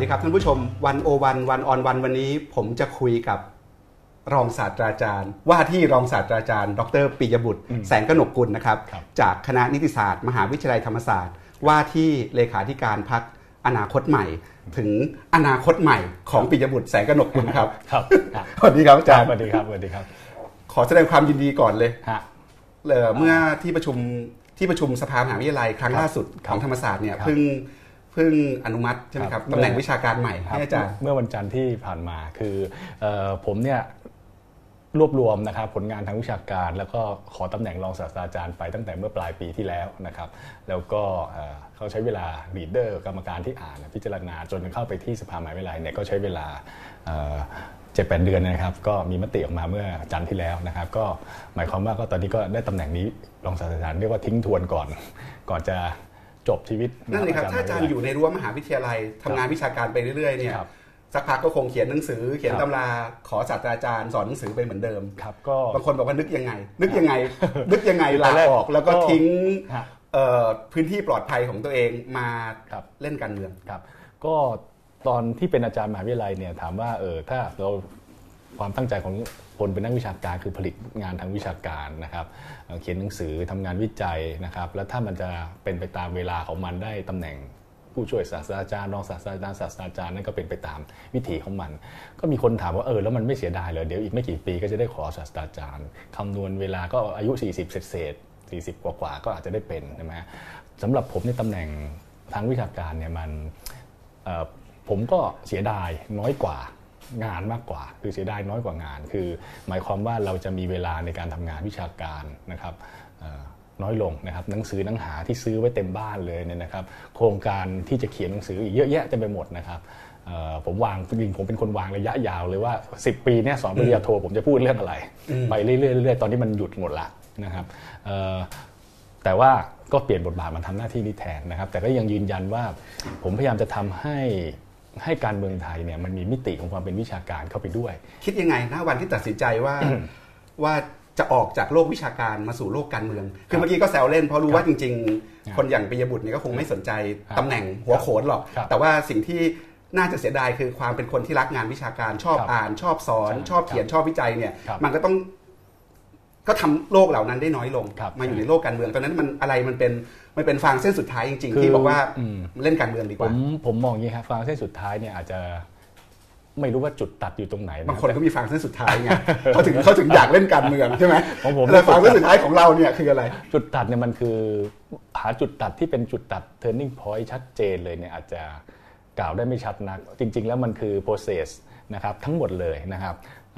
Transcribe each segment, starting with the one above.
ครับท่านผู้ชม101 วันวันนี้ผมจะคุยกับรองศาสตราจารย์ว่าที่รองศาสตราจารย์ดร.ปิยบุตรแสงกนกกุลนะครับจากคณะนิติศาสตร์มหาวิทยาลัยธรรมศาสตร์ว่าที่เลขาธิการพรรคอนาคตใหม่ถึงอนาคตใหม่ของปิยบุตรแสงกนกกุลครับสวัสดีครับอาจารย์สวัสดีครับสวัสดีครับขอแสดงความยินดีก่อนเลยเมื่อที่ประชุมสภามหาวิทยาลัยครั้งล่าสุดของธรรมศาสตร์เนี่ยเพิ่งอนุมัติใช่ไหมครับตำแหน่งวิชาการใหม่ให้อาจารย์เมื่อวันจันทร์ที่ผ่านมาคือผมเนี่ยรวบรวมนะครับผลงานทางวิชาการแล้วก็ขอตำแหน่งรองศาสตราจารย์ไปตั้งแต่เมื่อปลายปีที่แล้วนะครับแล้วก็เขาใช้เวลาลีดเดอร์กรรมการที่อ่านพิจารณาจนเข้าไปที่สภามหาวิทยาลัยเนี่ยก็ใช้เวลา7-8 เดือนนะครับก็มีมติออกมาเมื่อจันทร์ที่แล้วนะครับก็หมายความว่าก็ตอนนี้ก็ได้ตำแหน่งนี้รองศาสตราจารย์เรียกว่าทิ้งทวนก่อนจะจบชีวิตนั่นเลยครับถ้าอาจารย์อยู่ในรั้วมหาวิทยาลัยทำงานวิชาการไปเรื่อยๆเนี่ยสักพักก็คงเขียนหนังสือเขียนตำราขอศาสตราจารย์สอนหนังสือไปเหมือนเดิมครับก็บางคนบอกว่านึกยังไงลาออกแล้วก็ทิ้งพื้นที่ปลอดภัยของตัวเองมาเล่นการเมืองครับก็ตอนที่เป็นอาจารย์มหาวิทยาลัยเนี่ยถามว่าถ้าเราความตั้งใจของคนเป็นนักวิชาการคือผลิตงานทางวิชาการนะครับเขียนหนังสือทำงานวิจัยนะครับแล้วถ้ามันจะเป็นไปตามเวลาของมันได้ตำแหน่งผู้ช่วยศาสตราจารย์รองศาสตราจารย์ศาสตราจารย์นั่นก็เป็นไปตามวิถีของมันก็มีคนถามว่าแล้วมันไม่เสียดายเลยเดี๋ยวอีกไม่กี่ปีก็จะได้ขอศาสตราจารย์คำนวณเวลาก็อายุ40เศษ40กว่าก็อาจจะได้เป็นใช่ไหมสำหรับผมในตำแหน่งทางวิชาการเนี่ยมันผมก็เสียดายน้อยกว่างานมากกว่าคือเสียดายน้อยกว่างานคือหมายความว่าเราจะมีเวลาในการทำงานวิชาการนะครับน้อยลงนะครับหนังสือหนังหาที่ซื้อไว้เต็มบ้านเลยเนี่ยนะครับโครงการที่จะเขียนหนังสืออีกเยอะแยะเต็มไปหมดนะครับผมวางจริงผมเป็นคนวางระยะยาวเลยว่า10 ปีเนี่ยสอนปริญญาโทผมจะพูดเรื่องอะไรไปเรื่อยๆตอนนี้มันหยุดหมดละนะครับแต่ว่าก็เปลี่ยนบทบาทมาทำหน้าที่นี้แทนนะครับแต่ก็ยังยืนยันว่าผมพยายามจะทำให้การเมืองไทยเนี่ยมันมีมิติของความเป็นวิชาการเข้าไปด้วยคิดยังไงนะวันที่ตัดสินใจว่าจะออกจากโลกวิชาการมาสู่โลกการเมืองคือเมื่อกี้ก็แซวเล่นเพราะรู้ว่าจริงๆคนอย่างปิยบุตรเนี่ยก็คงไม่สนใจตำแหน่งหัวโขนหรอกแต่ว่าสิ่งที่น่าจะเสียดายคือความเป็นคนที่รักงานวิชาการชอบอ่านชอบสอนชอบเขียนชอบวิจัยเนี่ยมันก็ต้องก็ทำโลกเหล่านั้นได้น้อยลงมาอยู่ในโลกการเมืองตอนนั้นมันเป็นฟางเส้นสุดท้ายจริงๆที่บอกว่าเล่นการเมืองดีกว่าผมมองอย่างนี้ครับฟางเส้นสุดท้ายเนี่ยอาจจะไม่รู้ว่าจุดตัดอยู่ตรงไหนบางคนก็มีฟางเส้นสุดท้ายไงเขาถึงอยากเล่นการเมืองใช่ไหมแต่ฟางเส้นสุดท้ายของเราเนี่ยคืออะไรจุดตัดเนี่ยมันคือหาจุดตัดที่เป็นจุดตัด turning point ชัดเจนเลยเนี่ยอาจจะกล่าวได้ไม่ชัดนักจริงๆแล้วมันคือ process นะครับทั้งหมดเลยนะครับ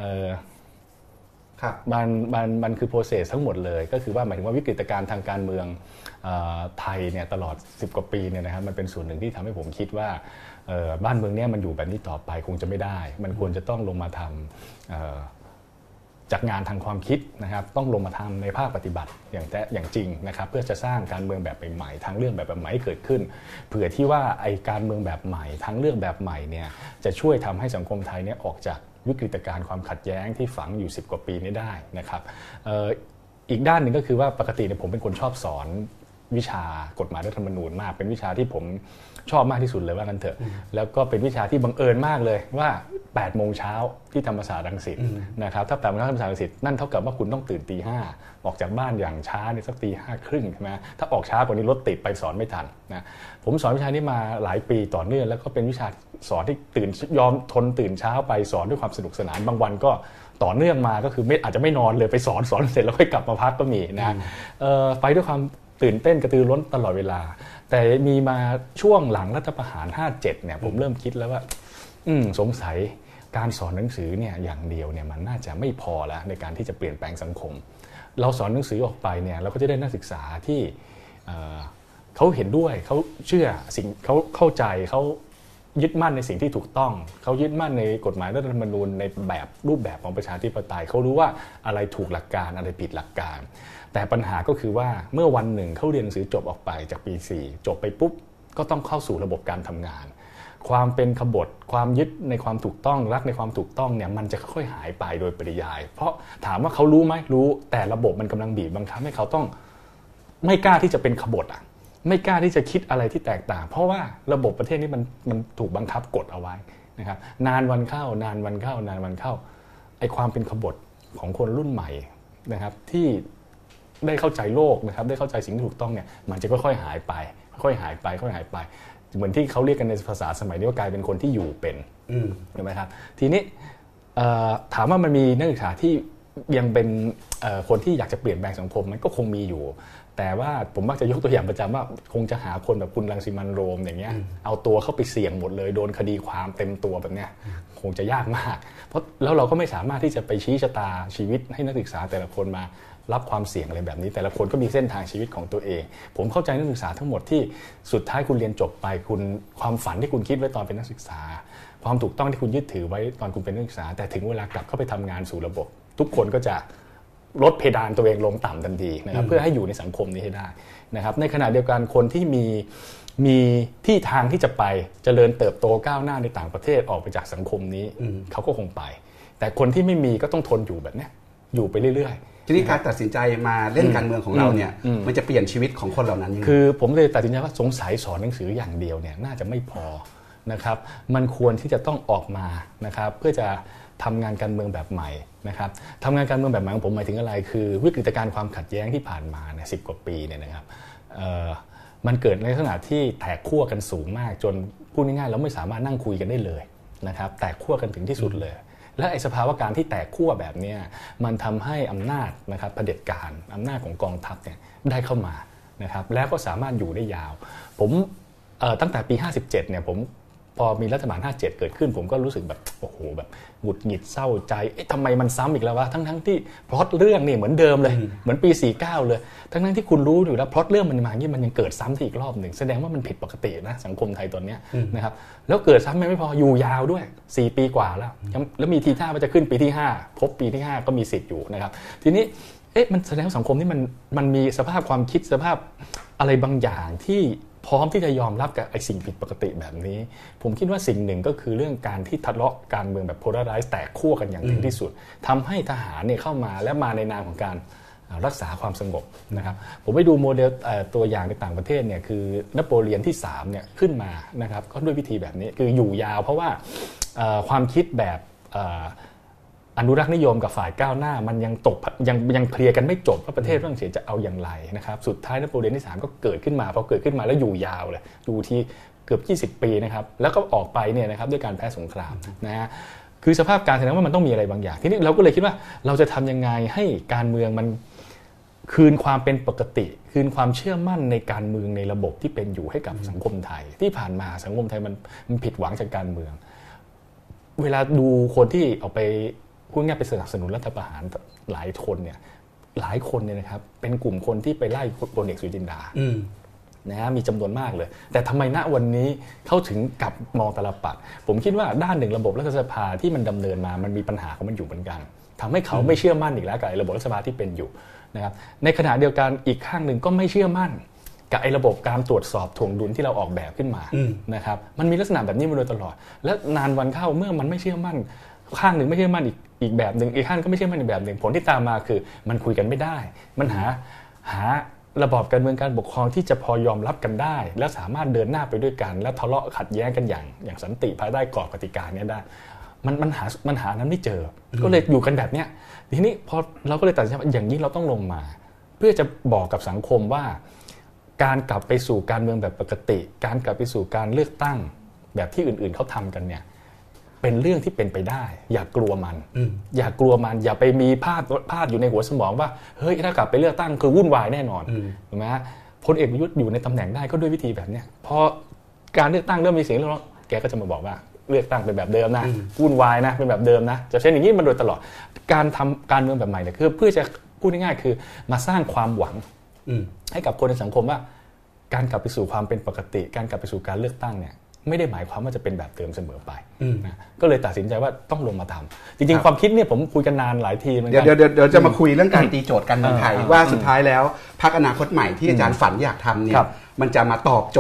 มันคือ process ทั้งหมดเลยก็คือว่าหมายถึงว่าวิกฤตการณ์ทางการเมืองไทยเนี่ยตลอด10 กว่าปีเนี่ยนะครับมันเป็นส่วนหนึ่งที่ทำให้ผมคิดว่าบ้านเมืองเนี่ยมันอยู่แบบนี้ต่อไปคงจะไม่ได้มันควรจะต้องลงมาทำจากงานทางความคิดนะครับต้องลงมาทำในภาคปฏิบัติอย่างจริงนะครับเพื่อจะสร้างการเมืองแบบใหม่ๆทางเรื่องแบบใหม่ให้เกิดขึ้นเผื่อที่ว่าไอ้การเมืองแบบใหม่ทางเรื่องแบบใหม่เนี่ยจะช่วยทำให้สังคมไทยเนี่ยออกจากวิกฤตการณ์ความขัดแย้งที่ฝังอยู่10 กว่าปีนี้ได้นะครับอีกด้านหนึ่งก็คือว่าปกติเนี่ยผมเป็นคนชอบสอนวิชากฎหมายรัฐธรรมนูญมากเป็นวิชาที่ผมชอบมากที่สุดเลยว่ากันเถอะแล้วก็เป็นวิชาที่บังเอิญมากเลยว่า8 โมงเช้าที่ธรรมศาสตร์รังสิตนะครับถ้า8 โมงเช้าธรรมศาสตร์รังสิตนั่นเท่ากับว่าคุณต้องตื่นตี 5ออกจากบ้านอย่างช้าในสักตี 5:30ใช่ไหมถ้าออกช้ากว่านี้รถติดไปสอนไม่ทันนะผมสอนวิชานี้มาหลายปีต่อเนื่องแล้วก็เป็นวิชาสอนที่ยอมทนตื่นเช้าไปสอนด้วยความสนุกสนานบางวันก็ต่อเนื่องมาก็คืออาจจะไม่นอนเลยไปสอนเสร็จแล้วค่อยกลับมาพักก็มีนะไปด้วยความตื่นเต้นกระตือร้นตลอดเวลาแต่มีมาช่วงหลังรัฐประหาร57เนี่ยผมเริ่มคิดแล้วว่าสงสัยการสอนหนังสือเนี่ยอย่างเดียวเนี่ยมันน่าจะไม่พอแล้วในการที่จะเปลี่ยนแปลงสังคมเราสอนหนังสือออกไปเนี่ยเราก็จะได้นักศึกษาที่เขาเห็นด้วยเขาเชื่อสิ่งเขาเข้าใจเขายึดมั่นในสิ่งที่ถูกต้องเขายึดมั่นในกฎหมายรัฐธรรมนูญในแบบรูปแบบของประชาธิปไตยเขารู้ว่าอะไรถูกหลักการอะไรผิดหลักการแต่ปัญหาก็คือว่าเมื่อวันหนึ่งเขาเรียนหนังสือจบออกไปจากปี 4จบไปปุ๊บก็ต้องเข้าสู่ระบบการทำงานความเป็นขบถความยึดในความถูกต้องรักในความถูกต้องเนี่ยมันจะค่อยๆหายไปโดยปริยายเพราะถามว่าเขารู้ไหมรู้แต่ระบบมันกำลังบีบบังคับให้เขาต้องไม่กล้าที่จะเป็นขบถไม่กล้าที่จะคิดอะไรที่แตกต่างเพราะว่าระบบประเทศนี้มันถูกบังคับกดเอาไว้นะครับนานวันเข้าไอ้ความเป็นขบฏของคนรุ่นใหม่นะครับที่ได้เข้าใจโลกนะครับได้เข้าใจสิ่งที่ถูกต้องเนี่ยมันจะค่อยๆหายไปเหมือนที่เขาเรียกกันในภาษาสมัยนี้ว่ากลายเป็นคนที่อยู่เป็นใช่ไหมครับทีนี้ถามว่ามันมีนักศึกษาที่ยังเป็นคนที่อยากจะเปลี่ยนแปลงสังคมมันก็คงมีอยู่แต่ว่าผมมักจะยกตัวอย่างประจำว่าคงจะหาคนแบบคุณรังสิมันต์โรมอย่างเงี้ยเอาตัวเข้าไปเสี่ยงหมดเลยโดนคดีความเต็มตัวแบบเนี้ยคงจะยากมากเพราะแล้วเราก็ไม่สามารถที่จะไปชี้ชะตาชีวิตให้นักศึกษาแต่ละคนมารับความเสี่ยงอะไรแบบนี้แต่ละคนก็มีเส้นทางชีวิตของตัวเองผมเข้าใจนักศึกษาทั้งหมดที่สุดท้ายคุณเรียนจบไปคุณความฝันที่คุณคิดไว้ตอนเป็นนักศึกษาความถูกต้องที่คุณยึดถือไว้ตอนคุณเป็นนักศึกษาแต่ถึงเวลากลับเข้าไปทำงานสู่ระบบทุกคนก็จะลดเพดานตัวเองลงต่ำทันทีนะครับเพื่อให้อยู่ในสังคมนี้ให้ได้นะครับในขณะเดียวกันคนที่มีที่ทางที่จะไปเจริญเติบโตก้าวหน้าในต่างประเทศออกไปจากสังคมนี้เขาก็คงไปแต่คนที่ไม่มีก็ต้องทนอยู่แบบนี้อยู่ไปเรื่อยๆทีนี้การตัดสินใจมาเล่นการเมืองของเราเนี่ยมันจะเปลี่ยนชีวิตของคนเหล่านั้นยังไงคือผมเลยตัดสินใจว่าสงสัยสอนหนังสืออย่างเดียวเนี่ยน่าจะไม่พอนะครับมันควรที่จะต้องออกมานะครับเพื่อจะทำงานการเมืองแบบใหม่นะครับทำงานการเมืองแบบใหม่ของผมหมายถึงอะไรคือวิกฤตการณ์ความขัดแย้งที่ผ่านมาเนี่ย10 กว่าปีเนี่ยนะครับมันเกิดในลักษณะที่แตกขั้วกันสูงมากจนพูดง่ายๆเราไม่สามารถนั่งคุยกันได้เลยนะครับแตกขั้วกันถึงที่สุดเลยและไอ้สภาวะการที่แตกขั้วแบบนี้มันทำให้อำนาจนะครับเผด็จการอำนาจของกองทัพเนี่ยได้เข้ามานะครับแล้วก็สามารถอยู่ได้ยาวผมตั้งแต่ปี57เนี่ยผมพอมีรัฐบาล57เกิดขึ้นผมก็รู้สึกแบบโอ้โหแบบหงุดหงิดเศร้าใจทำไมมันซ้ำอีกแล้ววะทั้งที่พล็อตเรื่องนี่เหมือนเดิมเลยเหมือนปี49เลยทั้งที่คุณรู้อยู่แล้วพล็อตเรื่องมันมาอย่างนี้มันยังเกิดซ้ำที่อีกรอบหนึ่งแสดงว่ามันผิดปกตินะสังคมไทยตอนนี้นะครับแล้วเกิดซ้ำไม่พออยู่ยาวด้วย4 ปีกว่าแล้วมีทีท่าว่าจะขึ้นปีที่5ครบปีที่5ก็มีสิทธิ์อยู่นะครับทีนี้มันแสดงว่าสังคมนี่มันมีสภาพความคิดสภาพอะไรบางอย่างที่พร้อมที่จะยอมรับกับไอ้สิ่งผิดปกติแบบนี้ผมคิดว่าสิ่งหนึ่งก็คือเรื่องการที่ทะเลาะการเมืองแบบ polarize แตกขั้วกันอย่างถึงที่สุดทำให้ทหารเนี่ยเข้ามาและมาในนามของการรักษาความสงบนะครับผมไปดูโมเดลตัวอย่างในต่างประเทศเนี่ยคือนโปเลียนที่3เนี่ยขึ้นมานะครับก็ด้วยวิธีแบบนี้คืออยู่ยาวเพราะว่าความคิดแบบอนุรักษ์นิยมกับฝ่ายก้าวหน้ามันยังเคลียร์กันไม่จบว่าประเทศฝรั่งเศสจะเอาอย่างไรนะครับสุดท้ายนโปเลียนที่3ก็เกิดขึ้นมาพอเกิดขึ้นมาแล้วอยู่ยาวเลยอยู่ที่เกือบ20 ปีนะครับแล้วก็ออกไปเนี่ยนะครับด้วยการแพ้สงครามนะฮะคือสภาพการแสดงว่ามันต้องมีอะไรบางอย่างทีนี้เราก็เลยคิดว่าเราจะทำยังไงให้การเมืองมันคืนความเป็นปกติคืนความเชื่อมั่นในการเมืองในระบบที่เป็นอยู่ให้กับสังคมไทยที่ผ่านมาสังคมไทยมันผิดหวังจากการเมืองเวลาดูคนที่เอาไปพูดง่ายไปสนับสนุนรัฐประหารหลายคนเนี่ยนะครับเป็นกลุ่มคนที่ไปไล่พลเอกสุจินดานะฮะมีจำนวนมากเลยแต่ทำไมณวันนี้เขาถึงกลับมองตาลปัดผมคิดว่าด้านหนึ่งระบบรัฐสภาที่มันดำเนินมามันมีปัญหาของมันอยู่เหมือนกันทำให้เขาไม่เชื่อมั่นอีกแล้วกับระบบรัฐสภาที่เป็นอยู่นะครับในขณะเดียวกันอีกข้างหนึ่งก็ไม่เชื่อมั่นกับไอ้ระบบการตรวจสอบถ่วงดุลที่เราออกแบบขึ้นมานะครับมันมีลักษณะแบบนี้มาโดยตลอดและนานวันเข้าเมื่อมันไม่เชื่อมั่นข้างหนึ่งไม่เชื่อมั่นอีกแบบหนึ่งอีกข้างก็ไม่เชื่อมั่นอีกแบบหนึ่งผลที่ตามมาคือมันคุยกันไม่ได้มันหาระบอบการเมืองการปกครองที่จะพอยอมรับกันได้และสามารถเดินหน้าไปด้วยกันแล้วทะเลาะขัดแย้งกันอย่างสันติภายใต้กรอบกติกานี้ได้มันหานั้นไม่เจอก็เลยอยู่กันแบบเนี้ยทีนี้พอเราก็เลยตัดสินใจว่าอย่างนี้เราต้องลงมาเพื่อจะบอกกับสังคมว่าการกลับไปสู่การเมืองแบบปกติการกลับไปสู่การเลือกตั้งแบบที่อื่นๆเขาทำกันเนี่ยเป็นเรื่องที่เป็นไปได้อย่ากลัวมันอย่าไปมีภาพอยู่ในหัวสมองว่าเฮ้ยถ้ากลับไปเลือกตั้งคือวุ่นวายแน่นอนถูกไหมฮะพลเอกประยุทธ์อยู่ในตำแหน่งได้ก็ด้วยวิธีแบบนี้พอการเลือกตั้งเริ่มมีเสียงแล้วแกก็จะมาบอกว่าเลือกตั้งเป็นแบบเดิมนะวุ่นวายนะเป็นแบบเดิมนะจะเช่นอย่างนี้มาโดยตลอดการทำการเมืองแบบใหม่เนี่ยคือเพื่อจะพูดง่ายๆคือมาสร้างความหวังให้กับคนในสังคมว่าการกลับไปสู่ความเป็นปกติการกลับไปสู่การเลือกตั้งเนี่ยไม่ได้หมายความว่าจะเป็นแบบเดิมเสมอไปนะก็เลยตัดสินใจว่าต้องลงมาทำจริงๆความคิดเนี่ยผมคุยกันนานหลายทีเหมือนกันเดี๋ยวจะมาคุยเรื่องการตีโจทย์การเมืองไทยว่าสุดท้ายแล้วพรรคอนาคตใหม่ที่อาจารย์ฝันอยากทำเนี่ยมันจะมาตอบโจทย์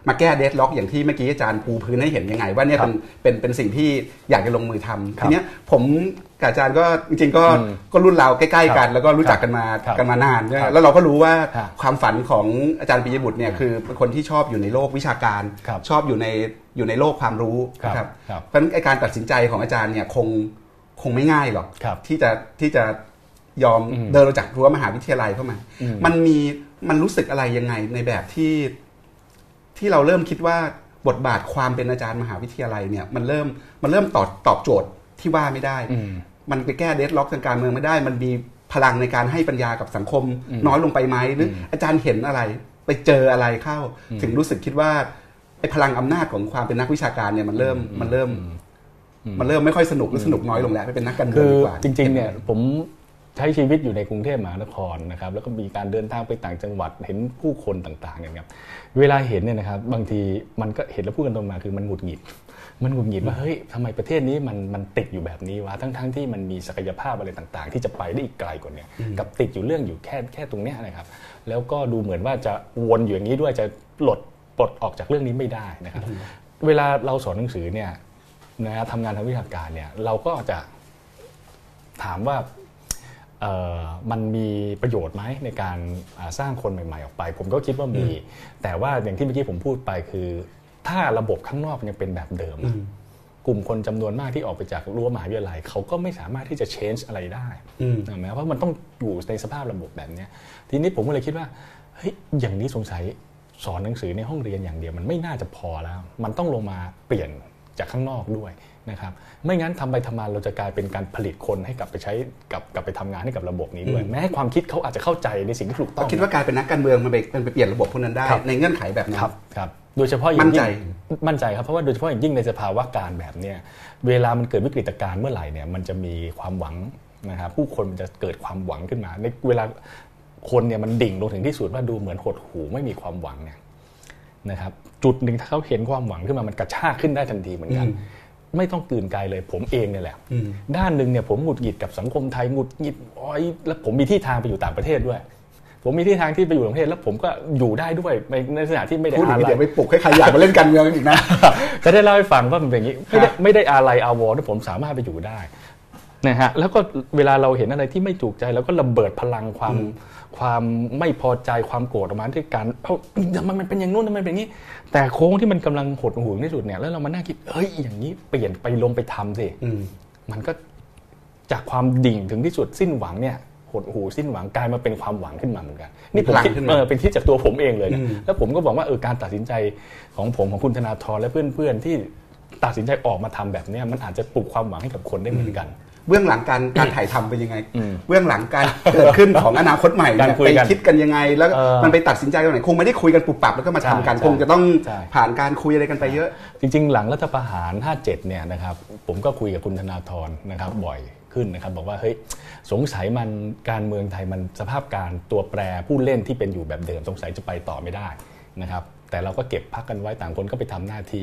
มาแก้เดดล็อกอย่างที่เมื่อกี้อาจารย์ปูพื้นให้เห็นยังไงว่าเนี่ยเป็นสิ่งที่อยากจะลงมือทำทีเนี้ยผมกับอาจารย์ก็จริงๆก็รุ่นเราใกล้ๆกันแล้วก็รู้จักกันมานานแล้วเราก็รู้ว่าความฝันของอาจารย์ปิยบุตรเนี่ยคือเป็นคนที่ชอบอยู่ในโลกวิชาการชอบอยู่ในโลกความรู้ครับเพราะฉะนั้นการตัดสินใจของอาจารย์เนี่ยคงไม่ง่ายหรอกที่จะยอมเดินออกจากรั้วมหาวิทยาลัยเข้ามามันรู้สึกอะไรยังไงในแบบที่เราเริ่มคิดว่าบทบาทความเป็นอาจารย์มหาวิทยาลัยเนี่ยมันเริ่มตอบโจทย์ที่ว่าไม่ได้มันไปแก้เดดล็อกทางการเมืองไม่ได้มันมีพลังในการให้ปัญญากับสังคมน้อยลงไปไหมหรืออาจารย์เห็นอะไรไปเจออะไรเข้าถึงรู้สึกคิดว่าไอ้พลังอำนาจของความเป็นนักวิชาการเนี่ยมันเริ่มไม่ค่อยสนุกหรือสนุกน้อยลงแล้วไปเป็นนักการเมืองดีกว่าจริงๆเนี่ยผมใช้ชีวิตอยู่ในกรุงเทพมหานครนะครับแล้วก็มีการเดินทางไปต่างจังหวัดเห็นผู้คนต่างๆเนี่ยครับเวลาเห็นเนี่ยนะครับบางทีมันก็เห็นแล้วพูดกันตรงมาคือมันหงุดหงิดว่าเฮ้ยทำไมประเทศนี้มันติดอยู่แบบนี้วะทั้งที่มันมีศักยภาพอะไรต่างๆที่จะไปได้อีกไกลกว่านี้กับติดอยู่เรื่องอยู่แค่ตรงเนี้ยนะครับแล้วก็ดูเหมือนว่าจะวนอยู่อย่างนี้ด้วยจะปลดออกจากเรื่องนี้ไม่ได้นะครับเวลาเราสอนหนังสือเนี่ยนะทำงานทางวิชาการเนี่ยเราก็จะถามว่ามันมีประโยชน์ไหมในการสร้างคนใหม่ๆออกไปผมก็คิดว่ามีแต่ว่าอย่างที่เมื่อกี้ผมพูดไปคือถ้าระบบข้างนอกยังเป็นแบบเดิมกลุ่มคนจำนวนมากที่ออกไปจากรั้วมหาวิทยาลัยเขาก็ไม่สามารถที่จะ change อะไรได้แม้ว่ามันต้องอยู่ในสภาพระบบแบบนี้ทีนี้ผมก็เลยคิดว่าเฮ้ยอย่างนี้สงสัยสอนหนังสือในห้องเรียนอย่างเดียวมันไม่น่าจะพอแล้วมันต้องลงมาเปลี่ยนจากข้างนอกด้วยนะครับไม่งั้นทำไปทำมาเราจะกลายเป็นการผลิตคนให้กลับไปใช้กลับไปทำงานให้กับระบบนี้ด้วยแม้ความคิดเขาอาจจะเข้าใจในสิ่งที่ถูกต้องคิดว่าการเป็นนักการเมืองมันไปเปลี่ยนระบบพวกนั้นได้ในเงื่อนไขแบบนั้นครับโดยเฉพาะอย่างยิ่งมั่นใจครับเพราะว่าโดยเฉพาะอย่างยิ่งในสภาวะการแบบนี้เวลามันเกิดวิกฤตการณ์เมื่อไหร่เนี่ยมันจะมีความหวังนะครับผู้คนมันจะเกิดความหวังขึ้นมาในเวลาคนเนี่ยมันดิ่งลงถึงที่สุดว่าดูเหมือนหดหู่ไม่มีความหวังเนี่ยนะครับจุดหนึ่งถ้าเขาเห็นความหวังขึ้นมามันกระชากขึ้นได้ทันทีเหมือนกันไม่ต้องตื่นไกลเลยผมเองเนี่ยแหละด้านหนึ่งเนี่ยผมหงุดหงิดกับสังคมไทยหงุดหงิดแล้วผมมีที่ทางไปอยู่ต่างประเทศด้วยผมมีที่ทางที่ไปอยู่ต่างประเทศแล้วผมก็อยู่ได้ด้วยในลักษณะที่ไม่ได้อะไรเดี๋ยวไปปลุกให้ใครอยากมาเล่นการเมืองอีกนะจะได้เล่าให้ฟังว่ามันเป็นอย่างนี้ไม่ได้อะไรอาวรที่ผมสามารถไปอยู่ได้นะฮะแล้วก็เวลาเราเห็นอะไรที่ไม่ถูกใจแล้วก็ระเบิดพลังความไม่พอใจความโกรธออกมาที่การทำไมมันเป็นอย่างนู้นทำไมเป็นอย่างนี้แต่โค้งที่มันกำลังหดหู่ที่สุดเนี่ยแล้วเรามานั่งคิดเฮ้ยอย่างนี้เปลี่ยนไปลงไปทำสิมันก็จากความดิ่งถึงที่สุดสิ้นหวังเนี่ยหดหู่สิ้นหวังกลายมาเป็นความหวังขึ้นมาเหมือนกันนี่ผมคิดเป็นคิดจากตัวผมเองเลยนะแล้วผมก็บอกว่าการตัดสินใจของผมของคุณธนาธรและเพื่อนๆที่ตัดสินใจออกมาทำแบบนี้มันอาจจะปลุกความหวังให้กับคนได้เหมือนกันเบื้องหลังการถ่ายทำเป็นยังไงเบื้องหลังการเกิดขึ้นของอนาคตใหม่ไปคิดกันยังไงแล้วมันไปตัดสินใจตรงไหนคงไม่ได้คุยกันปุบปับแล้วก็มาทำกันคงจะต้องผ่านการคุยอะไรกันไปเยอะจริงๆหลังรัฐประหาร57เนี่ยนะครับผมก็คุยกับคุณธนาธรนะครับบ่อยขึ้นนะครับบอกว่าเฮ้ยสงสัยมันการเมืองไทยมันสภาพการตัวแปรผู้เล่นที่เป็นอยู่แบบเดิมสงสัยจะไปต่อไม่ได้นะครับแต่เราก็เก็บพักกันไว้ต่างคนก็ไปทำหน้าที่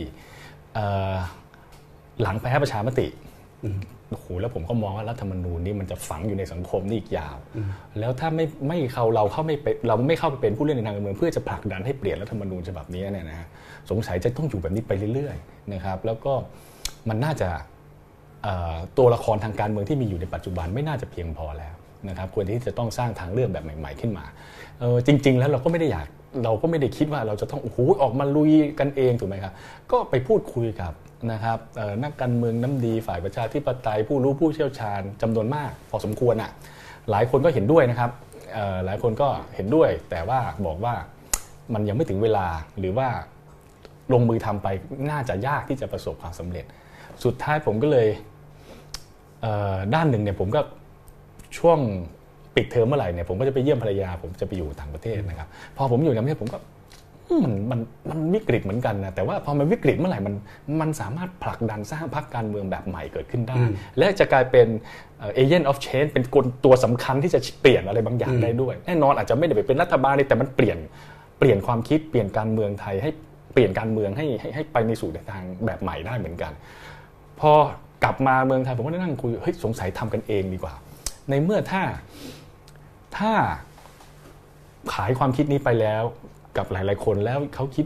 หลังแพ้ประชามติโอ้โหแล้วผมก็มองว่ารัฐธรรมนูญนี่มันจะฝังอยู่ในสังคมนี่อีกยาวแล้วถ้าไม่เราไม่เข้าไปเป็นผู้เล่นในทางการเมืองเพื่อจะผลักดันให้เปลี่ยนรัฐธรรมนูญฉบับนี้เนี่ยนะสงสัยจะต้องอยู่แบบนี้ไปเรื่อยๆนะครับแล้วก็มันน่าจะตัวละครทางการเมืองที่มีอยู่ในปัจจุบันไม่น่าจะเพียงพอแล้วนะครับควรที่จะต้องสร้างทางเลือกแบบใหม่ๆขึ้นมาจริงๆแล้วเราก็ไม่ได้คิดว่าเราจะต้องออกมาลุยกันเองถูกไหมครับก็ไปพูดคุยกับนะครับนักการเมืองน้ำดีฝ่ายประชาธิปไตยผู้รู้ผู้เชี่ยวชาญจำนวนมากพอสมควรหลายคนก็เห็นด้วยนะครับหลายคนก็เห็นด้วยแต่ว่าบอกว่ามันยังไม่ถึงเวลาหรือว่าลงมือทำไปน่าจะยากที่จะประสบความสำเร็จสุดท้ายผมก็เลยด้านหนึ่งเนี่ยผมก็ช่วงปิดเทอมเมื่อไหร่เนี่ยผมก็จะไปเยี่ยมภรรยาผมจะไปอยู่ต่างประเทศนะครับพอผมอยู่ในประเทศผมก็มันวิกฤตเหมือนกันนะแต่ว่าพอมันวิกฤตเมื่อไหร่มันสามารถผลักดันสร้างพรรคการเมืองแบบใหม่เกิดขึ้นได้และจะกลายเป็นagent of change เป็นตัวสำคัญที่จะเปลี่ยนอะไรบางอย่างได้ด้วยแน่นอนอาจจะไม่ได้เป็นรัฐบาลแต่มันเปลี่ยนความคิดเปลี่ยนการเมืองไทยให้เปลี่ยนการเมืองให้ไปในสู่ทางแบบใหม่ได้เหมือนกันพอกลับมาเมืองไทยผมก็นั่งคุยเฮ้ยสงสัยทำกันเองดีกว่าในเมื่อถ้าขายความคิดนี้ไปแล้วกับหลายๆคนแล้วเขาคิดว่า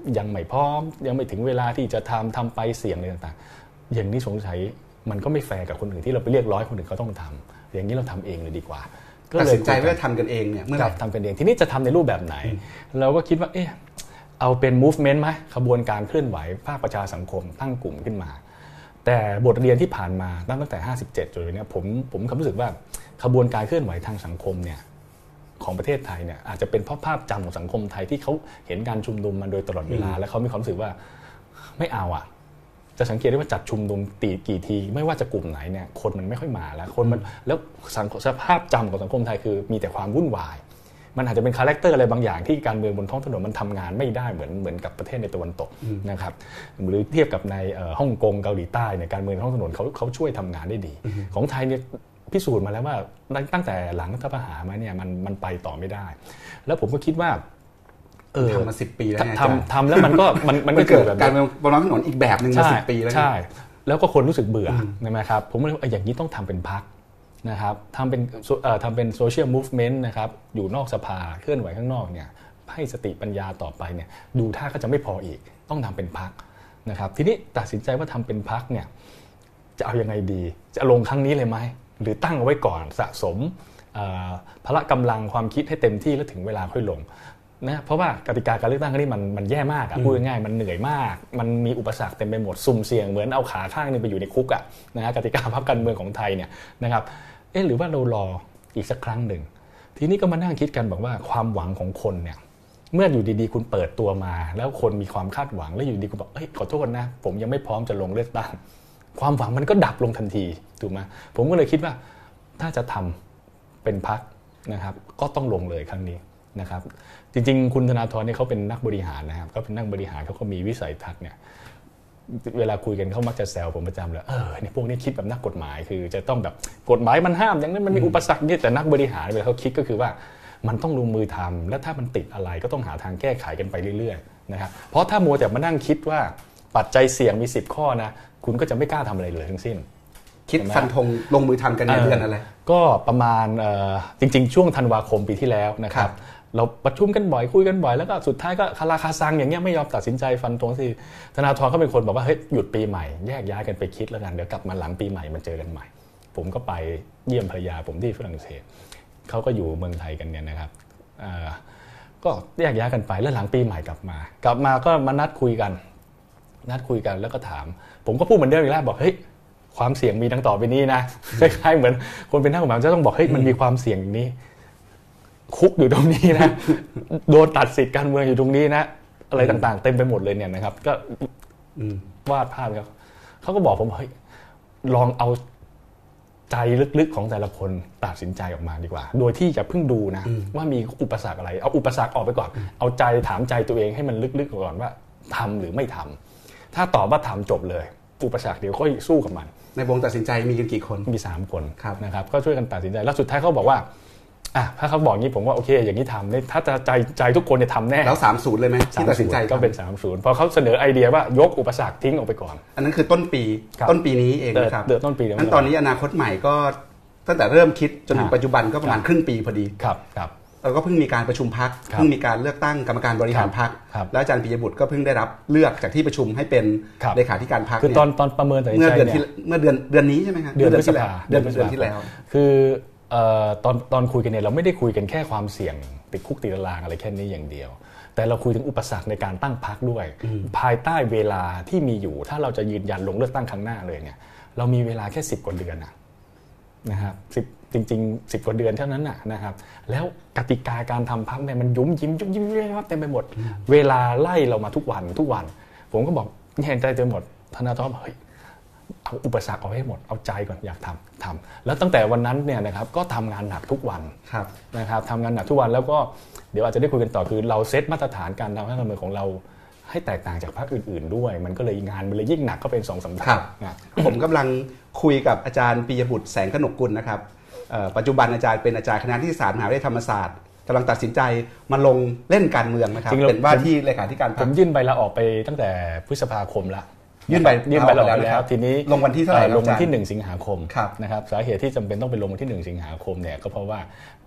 ยังไม่พร้อมยังไม่ถึงเวลาที่จะทำไปเสี่ยงอะไรต่างๆอย่างนี้สงสัยมันก็ไม่แฟร์กับคนอื่นที่เราไปเรียกร้อยคนอื่นเขาต้องทำอย่างนี้เราทำเองเลยดีกว่าตัดสินใจว่าทำกันเองเนี่ยเมื่อไหร่ทำกันเองทีนี้จะทำในรูปแบบไหนเราก็คิดว่าเอาเป็น movement ไหมขบวนการเคลื่อนไหวภาคประชาสังคมตั้งกลุ่มขึ้นมาแต่บทเรียนที่ผ่านมาตั้งแต่57จนถึงนี้ผมรู้สึกว่าขบวนการเคลื่อนไหวทางสังคมเนี่ยของประเทศไทยเนี่ยอาจจะเป็นเพราะภาพจำของสังคมไทยที่เขาเห็นการชุมนุมมาโดยตลอดเวลาแล้วเขามีความรู้สึกว่าไม่เอาจะสังเกตได้ว่าจัดชุมนุมกี่ทีไม่ว่าจะกลุ่มไหนเนี่ยคนมันไม่ค่อยมาแล้วคนมันแล้วสภาพจำของสังคมไทยคือมีแต่ความวุ่นวายมันอาจจะเป็นคาแรคเตอร์อะไรบางอย่างที่การเมืองบนท้องถนนมันทำงานไม่ได้เหมือนกับประเทศในตะวันตกนะครับหรือเทียบกับในฮ่องกงเกาหลีใต้เนี่ยการเมืองท้องถนนเขาช่วยทำงานได้ดีของไทยเนี่ยพิสูจน์มาแล้วว่าตั้งแต่หลังรัฐประหารมาเนี่ยมันไปต่อไม่ได้แล้วผมก็คิดว่าทำมา10 ปีแล้วทำแล้วมันก็เกิดการเมืองบนท้องถนนอีกแบบนึงมา10 ปีแล้วใช่แล้วก็คนรู้สึกเบื่อใช่ไหมครับผมเลยอย่างนี้ต้องทำเป็นพรรคนะครับทำเป็นโซเชียลมูฟเมนต์นะครับอยู่นอกสภาเคลื่อนไหวข้างนอกเนี่ยให้สติปัญญาต่อไปเนี่ยดูท่าก็จะไม่พออีกต้องทำเป็นพรรคนะครับทีนี้ตัดสินใจว่าทำเป็นพรรคเนี่ยจะเอายังไงดีจะลงครั้งนี้เลยไหมหรือตั้งเอาไว้ก่อนสะสมพละกำลังความคิดให้เต็มที่แล้วถึงเวลาค่อยลงนะเพราะว่ากติกาการเลือกตั้งครั้งนี้มันแย่มากพูดง่ายๆมันเหนื่อยมากมันมีอุปสรรคเต็มไปหมดสุ่มเสี่ยงเหมือนเอาขาข้างนึงไปอยู่ในคุกนะฮะกติกาพรรคการเมืองของไทยเนี่ยนะครับหรือว่าเรารออีกสักครั้งหนึ่งทีนี้ก็มานั่งคิดกันบอกว่าความหวังของคนเนี่ยเมื่ออยู่ดีๆคุณเปิดตัวมาแล้วคนมีความคาดหวังแล้วอยู่ดีคุณบอกขอโทษนะผมยังไม่พร้อมจะลงเลือกตั้งความหวังมันก็ดับลงทันทีถูกไหมผมก็เลยคิดว่าถ้าจะทำเป็นพรรคนะครับก็ต้องลงเลยครั้งนี้นะครับจริงๆคุณธนาธรเนี่ยเขาเป็นนักบริหารนะครับเขาเป็นนักบริหารเขาก็มีวิสัยทัศน์เนี่ยเวลาคุยกันเขามักจะแซวผมประจำเลยเนี่ยพวกนี้คิดแบบนักกฎหมายคือจะต้องแบบกฎหมายมันห้ามอย่างนั้นมันมีอุปสรรคนี่แต่นักบริหารเวลาเขาคิดก็คือว่ามันต้องลงมือทำและถ้ามันติดอะไรก็ต้องหาทางแก้ไขกันไปเรื่อยๆนะครับเพราะถ้ามัวแต่มานั่งคิดว่าปัจจัยเสี่ยงมี10 ข้อนะคุณก็จะไม่กล้าทำอะไรเลยทั้งสิ้นคิดฟันธงลงมือทำกันในเดือนอะไรก็ประมาณจริงๆช่วงธันวาคมปีที่แล้วนะครับเราประชุมกันบ่อยคุยกันบ่อยแล้วก็สุดท้ายก็คาราคาซังอย่างเงี้ยไม่ยอมตัดสินใจฟันธงสิธนาธรเขาเป็นคนบอกว่าเฮ้ยหยุดปีใหม่แยกย้ายกันไปคิดแล้วกันเดี๋ยวกลับมาหลังปีใหม่มาเจอกันใหม่ผมก็ไปเยี่ยมภรรยาผมที่ฝรั่งเศสเขาก็อยู่เมืองไทยกันเนี่ยนะครับก็แยกย้ายกันไปแล้วหลังปีใหม่กลับมาก็มานัดคุยกันแล้วก็ถามผมก็พูดเหมือนเดิมอีกแล้วบอกเฮ้ยความเสี่ยงมีดังต่อไปนี้นะคล้ายๆเหมือนคนเป็นนักกฎหมายจะต้องบอกเฮ้ยมันมีความเสี่ยงอย่างนี้คุกอยู่ตรงนี้นะโดนตัดสิทธิ์การเมืองอยู่ตรงนี้นะอะไรต่างๆเต็มไปหมดเลยเนี่ยนะครับก็วาดภาพเขาก็บอกผมเฮ้ยลองเอาใจลึกๆของแต่ละคนตัดสินใจออกมาดีกว่าโดยที่อย่าเพิ่งดูนะว่ามีอุปสรรคอะไรเอาอุปสรรคออกไปก่อนเอาใจถามใจตัวเองให้มันลึกๆก่อนว่าทำหรือไม่ทำถ้าตอบว่าทำจบเลยอุปสรรคเดี๋ยวค่อยสู้กับมันในวงตัดสินใจมีกันกี่คนมี3 คนนะครับก็ช่วยกันตัดสินใจแล้วสุดท้ายเขาบอกว่าถ้าเขาบอกงี้ผมว่าโอเคอย่างนี้ทำถ้าจะใจทุกคนจะทำแน่แล้ว30เลยไหมที่ตัดสินใจก็เป็น30พอเขาเสนอไอเดียว่ายกอุปสรรคทิ้งออกไปก่อนอันนั้นคือต้นปีนี้เองนะครับต้นปีนั้นตอนนี้อนาคตใหม่ก็ตั้งแต่เริ่มคิดจนถึงปัจจุบันก็ประมาณครึ่งปีพอดีครับแล้วก็เพิ่งมีการประชุมพรรคเพิ่งมีการเลือกตั้งกรรมการบริหารพรรคแล้วอาจารย์ปิยบุตรก็เพิ่งได้รับเลือกจากที่ประชุมให้เป็นเลขาธิการพรรคคือตอนประเมินตัดสินใจเนี่ยเมื่อเดือนนี้ใช่ไหมครับเดือนที่แล้วคือตอนคุยกันเนี่ยเราไม่ได้คุยกันแค่ความเสี่ยงติดคุกติดตารางอะไรแค่นี้อย่างเดียวแต่เราคุยถึงอุปสรรคในการตั้งพรรคด้วยภายใต้เวลาที่มีอยู่ถ้าเราจะยืนยันลงเลือกตั้งครั้งหน้าเลยเนี่ยเรามีเวลาแค่10 กว่าเดือนนะครับจริงๆ10 กว่าเดือนเท่านั้นนะครับแล้วกติกาการทำพรรคเนี่ยมันยุ่มยิ้มเต็มไปหมดเวลาไล่เรามาทุกวันผมก็บอกเห็นใจเต็มหมดธนาธรเฮ้ยเอาอุปสรรคเอาให้หมดเอาใจก่อนอยากทำแล้วตั้งแต่วันนั้นเนี่ยนะครับก็ทำงานหนักทุกวันนะครับทำงานหนักทุกวันแล้วก็เดี๋ยวอาจจะได้คุยกันต่อคือเราเซตมาตรฐานการทำการเมืองของเราให้แตกต่างจากพรรคอื่นๆด้วยมันก็เลยงานมันเลยยิ่งหนักก็เป็น2-3 เท่าผมกำลังคุยกับอาจารย์ปิยบุตรแสงกนกกุลนะครับปัจจุบันอาจารย์เป็นอาจารย์คณะนิติศาสตร์มหาวิทยาลัยธรรมศาสตร์กำลังตัดสินใจมาลงเล่นการเมืองนะครับเป็นว่าที่เลขาธิการพรรคผมยื่นใบลาออกไปตั้งแต่พฤษภาคมแล้วยื่นใบลาออกแล้วทีนี้ลงวันที่เท่าไหร่ลงวันที่1 สิงหาคมนะครับสาเหตุที่จำเป็นต้องไปลงวันที่1 สิงหาคมเนี่ยก็เพราะว่า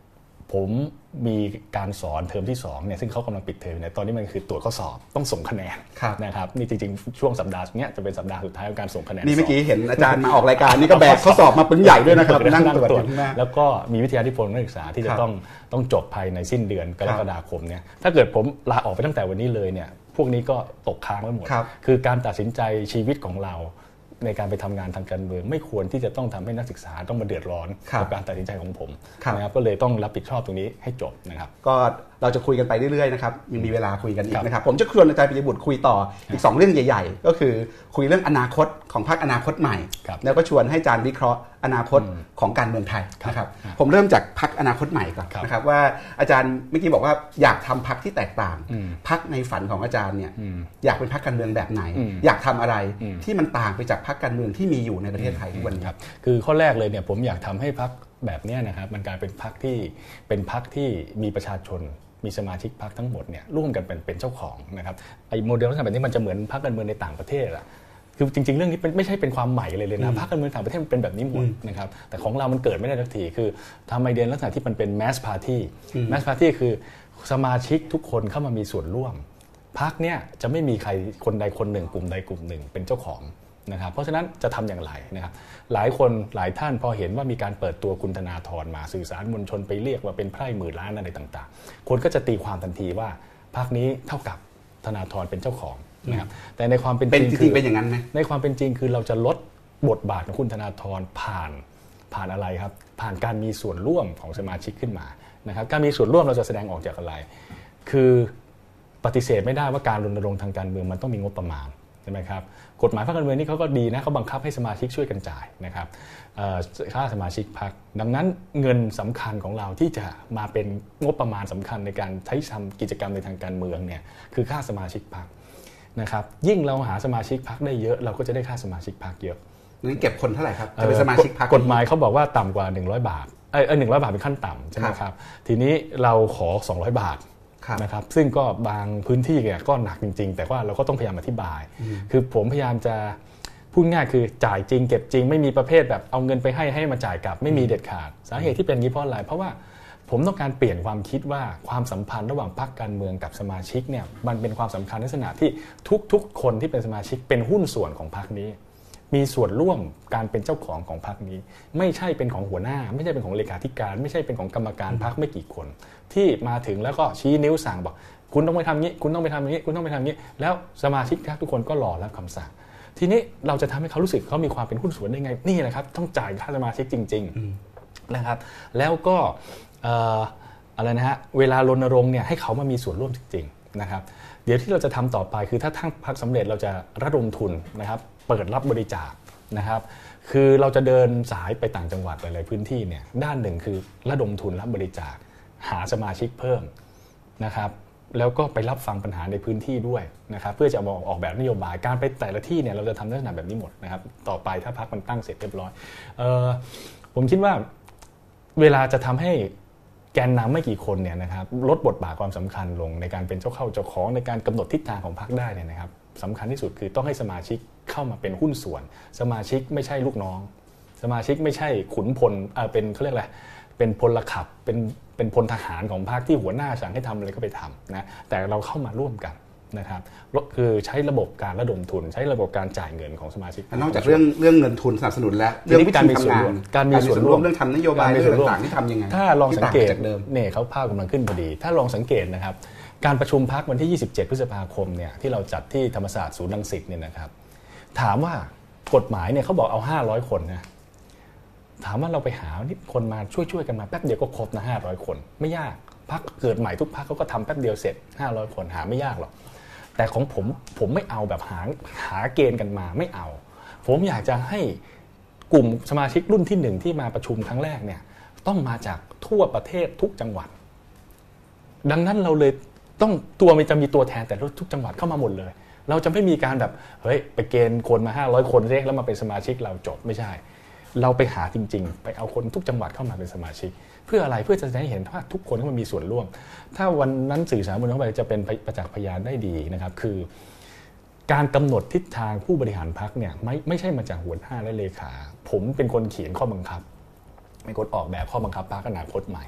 ผมมีการสอนเทอมที่2เนี่ยซึ่งเขากำลังปิดเทอมเนี่ยตอนนี้มันคือตรวจข้อสอบต้องส่งคะแนนนะครับนี่จริงๆช่วงสัปดาห์นี้จะเป็นสัปดาห์สุดท้ายของการส่งคะแนนนี่เมื่อกี้เห็นอาจารย์มาออกรายการนี่ก็แบกข้อสอบมาปึ้งใหญ่ด้วยนะครับนั่งตรวจแล้วก็มีวิทยานิพนธ์นักศึกษาที่จะต้องจบภายในสิ้นเดือนกรกฎาคมเนี่ยถ้าเกิดผมลาออกไปตั้งแต่วันนี้เลยเนี่ยพวกนี้ก็ตกค้างไว้หมดคือการตัดสินใจชีวิตของเราในการไปทำงานทางการเมืองไม่ควรที่จะต้องทำให้นักศึกษาต้องมาเดือดร้อนกับการตัดสินใจของผมนะครับก็เลยต้องรับผิดชอบตรงนี้ให้จบนะครับก็เราจะคุยกันไปเรื่อยๆนะครับยังมีเวลาคุยกันอีกนะครับผมจะชวนอาจารย์ปิยบุตรคุยต่ออีก2เรื่องใหญ่ๆก็คือคุยเรื่องอนาคตของพรรคอนาคตใหม่แล้วก็ชวนให้อาจารย์วิเคราะห์อนาคตของการเมืองไทยนะครับผมเริ่มจากพรรคอนาคตใหม่ก่อนนะครับว่าอาจารย์เมื่อกี้บอกว่าอยากทำพรรคที่แตกต่างพรรคในฝันของอาจารย์เนี่ยอยากเป็นพรรคการเมืองแบบไหนอยากทำอะไรที่มันต่างไปจากพรรคการเมืองที่มีอยู่ในประเทศไทยทุกวันนี้ครับคือข้อแรกเลยเนี่ยผมอยากทำให้พรรคแบบนี้นะครับมันกลายเป็นพรรคที่มีประชาชนมีสมาชิกพรรคทั้งหมดเนี่ยร่วมกันเป็นเจ้าของนะครับไอ้โมเดลลักษณะแบบนี้มันจะเหมือนพรรคการเมืองในต่างประเทศอะคือจริงๆเรื่องนี้ไม่ใช่เป็นความใหม่เลยนะพรรคการเมืองต่างประเทศมันเป็นแบบนี้หมดนะครับแต่ของเรามันเกิดไม่ได้ทันทีคือทำไอเดียลักษณะที่มันเป็นแมสพาร์ตี้คือสมาชิกทุกคนเข้ามามีส่วนร่วมพรรคเนี่ยจะไม่มีใครคนใดคนหนึ่งกลุ่มใดกลุ่มหนึ่งเป็นเจ้าของนะครับเพราะฉะนั้นจะทำอย่างไรนะครับหลายคนหลายท่านพอเห็นว่ามีการเปิดตัวคุณธนาธรมาสื่อสารมวลชนไปเรียกว่าเป็นไพร่หมื่นล้านอะไรต่างๆคนก็จะตีความทันทีว่าพรรคนี้เท่ากับธนาธรเป็นเจ้าของนะครับแต่ในความเป็นจริงคือเป็นอย่างนั้นไหมในความเป็นจริงคือเราจะลดบทบาทของคุณธนาธรผ่านอะไรครับผ่านการมีส่วนร่วมของสมาชิกขึ้นมานะครับการมีส่วนร่วมเราจะแสดงออกจากอะไรคือปฏิเสธไม่ได้ว่าการรณรงค์ทางการเมืองมันต้องมีงบประมาณใช่ไหมครับกฎหมายพรรคการเมืองนี่เขาก็ดีนะเขาบังคับให้สมาชิกช่วยกันจ่ายนะครับค่าสมาชิกพรรคดังนั้นเงินสำคัญของเราที่จะมาเป็นงบประมาณสำคัญในการใช้ทำกิจกรรมในทางการเมืองเนี่ยคือค่าสมาชิกพรรคนะครับยิ่งเราหาสมาชิกพรรคได้เยอะเราก็จะได้ค่าสมาชิกพรรคเยอะนี่เก็บคนเท่าไหร่ครับจะเป็นสมาชิกพรรคกฎหมายเขาบอกว่าต่ำกว่า100 บาท100 บาทเป็นขั้นต่ำใช่ไหมครับทีนี้เราขอ200 บาทนะครับซึ่งก็บางพื้นที่เนี่ยก็หนักจริงๆแต่ว่าเราก็ต้องพยายามอธิบายคือผมพยายามจะพูดง่ายคือจ่ายจริงเก็บจริงไม่มีประเภทแบบเอาเงินไปให้มาจ่ายกลับไม่มีเด็ดขาดสาเหตุที่เป็นอย่างนี้เพราะอะไรเพราะว่าผมต้องการเปลี่ยนความคิดว่าความสัมพันธ์ระหว่างพรรคการเมืองกับสมาชิกเนี่ยมันเป็นความสำคัญในลักษณะที่ทุกคนที่เป็นสมาชิกเป็นหุ้นส่วนของพรรคนี้มีส่วนร่วมการเป็นเจ้าของของพรรคนี้ไม่ใช่เป็นของหัวหน้าไม่ใช่เป็นของเลขาธิการไม่ใช่เป็นของกรรมการพรรคไม่กี่คนที่มาถึงแล้วก็ชี้นิ้วสั่งบอกคุณต้องไปทำงี้คุณต้องไปทำอย่างนี้คุณต้องไปทำอย่างนี้แล้วสมาชิกทุกคนก็รอรับคำสั่งทีนี้เราจะทำให้เขารู้สึกเขามีความเป็นหุ้นส่วนได้ไงนี่แหละครับต้องจ่ายค่าสมาชิกจริงๆนะครับแล้วก็อะไรนะฮะเวลารณรงค์เนี่ยให้เขามามีส่วนร่วมจริงๆนะครับเดี๋ยวที่เราจะทำต่อไปคือถ้าทั้งพรรคสำเร็จเราจะระดมทุนนะครับเปิดรับบริจาคนะครับคือเราจะเดินสายไปต่างจังหวัดหลายๆพื้นที่เนี่ยด้านหนึ่งคือระดมทุนรับบริจาคหาสมาชิกเพิ่มนะครับแล้วก็ไปรับฟังปัญหาในพื้นที่ด้วยนะครับเพื่อจะออกแบบนโยบายการไปแต่ละที่เนี่ยเราจะทำลักษณะแบบนี้หมดนะครับต่อไปถ้าพรรคมันตั้งเสร็จเรียบร้อยผมคิดว่าเวลาจะทำให้แกนนำไม่กี่คนเนี่ยนะครับลดบทบาทความสำคัญลงในการเป็นเจ้าของในการกำหนดทิศทางของพรรคได้เนี่ยนะครับสำคัญที่สุดคือต้องให้สมาชิกเข้ามาเป็นหุ้นส่วนสมาชิกไม่ใช่ลูกน้องสมาชิกไม่ใช่ขุนพลเป็นเขาเรียกอะไรเป็นพลขับเป็นพลทหารของพรรคที่หัวหน้าสั่งให้ทำอะไรก็ไปทำนะแต่เราเข้ามาร่วมกันนะครับคือใช้ระบบการระดมทุนใช้ระบบการจ่ายเงินของสมาชิกนอกจากเรื่องเงินทุนสนับสนุนแล้วเรื่องการมีส่วนร่วมเรื่องทำนโยบายเรื่องต่างๆที่ทำยังไงถ้าลองสังเกตเนี่ยเขาภาพกำลังขึ้นพอดีถ้าลองสังเกตนะครับการประชุมพรรควันที่27 พฤษภาคมเนี่ยที่เราจัดที่ธรรมศาสตร์ศูนย์รังสิตเนี่ยนะครับถามว่ากฎหมายเนี่ยเขาบอกเอา500 คนนะถามว่าเราไปหาคนมาช่วยกันมาแป๊บเดียวก็ครบนะ500 คนไม่ยากพรรคเกิดใหม่ทุกพรรคเขาก็ทำแป๊บเดียวเสร็จ500 คนหาไม่ยากหรอกแต่ของผมไม่เอาแบบหาเกณฑ์กันมาไม่เอาผมอยากจะให้กลุ่มสมาชิกรุ่นที่1ที่มาประชุมครั้งแรกเนี่ยต้องมาจากทั่วประเทศทุกจังหวัดดังนั้นเราเลยต้องมันจะมีตัวแทนแต่ทุกจังหวัดเข้ามาหมดเลยเราจะไม่มีการแบบเฮ้ยไปเกณฑ์คนมา500 คนเรียกแล้วมาเป็นสมาชิกเราจบไม่ใช่เราไปหาจริงๆไปเอาคนทุกจังหวัดเข้ามาเป็นสมาชิกเพื่ออะไรเพื่อจะให้เห็นว่าทุกคนมันมีส่วนร่วมถ้าวันนั้นสื่อสารมวลชนเข้าไปจะเป็นประจักษ์พยานได้ดีนะครับคือการกำหนดทิศทางผู้บริหารพรรคเนี่ยไม่ใช่มาจากหัวหน้าและเลขาผมเป็นคนเขียนข้อบังคับเป็นคนออกแบบข้อบังคับพรรคอนาคตใหม่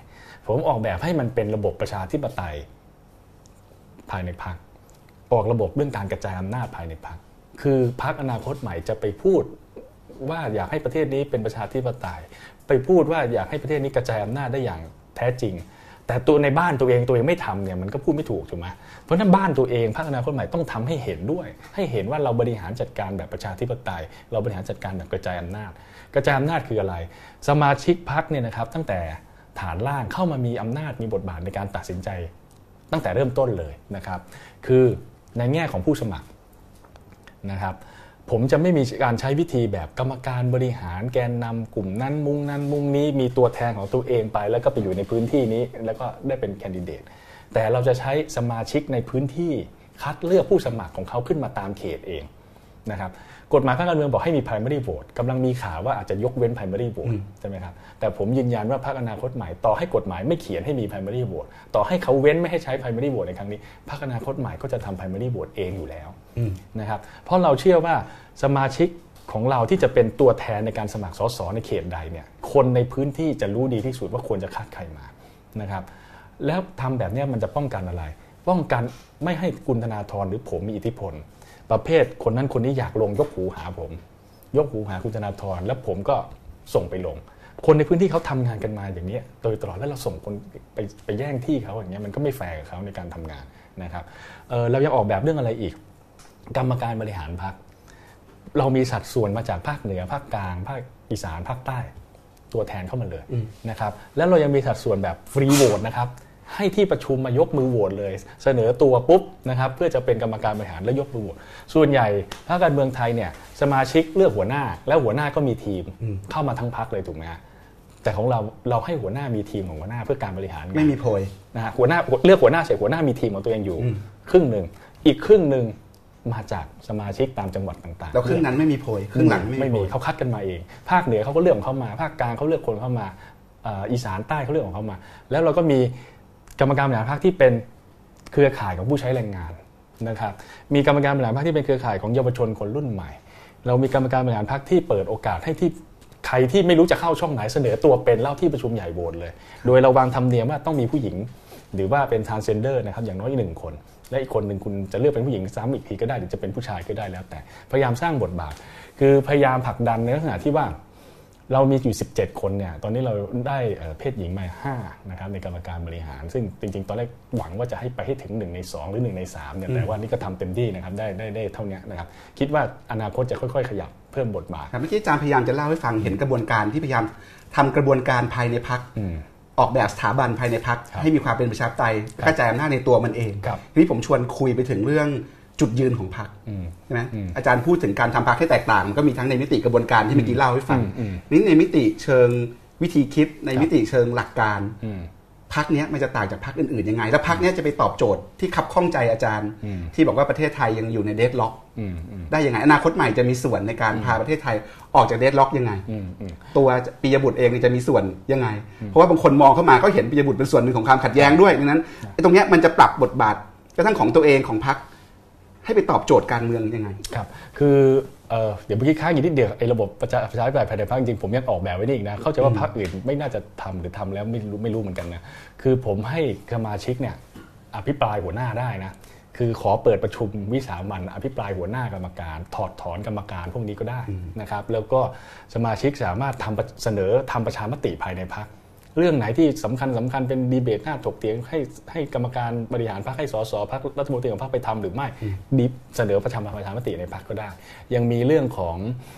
ผมออกแบบให้มันเป็นระบบประชาธิปไตยภายในพรรคออกระบบเรื่องการกระจายอำนาจภายในพรรคคือพรรคอนาคตใหม่จะไปพูดว่าอยากให้ประเทศนี้เป็นประชาธิปไตยไปพูดว่าอยากให้ประเทศนี้กระจายอำนาจได้อย่างแท้จริงแต่ตัวในบ้านตัวเองไม่ทำเนี่ยมันก็พูดไม่ถูกถูกไหมเพราะฉะนั้นบ้านตัวเองพรรคอนาคตใหม่ต้องทำให้เห็นด้วยให้เห็นว่าเราบริหารจัดการแบบประชาธิปไตยเราบริหารจัดการแบบกระจายอำนาจกระจายอำนาจคืออะไรสมาชิกพรรคเนี่ยนะครับตั้งแต่ฐานล่างเข้ามามีอำนาจมีบทบาทในการตัดสินใจตั้งแต่เริ่มต้นเลยนะครับคือในแง่ของผู้สมัครนะครับผมจะไม่มีการใช้วิธีแบบกรรมการบริหารแกนนำกลุ่มนั้นมุงนี้มีตัวแทนของตัวเองไปแล้วก็ไปอยู่ในพื้นที่นี้แล้วก็ได้เป็นแคนดิเดตแต่เราจะใช้สมาชิกในพื้นที่คัดเลือกผู้สมัครของเขาขึ้นมาตามเขตเองนะครับกฎหมายพรรคการเมืองบอกให้มี primary vote กำลังมีข่าวว่าอาจจะยกเว้น primary vote ใช่ไหมครับแต่ผมยืนยันว่าพรรคอนาคตใหม่ต่อให้กฎหมายไม่เขียนให้มี primary vote ต่อให้เขาเว้นไม่ให้ใช้ primary vote ในครั้งนี้พรรคอนาคตใหม่ก็จะทำ primary vote เองอยู่แล้วนะครับเพราะเราเชื่อว่าสมาชิกของเราที่จะเป็นตัวแทนในการสมัครสสในเขตใดเนี่ยคนในพื้นที่จะรู้ดีที่สุดว่าควรจะคัดใครมานะครับแล้วทำแบบนี้มันจะป้องกันอะไรป้องกันไม่ให้คุณธนาธรหรือผมมีอิทธิพลประเภทคนนั้นคนนี้อยากลงยกหูหาผมยกหูหาคุณธนาธรแล้วผมก็ส่งไปลงคนในพื้นที่เขาทำงานกันมาอย่างนี้โดยตลอดแล้วเราส่งคนไปแย่งที่เขาอย่างเงี้ยมันก็ไม่แฟร์กับเขาในการทำงานนะครับเรายังออกแบบเรื่องอะไรอีกกรรมการบริหารพรรคเรามีสัดส่วนมาจากภาคเหนือภาคกลางภาคอีสานภาคใต้ตัวแทนเข้ามาเลยนะครับแล้วเรายังมีสัดส่วนแบบฟรีโหวตนะครับให้ที่ประชุมมายกมือโหวตเลยเสนอตัวปุ๊บนะครับเพื่อจะเป็นกรรมการบริหารและยกมือโหวตส่วนใหญ่พรรคการเมืองไทยเนี่ยสมาชิกเลือกหัวหน้าแล้วหัวหน้าก็มีทีมเข้ามาทั้งพรรคเลยถูกไหมแต่ของเราให้หัวหน้ามีทีมของหัวหน้าเพื่อการบริหารงานไม่มีโพยนะฮะหัวหน้าเลือกหัวหน้าเสร็จหัวหน้ามีทีมของตัวเองอยู่ครึ่งนึงอีกครึ่งนึงมาจากสมาชิกตามจังหวัดต่างๆแล้วครึ่งนั้นไม่มีโพยครึ่งหลังไม่มีเขาคัดกันมาเองภาคเหนือเขาก็เลือกของเขามาภาคกลางเขาเลือกคนเข้ามาอีสานใต้เขาเลือกของเขามาแล้วเราก็มีกรรมการบริหารพรรคที่เป็นเครือข่ายของผู้ใช้แรงงานนะครับมีกรรมการบริหารพรรคที่เป็นเครือข่ายของเยาวชนคนรุ่นใหม่เรามีกรรมการบริหารพรรคที่เปิดโอกาสให้ที่ใครที่ไม่รู้จะเข้าช่องไหนเสนอตัวเป็นเล่าที่ประชุมใหญ่โหวตเลยโดยเราวางธรรมเนียมว่าต้องมีผู้หญิงหรือว่าเป็น transgender นะครับอย่างน้อย1 คนและอีกคนหนึ่งคุณจะเลือกเป็นผู้หญิงซ้ำอีกทีก็ได้หรือจะเป็นผู้ชายก็ได้แล้วแต่พยายามสร้างบทบาทคือพยายามผลักดันในลักษณะที่ว่าเรามีอยู่17 คนเนี่ยตอนนี้เราได้เพศหญิงมา5นะครับในกรรมการบริหารซึ่งจริงๆตอนแรกหวังว่าจะให้ไปให้ถึง1 ใน 2หรือ1 ใน 3เนี่ยแต่ว่านี่ก็ทำเต็มที่นะครับได้เท่านี้นะครับคิดว่าอนาคตจะค่อยๆขยับเพิ่มบทบาทเมื่อกี้อาจารย์พยายามจะเล่าให้ฟังเห็นกระบวนการที่พยายามทำกระบวนการภายในพรรคออกแบบสถาบันภายในพรรคให้มีความเป็นประชาธิปไตยกระจายอำนาจในตัวมันเองทีนี้ผมชวนคุยไปถึงเรื่องจุดยืนของพรรคใช่ไหมอาจารย์พูดถึงการทำพรรคให้แตกต่างมันก็มีทั้งในมิติกระบวนการที่เมื่อกี้เล่าให้ฟังนี่ในมิติเชิงวิธีคิดในมิติเชิงหลักการพรรคนี้มันจะต่างจากพรรคอื่นๆยังไงแล้วพรรคนี้จะไปตอบโจทย์ที่คับข้องใจอาจารย์ที่บอกว่าประเทศไทยยังอยู่ในเดดล็อกได้ยังไงอนาคตใหม่จะมีส่วนในการพาประเทศไทยออกจากเดดล็อกยังไงตัวปิยบุตรเองจะมีส่วนยังไงเพราะว่าบางคนมองเข้ามาก็เห็นปิยบุตรเป็นส่วนหนึ่งของความขัดแย้งด้วยดังนั้นตรงนี้มันจะปรับบทบาทกระทั่งของตัวเองของพรรคให้ไปตอบโจทย์การเมืองยังไงครับคือเดี๋ยวเมื่อกี้ค้างอยู่นิดเดียวไอ้ระบบประชาธิปไตยภายในพรรคจริงผมยังออกแบบไว้นี่อีกนะเข้าใจว่าพรรคอื่นไม่น่าจะทำหรือทำแล้วไม่รู้เหมือนกันนะคือผมให้สมาชิกเนี่ยอภิปรายหัวหน้าได้นะคือขอเปิดประชุมวิสามัญอภิปรายหัวหน้ากรรมการถอดถอนกรรมการพวกนี้ก็ได้นะครับแล้วก็สมาชิกสามารถเสนอทำประชามติภายในพรรคเรื่องไหนที่สำคัญเป็นดีเบตหน้าถกเถียงให้กรรมการบริหารพรรคให้สสพรรครัฐมนตรีของพรรคไปทำหรือไม่เสนอประชามติในพรรคก็ได้ยังมีเรื่องของ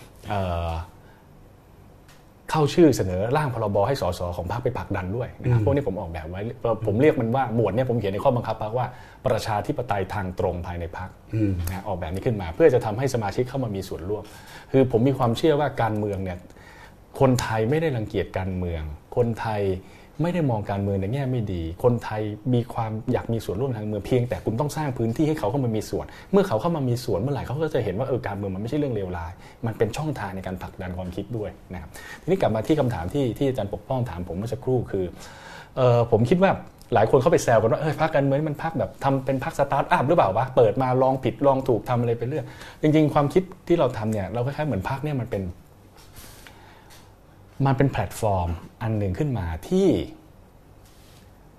เข้าชื่อเสนอร่างพรบให้สสของพรรคไปผลักดันด้วยนะครับพวกนี้ผมออกแบบไว้ผมเรียกมันว่าหมวดนี้ผมเขียนในข้อบังคับพรรคว่าประชาธิปไตยทางตรงภายในพรรคนะออกแบบนี้ขึ้นมาเพื่อจะทำให้สมาชิกเข้ามามีส่วนร่วมคือผมมีความเชื่อว่าการเมืองเนี่ยคนไทยไม่ได้รังเกียจการเมืองคนไทยไม่ได้มองการเมืองในแง่ไม่ดีคนไทยมีความอยากมีส่วนร่วมทางเมืองเพียงแต่คุณต้องสร้างพื้นที่ให้เขาเข้ามามีส่วนเมื่อเขาเข้ามามีส่วนเมื่อไหร่เขาก็จะเห็นว่าการเมืองมันไม่ใช่เรื่องเลวร้ายมันเป็นช่องทางในการผลักดันความคิดด้วยนะครับทีนี้กลับมาที่คำถามที่อาจารย์ปกป้องถามผมเมื่อสักครู่คือผมคิดว่าหลายคนเข้าไปแซวกันว่าพรรคการเมืองมันพรรคแบบทำเป็นพรรคสตาร์ทอัพหรือเปล่าวะเปิดมาลองผิดลองถูกทำอะไรไปเรื่อยจริงๆความคิดที่เราทำเนี่ยเราคล้ายๆเหมือนพรรคเนี่ยมันเป็นแพลตฟอร์มอันหนึ่งขึ้นมาที่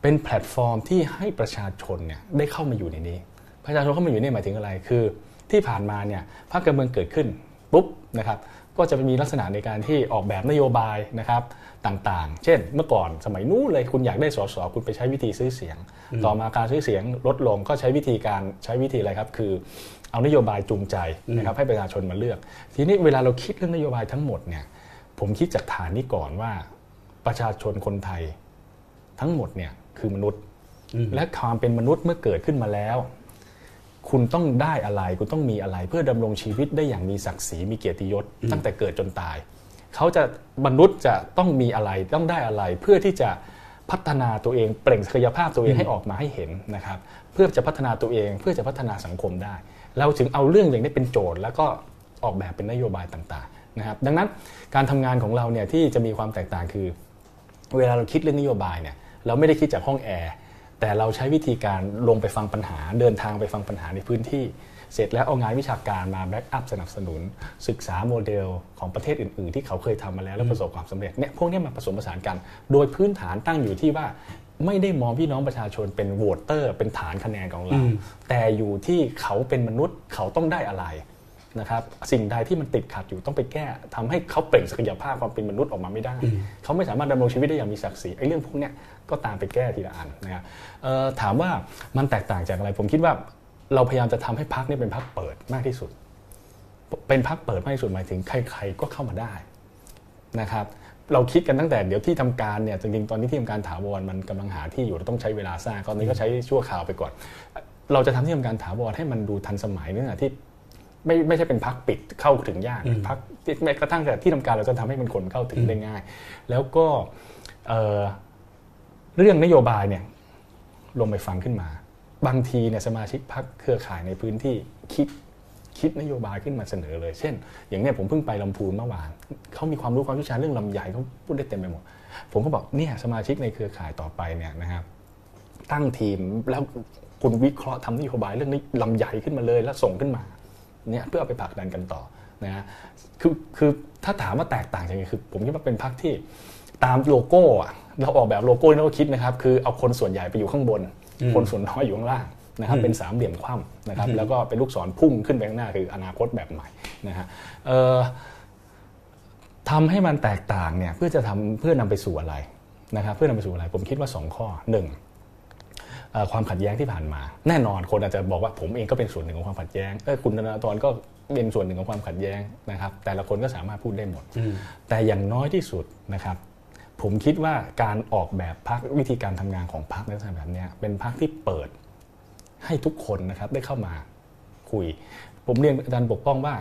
เป็นแพลตฟอร์มที่ให้ประชาชนเนี่ยได้เข้ามาอยู่ในนี้ประชาชนเข้ามาอยู่นี่หมายถึงอะไรคือที่ผ่านมาเนี่ยพรรคการเมืองเกิดขึ้นปุ๊บนะครับก็จะมีลักษณะในการที่ออกแบบนโยบายนะครับต่างๆเช่นเมื่อก่อนสมัยนู้นเลยคุณอยากได้สสคุณไปใช้วิธีซื้อเสียงต่อมาการซื้อเสียงลดลงก็ใช้วิธีอะไรครับคือเอานโยบายจูงใจนะครับให้ประชาชนมาเลือกทีนี้เวลาเราคิดเรื่องนโยบายทั้งหมดเนี่ยผมคิดจากฐานนี้ก่อนว่าประชาชนคนไทยทั้งหมดเนี่ยคือมนุษย์และความเป็นมนุษย์เมื่อเกิดขึ้นมาแล้วคุณต้องได้อะไรคุณต้องมีอะไรเพื่อดำรงชีวิตได้อย่างมีศักดิ์ศรีมีเกียรติยศตั้งแต่เกิดจนตายมนุษย์จะต้องมีอะไรต้องได้อะไรเพื่อที่จะพัฒนาตัวเองเปล่งศักยภาพตัวเองให้ออกมาให้เห็นนะครับเพื่อจะพัฒนาตัวเองเพื่อจะพัฒนาสังคมได้เราถึงเอาเรื่องอย่างนี้เป็นโจทย์แล้วก็ออกแบบเป็นนโยบายต่างๆนะครับดังนั้นการทำงานของเราเนี่ยที่จะมีความแตกต่างคือเวลาเราคิดเรื่องนโยบายเนี่ยเราไม่ได้คิดจากห้องแอร์แต่เราใช้วิธีการลงไปฟังปัญหาเดินทางไปฟังปัญหาในพื้นที่เสร็จแล้วเอางานวิชาการมาแบ็กอัพสนับสนุนศึกษาโมเดลของประเทศอื่นๆที่เขาเคยทำมาแล้วประสบความสำเร็จเนี่ยพวกนี้มาผสมผสานกันโดยพื้นฐานตั้งอยู่ที่ว่าไม่ได้มองพี่น้องประชาชนเป็นโหวตเตอร์เป็นฐานคะแนนของเราแต่อยู่ที่เขาเป็นมนุษย์เขาต้องได้อะไรนะครับสิ่งใดที่มันติดขัดอยู่ต้องไปแก้ทำให้เขาเปล่งศักยภาพความเป็นมนุษย์ออกมาไม่ได้เขาไม่สามารถดำรงชีวิตได้อย่างมีศักดิ์ศรีไอ้เรื่องพวกนี้ก็ตามไปแก้ทีละอันนะครับถามว่ามันแตกต่างจากอะไรผมคิดว่าเราพยายามจะทำให้พรรคนี้เป็นพรรคเปิดมากที่สุดเป็นพรรคเปิดมากที่สุดหมายถึงใครๆก็เข้ามาได้นะครับเราคิดกันตั้งแต่เดี๋ยวที่ทำการเนี่ยจริงๆตอนนี้ที่ทำการถาวรมันกำลังหาที่อยู่เราต้องใช้เวลาสร้างตอนนี้ก็ใช้ชั่วคราวไปก่อนเราจะทำที่ทำการถาวรให้มันดูทันสมัยเนื่องจากที่ไม่ใช่เป็นพรรคปิดเข้าถึงยากพรรคแม้กระทั่งแต่ที่ทำการเราจะทำให้มันคนเข้าถึงได้ง่ายแล้วก็เรื่องนโยบายเนี่ยลงไปฟังขึ้นมาบางทีเนี่ยสมาชิกพรรคเครือข่ายในพื้นที่คิดนโยบายขึ้นมาเสนอเลยเช่นอย่างเนี้ยผมเพิ่งไปลำพูนเมื่อวานเขามีความรู้ความเชี่ยวชาญเรื่องลำไยเขาพูดได้เต็มไปหมดผมก็บอกเนี่ยสมาชิกในเครือข่ายต่อไปเนี่ยนะครับตั้งทีมแล้วคุณวิเคราะห์ทำนโยบายเรื่องนี้ลำไยขึ้นมาเลยแล้วส่งขึ้นมาเนี่ยเพื่อเอาไปผลักดันกันต่อนะฮะคือถ้าถามว่าแตกต่างยังไงคือผมคิดว่าเป็นพรรคที่ตามโลโก้เราออกแบบโลโก้ที่เราคิดนะครับคือเอาคนส่วนใหญ่ไปอยู่ข้างบนคนส่วนน้อยอยู่ข้างล่างนะครับเป็นสามเหลี่ยมคว่ำนะครับแล้วก็เป็นลูกศรพุ่งขึ้นไปข้างหน้าคืออนาคตแบบใหม่นะฮะทำให้มันแตกต่างเนี่ยเพื่อนำไปสู่อะไรนะครับเพื่อนำไปสู่อะไรผมคิดว่า2ข้อ1ความขัดแย้งที่ผ่านมาแน่นอนคนอาจจะบอกว่าผมเองก็เป็นส่วนหนึ่งของความขัดแย้งคุณธนาธรก็เป็นส่วนหนึ่งของความขัดแย้งนะครับแต่ละคนก็สามารถพูดได้หมดแต่อย่างน้อยที่สุดนะครับผมคิดว่าการออกแบบพรรควิธีการทำงานของพรรคในลักษณะแบบนี้เป็นพรรคที่เปิดให้ทุกคนนะครับได้เข้ามาคุยผมเรียนอาจารย์ปกป้องว่า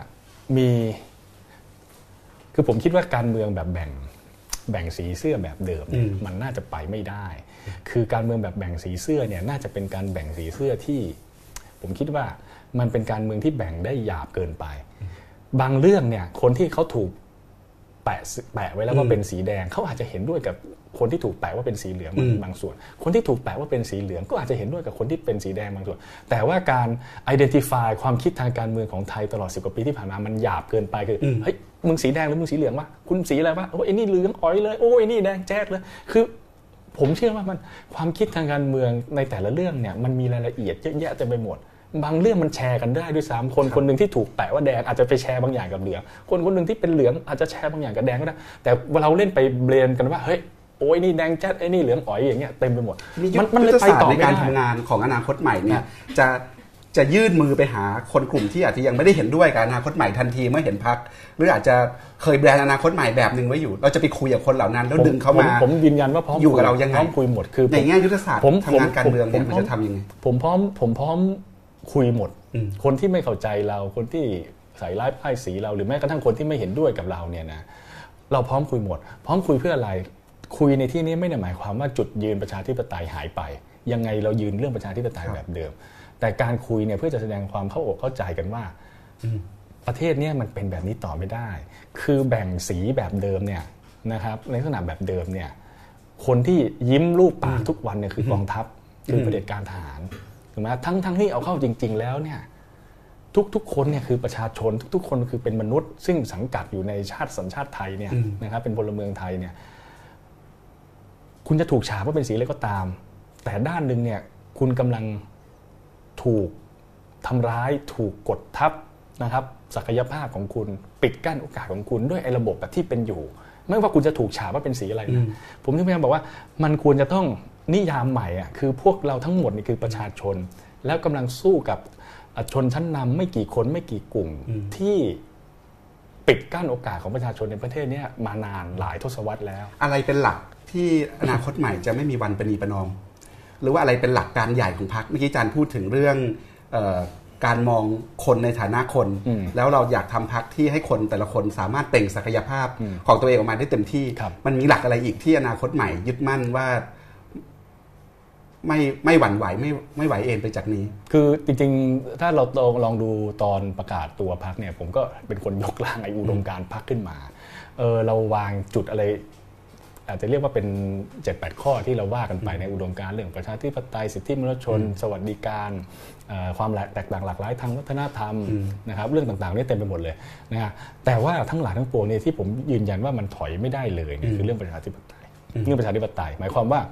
คือผมคิดว่าการเมืองแบบแบ่งสีเสื้อแบบเดิมมันน่าจะไปไม่ได้คือการเมืองแบบแบ่งสีเสื้อเนี่ยน่าจะเป็นการแบ่งสีเสื้อที่ผมคิดว่ามันเป็นการเมืองที่แบ่งได้หยาบเกินไปบางเรื่องเนี่ยคนที่เขาถูกแปะไว้แล้วว่าเป็นสีแดงเขาอาจจะเห็นด้วยกับคนที่ถูกแปะว่าเป็นสีเหลืองบางส่วนคนที่ถูกแปะว่าเป็นสีเหลืองก็อาจจะเห็นด้วยกับคนที่เป็นสีแดงบางส่วนแต่ว่าการ identify ความคิดทางการเมืองของไทยตลอด10 กว่าปีที่ผ่านมามันหยาบเกินไปคือเฮ้ยมึงสีแดงหรือมึงสีเหลืองวะคุณสีอะไรวะโอ้ยไอ้นี่เหลืองอ๋อยเลยโอ้ยไอ้นี่แดงแจ๊ดเลยคือผมเชื่อว่ามันความคิดทางการเมืองในแต่ละเรื่องเนี่ยมันมีรายละเอียดเยอะแยะเต็มไปหมดบางเรื่องมันแชร์กันได้ด้วยซ้ำคนหนึ่งที่ถูกแปะว่าแดงอาจจะไปแชร์บางอย่างกับเหลืองคนหนึ่งที่เป็นเหลืองอาจจะแชร์บางอย่างกับแดงก็ได้แต่เราเล่นไปเบลนกันว่าเฮ้ยโอ้ยนี่แดงแจ๊ดไอ้นี่เหลืองอ๋อยอย่างเงี้ยเต็มไปหมดมันเลยไปต่อในการทำงานของอนาคตใหม่เนี่ยจะยื่นมือไปหาคนกลุ่มที่อาจจะยังไม่ได้เห็นด้วยกับอนาคตใหม่ทันทีเมื่อเห็นพรรคหรืออาจจะเคยแบรนด์อนาคตใหม่แบบนึงไว้อยู่เราจะไปคุยกับคนเหล่านั้นแล้วดึงเขามาผมยืนยันว่าพร้อมอยู่กับเรายังไงพร้อมคุยหมดคือในแง่ยุทธศาสตร์ทำงานการเมืองเนี่ยมันจะทำยังไงผมพร้อมคุยหมดคนที่ไม่เข้าใจเราคนที่ใส่ร้ายป้ายสีเราหรือแม้กระทั่งคนที่ไม่เห็นด้วยกับเราเนี่ยนะเราพร้อมคุยหมดพร้อมคุยเพื่ออะไรคุยในที่นี้ไม่ได้หมายความว่าจุดยืนประชาธิปไตยหายไปยังไงเรายืนเรื่องประชาธิปไตยแบบเดิมแต่การคุยเนี่ยเพื่อจะแสดงความเข้าอกเข้าใจกันว่าประเทศนี้มันเป็นแบบนี้ต่อไม่ได้คือแบ่งสีแบบเดิมเนี่ยนะครับในลักษณะแบบเดิมเนี่ยคนที่ยิ้มรูปปากทุกวันเนี่ยคือกองทัพหรือเผด็จการทหารถูกไหมทั้งที่เอาเข้าจริงๆแล้วเนี่ยทุกคนเนี่ยคือประชาชนทุกคนคือเป็นมนุษย์ซึ่งสังกัดอยู่ในชาติสัญชาติไทยเนี่ยนะครับเป็นพลเมืองไทยเนี่ยคุณจะถูกฉาบว่าเป็นสีอะไรก็ตามแต่ด้านหนึ่งเนี่ยคุณกำลังถูกทำร้ายถูกกดทับนะครับศักยภาพของคุณปิดกั้นโอกาสของคุณด้วยไอ้ระบบแบบที่เป็นอยู่ไม่ว่าคุณจะถูกฉาบว่าเป็นสีอะไรนะผมถึงพยายามบอกว่ามันควรจะต้องนิยามใหม่คือพวกเราทั้งหมดนี่คือประชาชนแล้วกำลังสู้กับชนชั้นนำไม่กี่คนไม่กี่กลุ่มที่ปิดกั้นโอกาสของประชาชนในประเทศนี้มานานหลายทศวรรษแล้วอะไรเป็นหลักที่อนาคตใหม่จะไม่มีวันประนีประนอมหรือว่าอะไรเป็นหลักการใหญ่ของพรรคเมื่อกี้อาจารย์พูดถึงเรื่องการมองคนในฐานะคนแล้วเราอยากทำพรรคที่ให้คนแต่ละคนสามารถเปล่งศักยภาพของตัวเองออกมาได้เต็มที่มันมีหลักอะไรอีกที่อนาคตใหม่ยึดมั่นว่าไม่หวั่นไหวไม่ไหวเองไปจากนี้คือจริงๆถ้าเราลองดูตอนประกาศตัวพรรคเนี่ยผมก็เป็นคนยกร่างไอ้อุดมการณ์พรรคขึ้นมาเราวางจุดอะไรอาจจะเรียกว่าเป็น 7-8 ข้อที่เราว่ากันไปในอุดมการณ์เรื่องประชาธิปไตยสิทธิมนุษยชนสวัสดิการความแตกต่างหลากหลายทางวัฒนธรรมนะครับเรื่องต่างๆนี่เต็มไปหมดเลยนะฮะแต่ว่าทั้งหลายทั้งปวงเนี่ยที่ผมยืนยันว่ามันถอยไม่ได้เลยเนี่ยคือเรื่องประชาธิปไตยเรื่องประชาธิปไตยหมายความว่า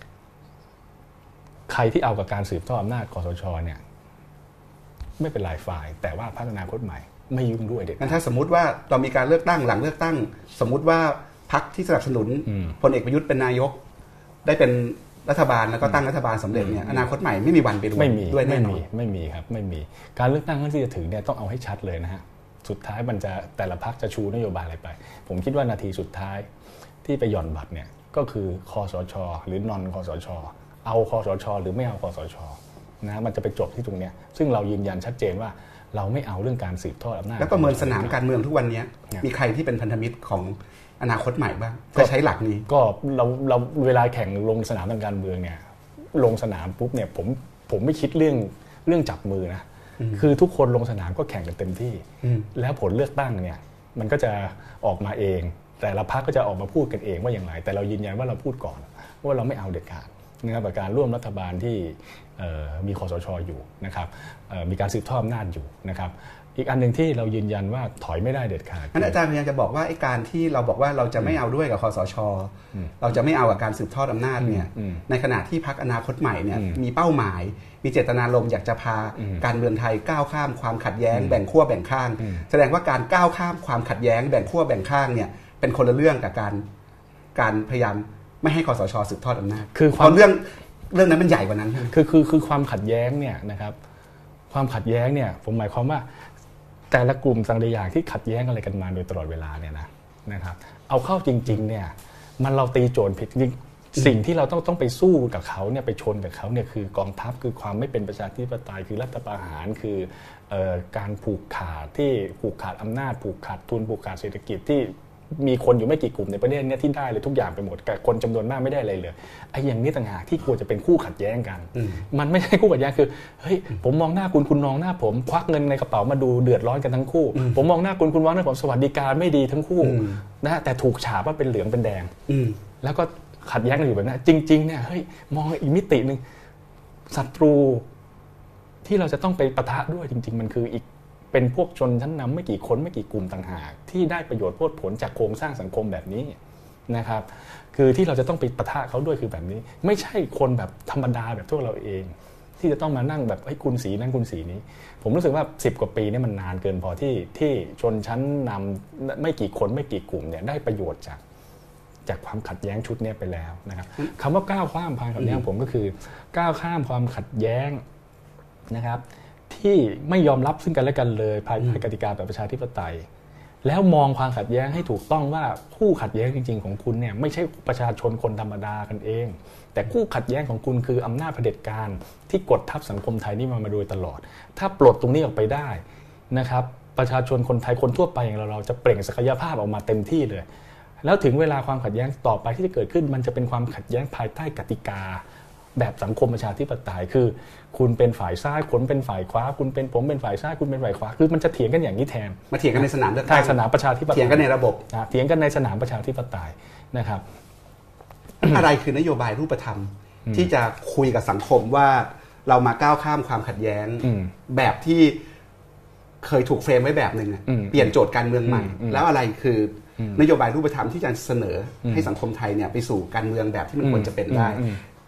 ใครที่เอากับการสืบทอดอำนาจคสช.เนี่ยไม่เป็นรายฝ่ายแต่ว่าพรรคอนาคตใหม่ไม่ยุ่งด้วยเด็ดงั้นถ้าสมมุติว่าเรามีการเลือกตั้งหลังเลือกตั้งสมมุติว่าพรรคที่สนับสนุนพลเอกประยุทธ์เป็นนายกได้เป็นรัฐบาลแล้วก็ตั้งรัฐบาลสำเร็จเนี่ยอนาคตใหม่ไม่มีวันไปด้วยแน่นอนไม่มีครับไม่มีการเลือกตั้งที่จะถึงเนี่ยต้องเอาให้ชัดเลยนะฮะสุดท้ายมันจะแต่ละพรรคจะชูนโยบายอะไรไปผมคิดว่านาทีสุดท้ายที่ไปหย่อนบัตรเนี่ยก็คือคสช.หรือนอนคสช.เอาคสช.หรือไม่เอาคสช.นะมันจะไปจบที่ตรงเนี้ยซึ่งเรายืนยันชัดเจนว่าเราไม่เอาเรื่องการสืบทอดอำนาจแล้วประเมินสนามการเมืองทุกวันนี้มีใครที่เป็นพันธมิตรของอนาคตใหม่บ้างก็ใช้หลักนี้ก็เราเวลาแข่งลงสนามทางการเมืองเนี่ยลงสนามปุ๊บเนี่ยผมไม่คิดเรื่องจับมือนะคือทุกคนลงสนามก็แข่งกันเต็มที่แล้วผลเลือกตั้งเนี่ยมันก็จะออกมาเองแต่ละพรรคก็จะออกมาพูดกันเองว่าอย่างไรแต่เรายืนยันว่าเราพูดก่อนว่าเราไม่เอาเด็ดขาดนะครับการร่วมรัฐบาลที่มีคสช.อยู่นะครับมีการสืบทอดอำนาจอยู่นะครับอีกอันหนึ่งที่เรายืนยันว่าถอยไม่ได้เด็ดขาดงั้นอาจารย์พยายามจะบอกว่าไอ้การที่เราบอกว่าเราจะไม่เอาด้วยกับคสช.เราจะไม่เอากับการสืบทอดอำนาจเนี่ยในขณะที่พรรคอนาคตใหม่เนี่ยมีเป้าหมายมีเจตนารมณ์อยากจะพาการเมืองไทยก้าวข้ามความขัดแย้งแบ่งขั้วแบ่งข้างแสดงว่าการก้าวข้ามความขัดแย้งแบ่งขั้วแบ่งข้างเนี่ยเป็นคนละเรื่องกับการพยายามไม่ให้คสช.สืบทอดอำนาจคือความเรื่องนั้นมันใหญ่กว่านั้นคือความขัดแย้งเนี่ยนะครับความขัดแย้งเนี่ยผมหมายความว่าแต่ละกลุ่มต่างๆอย่างที่ขัดแย้งอะไรกันมาโดยตลอดเวลาเนี่ยนะครับเอาเข้าจริงๆเนี่ยมันเราตีโจทย์ผิดจริงสิ่งที่เราต้องไปสู้กับเขาเนี่ยไปชนกับเขาเนี่ยคือกองทัพคือความไม่เป็นประชาธิปไตยคือรัฐประหารคือการผูกขาดอำนาจผูกขาดทุนผูกขาดเศรษฐกิจที่มีคนอยู่ไม่กี่กลุ่มในประเทศนี้ที่ได้เลยทุกอย่างไปหมดแต่คนจำนวนมากไม่ได้อะไรเลยไอ้อย่างนี้ต่างหากที่ควรจะเป็นคู่ขัดแย้งกันมันไม่ใช่คู่ขัดแย้งคือเฮ้ยผมมองหน้าคุณมองหน้าผมควักเงินในกระเป๋ามาดูเดือดร้อนกันทั้งคู่ผมมองหน้าคุณมองหน้าผมสวัสดิการไม่ดีทั้งคู่นะแต่ถูกฉาบว่าเป็นเหลืองเป็นแดงแล้วก็ขัดแย้งกันอยู่แบบนั้นจริงๆเนี่ยเฮ้ยมองอีกมิตินึงศัตรูที่เราจะต้องไปปะทะด้วยจริงๆมันคืออีกเป็นพวกชนชั้นนำไม่กี่คนไม่กี่กลุ่มต่างหากที่ได้ประโยชน์โพดผลจากโครงสร้างสังคมแบบนี้นะครับคือที่เราจะต้องไปปะทะเขาด้วยคือแบบนี้ไม่ใช่คนแบบธรรมดาแบบพวกเราเองที่จะต้องมานั่งแบบคุณสีนั้นคุณสีนี้ผมรู้สึกว่า10 กว่าปีนี่มันนานเกินพอที่ชนชั้นนำไม่กี่คนไม่กี่กลุ่มเนี่ยได้ประโยชน์จากความขัดแย้งชุดนี้ไปแล้วนะครับคำว่าก้าวข้ามความขัดแย้งผมก็คือก้าวข้ามความขัดแย้งนะครับที่ไม่ยอมรับซึ่งกันและกันเลยภายใต้กติกาแบบประชาธิปไตยแล้วมองความขัดแย้งให้ถูกต้องว่าคู่ขัดแย้งจริงๆของคุณเนี่ยไม่ใช่ประชาชนคนธรรมดากันเองแต่คู่ขัดแย้งของคุณคืออำนาจเผด็จการที่กดทับสังคมไทยนี่มาโดยตลอดถ้าปลดตรงนี้ออกไปได้นะครับประชาชนคนไทยคนทั่วไปอย่างเราจะเปล่งศักยภาพออกมาเต็มที่เลยแล้วถึงเวลาความขัดแย้งต่อไปที่จะเกิดขึ้นมันจะเป็นความขัดแย้งภายใต้กติกาแบบสังคมประชาธิปไตยคือคุณเป็นฝ่ายซ้ายผมเป็นฝ่ายขวาคุณเป็นผมเป็นฝ่ายซ้ายคุณเป็นฝ่ายขวาคือมันจะเถียงกันอย่างนี้แทนมาเถียงกันในสนามเลือกตั้งสนามประชาธิปไตยเถียงกันในระบบเถียงกันในสนามประชาธิปไตยนะครับอะไรคือนโยบายรูปธรรมที่จะคุยกับสังคมว่าเรามาก้าวข้ามความขัดแย้งแบบที่เคยถูกเฟรมไว้แบบนึงเปลี่ยนโจทย์การเมืองใหม่แล้วอะไรคือนโยบายรูปธรรมที่จะเสนอให้สังคมไทยเนี่ยไปสู่การเมืองแบบที่มันควรจะเป็นได้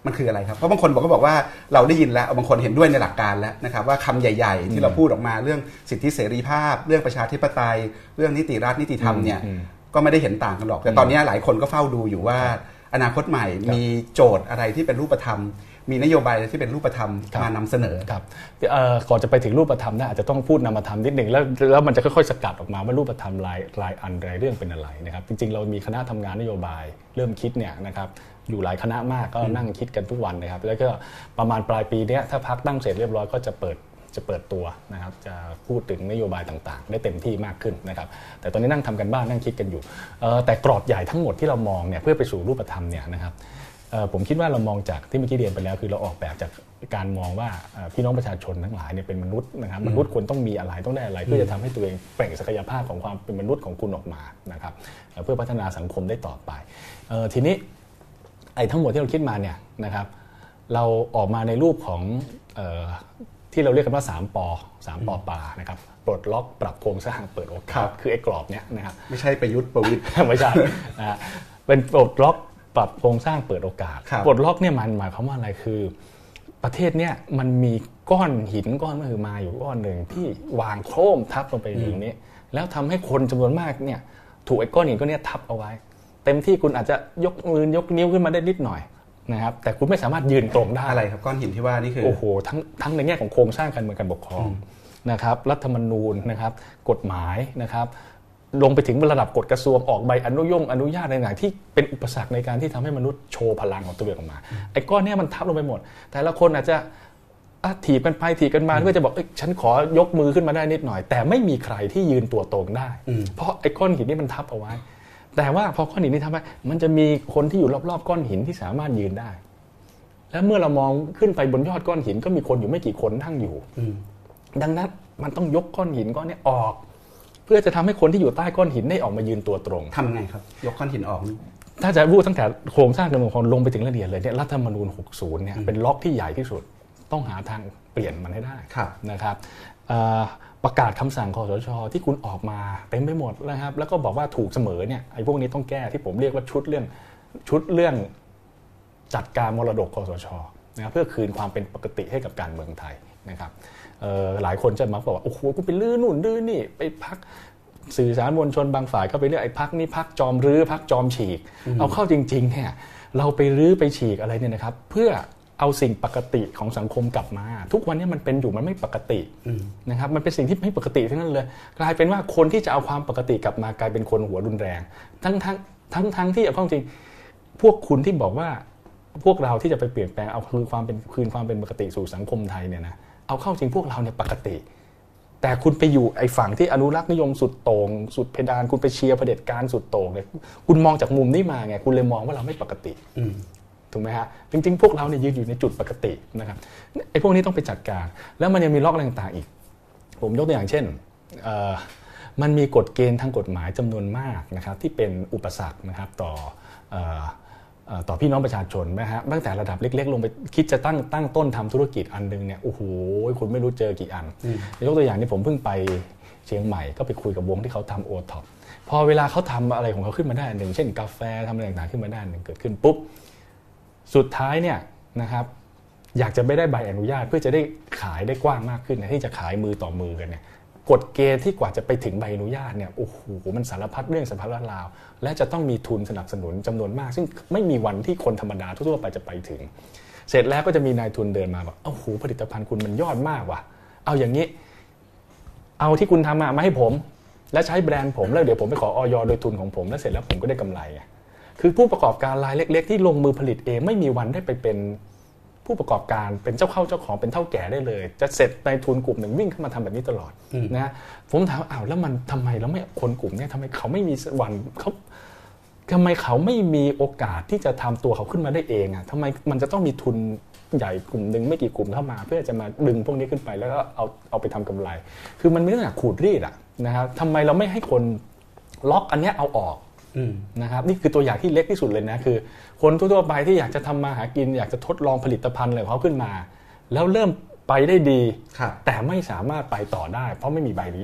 มันคืออะไรครับเพราะบางคนก็บอกว่าเราได้ยินแล้วบางคนเห็นด้วยในหลักการแล้วนะครับว่าคำใหญ่ๆที่เราพูดออกมาเรื่องสิทธิเสรีภาพเรื่องประชาธิปไตยเรื่องนิติรัฐนิติธรรมเนี่ยก็ไม่ได้เห็นต่างกันหรอกแต่ตอนนี้หลายคนก็เฝ้าดูอยู่ว่าอนาคตใหม่มีโจทย์อะไรที่เป็นรูปธรรมมีนโยบายที่เป็นรูปธรรมมานำเสนอครับก่อนจะไปถึงรูปธรรมนะอาจจะต้องพูดนามธรรมนิดหนึ่งแล้วมันจะค่อยๆสกัดออกมาว่ารูปธรรมรายอันรายเรื่องเป็นอะไรนะครับจริงๆเรามีคณะทำงานนโยบายเริ่มคิดเนี่ยนะครับอยู่หลายคณะมากก็นั่งคิดกันทุกวันนะครับแล้วก็ประมาณปลายปีนี้ถ้าพรรคตั้งเสร็จเรียบร้อยก็จะเปิดตัวนะครับจะพูดถึงนโยบายต่างๆได้เต็มที่มากขึ้นนะครับแต่ตอนนี้นั่งทำกันบ้านนั่งคิดกันอยู่แต่กรอบใหญ่ทั้งหมดที่เรามองเนี่ยเพื่อไปสู่รูปธรรมเนี่ยนะครับผมคิดว่าเรามองจากที่เมื่อกี้เรียนไปแล้วคือเราออกแบบจากการมองว่าพี่น้องประชาชนทั้งหลายเนี่ยเป็นมนุษย์นะครับมนุษย์ควรต้องมีอะไรต้องได้อะไรเพื่อจะทำให้ตัวเองเปล่งศักยภาพของความเป็นมนุษย์ของคุณออกมานะครับเพื่อพัฒนาสังคมได้ต่อไปทีนี้ไอ้ทั้งหมดที่เราคิดมาเนี่ยนะครับเราออกมาในรูปของที่เราเรียกกันว่า3 ปปานะครับปลดล็อกปรับโครงสร้างเปิดโอกาสคือไอ้กรอบเนี้ยนะครับไม่ใช่ประยุทธ์ประวิตรไม่ใช่เป็นปลดล็อกปรับโครงสร้างเปิดโอกาสปลดล็อกเนี่ยมันหมายความว่าอะไรคือประเทศเนี่ยมันมีก้อนหินก้อนมหึมาอยู่ก้อนหนึ่งที่วางโครมทับลงไปอย่างนี้แล้วทำให้คนจำนวนมากเนี่ยถูกไอ้ก้อนหินก้อนนี้ทับเอาไว้เต็มที่คุณอาจจะยกมือยกนิ้วขึ้นมาได้นิดหน่อยนะครับแต่คุณไม่สามารถยืนตรงได้อะไรครับก้อนหินที่ว่านี่คือโอ้โหทั้งในแง่ของโครงสร้างการเมืองการปกครองนะครับรัฐธรรมนูญนะครับกฎหมายนะครับลงไปถึงระดับกฎกระทรวงออกใบอนุญาตในไหนที่เป็นอุปสรรคในการที่ทำให้มนุษย์โชว์พลังของตัวเองออกมาไอ้ก้อนนี้มันทับลงไปหมดแต่ละคนอาจจะถีบกันไปถีบกันมาเพื่อจะบอกฉันขอยกมือขึ้นมาได้นิดหน่อยแต่ไม่มีใครที่ยืนตัวตรงได้เพราะไอ้ก้อนหินนี่มันทับเอาไว้แต่ว่าพอก้อนหินนี่ทำไว้มันจะมีคนที่อยู่รอบๆก้อนหินที่สามารถยืนได้และเมื่อเรามองขึ้นไปบนยอดก้อนหินก็มีคนอยู่ไม่กี่คนนั่งอยู่ดังนั้นมันต้องยกก้อนหินก้อนนี้ออกเพื่อจะทำให้คนที่อยู่ใต้ก้อนหินได้ออกมายืนตัวตรงทำไงครับยกก้อนหินออกถ้าจะพูดตั้งแต่โครงสร้างการเมืองของลงไปถึงละเอียดเลยเนี่ยรัฐธรรมนูญ60เนี่ยเป็นล็อกที่ใหญ่ที่สุดต้องหาทางเปลี่ยนมันให้ได้นะครับประกาศคำสั่งคสช.ที่คุณออกมาเต็มไปหมดนะครับแล้วก็บอกว่าถูกเสมอเนี่ยไอ้พวกนี้ต้องแก้ที่ผมเรียกว่าชุดเรื่องจัดการมรดกคสช.นะเพื่อคืนความเป็นปกติให้กับการเมืองไทยนะครับหลายคนจะมักบอกว่าโอ้โหกูไปลื้อนู่นลื้อนี่ไปพักสื่อสารมวลชนบางฝ่ายก็ไปเรียกไอ้พักนี้พักจอมรื้อพักจอมฉีกเอาเข้าจริงๆเนี่ยเราไปรื้อไปฉีกอะไรเนี่ยนะครับเพื่อเอาสิ่งปกติของสังคมกลับมาทุกวันนี้มันเป็นอยู่มันไม่ปกตินะครับมันเป็นสิ่งที่ไม่ปกติทั้งนั้นเลยกลายเป็นว่าคนที่จะเอาความปกติกลับมากลายเป็นคนหัวรุนแรงทั้งที่เอาเข้าจริงพวกคุณที่บอกว่าพวกเราที่จะไปเปลี่ยนแปลงเอาคืนความเป็นปกติสู่สังคมไทยเนี่ยนะเอาเข้าจริงพวกเราเนี่ยปกติแต่คุณไปอยู่ไอ้ฝั่งที่อนุรักษ์นิยมสุดโต่งสุดเพดานคุณไปเชียร์เผด็จการสุดโต่งเลยคุณมองจากมุมนี้มาไงคุณเลยมองว่าเราไม่ปกติถูกไหมฮะจริงๆพวกเราเนี่ยยืนอยู่ในจุดปกตินะครับไอ้พวกนี้ต้องไปจัดการแล้วมันยังมีล็อกอะไรต่างๆอีกผมยกตัวอย่างเช่นมันมีกฎเกณฑ์ทางกฎหมายจำนวนมากนะครับที่เป็นอุปสรรคนะครับต่อพี่น้องประชาชนนะฮะตั้งแต่ระดับเล็กๆลงไปคิดจะตั้งต้นทำธุรกิจอันนึงเนี่ยโอ้โหคุณไม่รู้เจอกี่อันยกตัวอย่างนี้ผมเพิ่งไปเชียงใหม่ก็ไปคุยกับวงที่เขาทำโอท็อปพอเวลาเขาทำอะไรของเขาขึ้นมาได้หนึ่งเช่นกาแฟทำอะไรต่างๆขึ้นมาได้หนึ่งเกิดขึ้นปุ๊บสุดท้ายเนี่ยนะครับอยากจะไม่ได้ใบอนุญาตเพื่อจะได้ขายได้กว้างมากขึ้นที่จะขายมือต่อมือกันเนี่ยกฎเกณฑ์ที่กว่าจะไปถึงใบอนุญาตเนี่ยโอ้โหมันสารพัดเรื่องสารพัดราวและจะต้องมีทุนสนับสนุนจำนวนมากซึ่งไม่มีวันที่คนธรรมดาทั่วไปจะไปถึงเสร็จแล้วก็จะมีนายทุนเดินมาบอกโอ้โหผลิตภัณฑ์คุณมันยอดมากว่ะเอาอย่างนี้เอาที่คุณทำมาให้ผมและใช้แบรนด์ผมแล้วเดี๋ยวผมไปขออย.โดยทุนของผมแล้วเสร็จแล้วผมก็ได้กำไรคือผู้ประกอบการรายเล็กๆที่ลงมือผลิตเองไม่มีวันได้ไปเป็นผู้ประกอบการเป็นเจ้าของเป็นเท่าแก่ได้เลยจะเสร็จในทุนกลุ่มหนึ่งวิ่งเข้ามาทำแบบนี้ตลอดนะผมถามอ้าวแล้วมันทำไมเราไม่คนกลุ่มนี้ทำไมเขาไม่มีวันทำไมเขาไม่มีโอกาสที่จะทำตัวเขาขึ้นมาได้เองอ่ะทำไมมันจะต้องมีทุนใหญ่กลุ่มหนึ่งไม่กี่กลุ่มเข้ามาเพื่อจะมาดึงพวกนี้ขึ้นไปแล้วก็เอาไปทำกำไรคือมันไม่ต้องขูดรีดอ่ะนะครับทำไมเราไม่ให้คนล็อกอันนี้เอาออกนะครับนี่คือตัวอย่างที่เล็กที่สุดเลยนะคือคนทั่วไปที่อยากจะทำมาหากินอยากจะทดลองผลิตภัณฑ์อะไรของเขาขึ้นมาแล้วเริ่มไปได้ดีแต่ไม่สามารถไปต่อได้เพราะไม่มีใบอนุญาต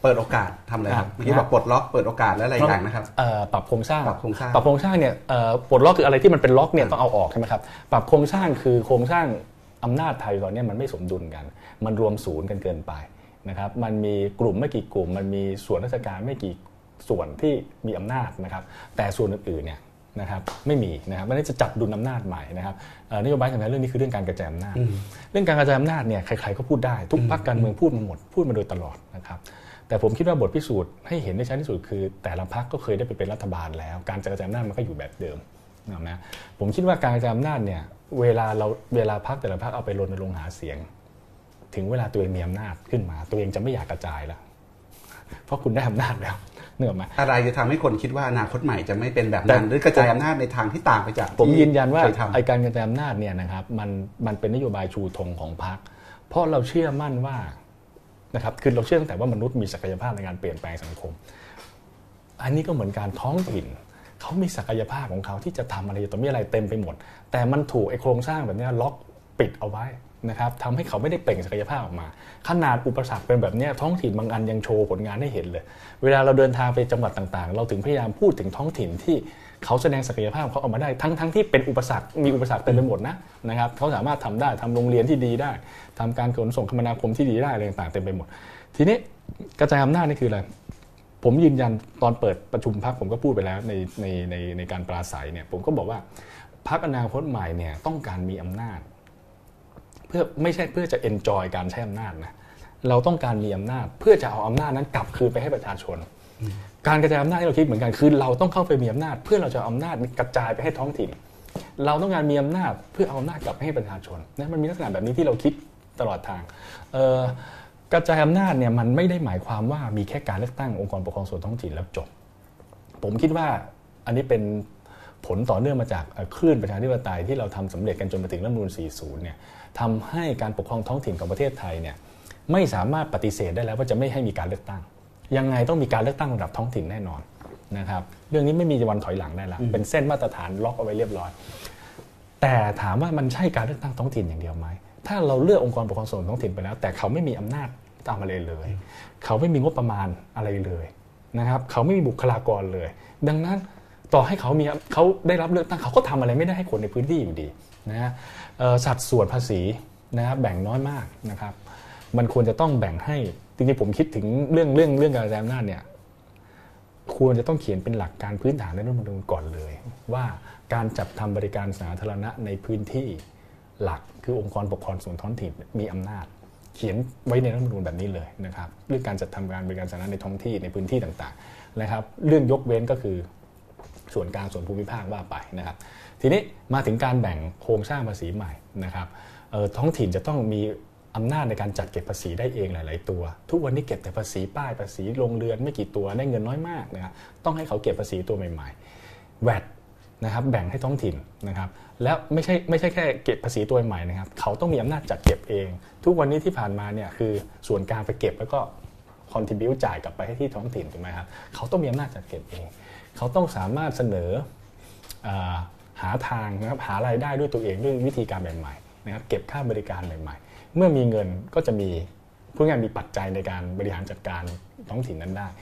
เปิดโอกาสทำอะไรครับเมื่อกี้บอกปลดล็อกเปิดโอกาสและอะไรอย่างนะครับปรับโครงสร้างปรับโครงสร้างเนี่ยปลดล็อกคืออะไรที่มันเป็นล็อกเนี่ยต้องเอาออกใช่ไหมครับปรับโครงสร้างคือโครงสร้างอำนาจไทยตอนนี้มันไม่สมดุลกันมันรวมศูนย์กันเกินไปนะครับมันมีกลุ่มไม่กี่กลุ่มมันมีส่วนราชการไม่กี่ส่วนที่มีอำนาจนะครับแต่ส่วนอื่นๆเนี่ยนะครับไม่มีนะครับมันจะจับดุลอำนาจใหม่นะครับนโยบายสำคัญเรื่องนี้คือเรื่องการกระจายอำนาจเรื่องการกระจายอำนาจเนี่ยใครๆก็พูดได้ทุกพรรคการเมืองพูดมาหมดพูดมาโดยตลอดนะครับแต่ผมคิดว่าบทพิสูจน์ให้เห็นได้ชัดที่สุดคือแต่ละพรรคก็เคยได้ไปเป็นรัฐบาลแล้วการกระจายอำนาจมันก็อยู่แบบเดิมนะผมคิดว่าการกระจายอำนาจเนี่ยเวลาพรรคแต่ละพรรคเอาไปรณรงค์หาเสียงถึงเวลาตัวเองมีอำนาจขึ้นมาตัวเองจะไม่อยากกระจายแล้วเพราะคุณได้อำนาจแล้วเนื่องมาอะไรจะทำให้คนคิดว่าอนาคตใหม่จะไม่เป็นแบบนั้นหรือกระจายอำนาจในทางที่ต่างไปจากผมยืนยันว่าไอ้การกระจายอำนาจเนี่ยนะครับมันเป็นนโยบายชูธงของพรรคเพราะเราเชื่อมั่นว่านะครับคือเราเชื่อตั้งแต่ว่ามนุษย์มีศักยภาพในการเปลี่ยนแปลงสังคมอันนี้ก็เหมือนการท้องถิ่นเขามีศักยภาพของเขาที่จะทำอะไรต่อมีอะไรเต็มไปหมดแต่มันถูกไอ้โครงสร้างแบบนี้ล็อกปิดเอาไว้นะครับทำให้เขาไม่ได้เปล่งศักยภาพออกมาขนาดอุปสรรคเป็นแบบนี้ท้องถิ่นบางอันยังโชว์ผลงานให้เห็นเลยเวลาเราเดินทางไปจังหวัดต่างๆเราถึงพยายามพูดถึงท้องถิ่นที่เขาแสดงศักยภาพเขาออกมาได้ทั้งที่เป็นอุปสรรคมีอุปสรรคเต็มไปหมดนะครับเขาสามารถทำได้ทำโรงเรียนที่ดีได้ทำการขนส่งคมนาคมที่ดีได้อะไรต่างๆเต็มไปหมดทีนี้กระจายอำนาจนี่คืออะไรผมยืนยันตอนเปิดประชุมพรรคผมก็พูดไปแล้วในการปราศัยเนี่ยผมก็บอกว่าพรรคอนาคตใหม่เนี่ยต้องการมีอำนาจเพื่อไม่ใช่เพื่อจะ enjoy การใช้อำนาจนะเราต้องการมีอำนาจเพื่อจะเอาอำนาจนั้นกลับคืนไปให้ประชาชนการกระจายอำนาจที่เราคิดเหมือนกันคือเราต้องเข้าไปมีอำนาจเพื่อเราจะเอาอำนาจกระจายไปให้ท้องถิ่นเราต้องการมีอำนาจเพื่อเอาอำนาจกลับไปให้ประชาชนนะมันมีลักษณะแบบนี้ที่เราคิดตลอดทางกระจายอำนาจเนี่ยมันไม่ได้หมายความว่ามีแค่การเลือกตั้งองค์กรปกครองส่วนท้องถิ่นแล้วจบผมคิดว่าอันนี้เป็นผลต่อเนื่องมาจากคลื่นประชาธิปไตยที่เราทำสำเร็จกันจนมาถึงรัฐธรรมนูญ 40 เนี่ยทำให้การปกครองท้องถิ่นของประเทศไทยเนี่ยไม่สามารถปฏิเสธได้แล้วว่าจะไม่ให้มีการเลือกตั้งยังไงต้องมีการเลือกตั้งระดับท้องถิ่นแน่นอนนะครับเรื่องนี้ไม่มีวันถอยหลังได้แล้วเป็นเส้นมาตรฐานล็อกเอาไว้เรียบร้อยแต่ถามว่ามันใช่การเลือกตั้งท้องถิ่นอย่างเดียวไหมถ้าเราเลือกองค์กรปกครองส่วนท้องถิ่นไปแล้วแต่เขาไม่มีอำนาจตามอะไรเลยเขาไม่มีงบประมาณอะไรเลยนะครับเขาไม่มีบุคลากรเลยดังนั้นต่อให้เขาได้รับเลือกตั้งเขาก็ทำอะไรไม่ได้ให้คนในพื้นที่อยู่ดีนะสัดส่วนภาษีนะครับแบ่งน้อยมากนะครับมันควรจะต้องแบ่งให้จริงๆผมคิดถึงเรื่องการกระจายอำนาจเนี่ยควรจะต้องเขียนเป็นหลักการพื้นฐานในรัฐธรรมนูญก่อนเลยว่าการจัดทำบริการสาธารณะในพื้นที่หลักคือองค์กรปกครองส่วนท้องถิ่นมีอำนาจเขียนไว้ในรัฐธรรมนูญแบบนี้เลยนะครับเรื่องการจัดทำการบริการสาธารณะในท้องที่ในพื้นที่ต่างๆนะครับเรื่องยกเว้นก็คือส่วนกลางส่วนภูมิภาคว่าไปนะครับทีนี้มาถึงการแบ่งโครงสร้างภาษีใหม่นะครับท้องถิ่นจะต้องมีอำนาจในการจัดเก็บภาษีได้เองหลายๆตัวทุกวันนี้เก็บแต่ภาษีป้ายภาษีโรงเรือนไม่กี่ตัวได้เงินน้อยมากนะครับต้องให้เขาเก็บภาษีตัวใหม่ๆ VAT นะครับแบ่งให้ท้องถิ่นนะครับแล้วไม่ใช่แค่เก็บภาษีตัวใหม่นะครับเขาต้องมีอำนาจจัดเก็บเองทุกวันนี้ที่ผ่านมาเนี่ยคือส่วนกลางไปเก็บแล้วก็คอนทริบิวต์จ่ายกลับไปให้ที่ท้องถิ่นถูกไหมครับเขาต้องมีอำนาจจัดเก็บเองเขาต้องสามารถเสนอหาทางนะครับหารายได้ด้วยตัวเองด้วยวิธีการใหม่ๆนะครับเก็บค่าบริการใหม่ๆเมื่อมีเงินก็จะมีพูดง่ายๆมีปัจจัยในการบริหารจัดการท้องถิ่นนั้นได้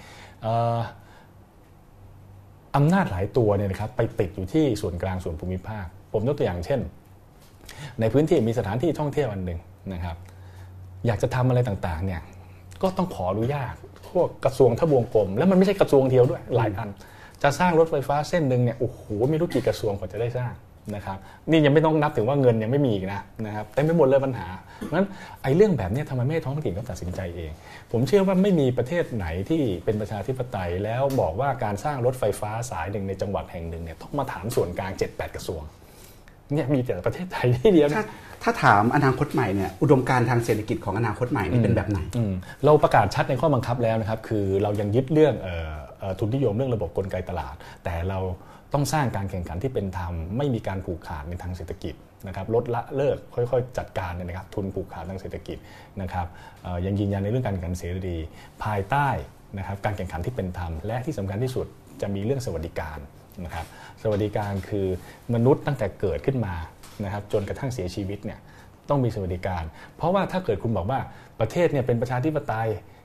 อำนาจหลายตัวเนี่ยนะครับไปติดอยู่ที่ส่วนกลางส่วนภูมิภาคผมยกตัวอย่างเช่นในพื้นที่มีสถานที่ท่องเที่ยวอันหนึ่งนะครับอยากจะทำอะไรต่างๆเนี่ยก็ต้องขออนุญาตพวกกระทรวงทบวงกรมแล้วมันไม่ใช่กระทรวงเดียวด้วยหลายอันจะสร้างรถไฟฟ้าเส้นหนึ่งเนี่ยโอ้โหไม่รู้กี่กระทรวงกว่าจะได้สร้างนะครับนี่ยังไม่ต้องนับถึงว่าเงินยังไม่มีอีกนะครับเต็มไปหมดเลยปัญหางั้นไอ้เรื่องแบบนี้ทำไมไม่ให้ท้องถิ่นเขาตัดสินใจเองผมเชื่อว่าไม่มีประเทศไหนที่เป็นประชาธิปไตยแล้วบอกว่าการสร้างรถไฟฟ้าสายหนึ่งในจังหวัดแห่งหนึ่งเนี่ยต้องมาถามส่วนกลาง 7-8 กระทรวงเนี่ยมีแต่ประเทศไทยที่เดียวนะถ้าถามอนาคตใหม่เนี่ยอุดมการณ์ทางเศรษฐกิจของอนาคตใหม่นี่เป็นแบบไหนเราประกาศชัดในข้อบังคับแล้วนะครับคือเรายังยึดเรื่องทุนนิยมเรื่องระบบกลไกตลาดแต่เราต้องสร้างการแข่งขันที่เป็นธรรมไม่มีการผูกขาดในทางเศรษฐกิจนะครับลดละเลิกค่อยๆจัดการนะครับทุนผูกขาดทางเศรษฐกิจนะครับยังยืนยันในเรื่องการแข่งขันเสรีภายใต้นะครับการแข่งขันที่เป็นธรรมและที่สำคัญที่สุดจะมีเรื่องสวัสดิการนะครับสวัสดิการคือมนุษย์ตั้งแต่เกิดขึ้นมานะครับจนกระทั่งเสียชีวิตเนี่ยต้องมีสวัสดิการเพราะว่าถ้าเกิดคุณบอกว่าประเทศเนี่ยเป็นประชาธิปไตย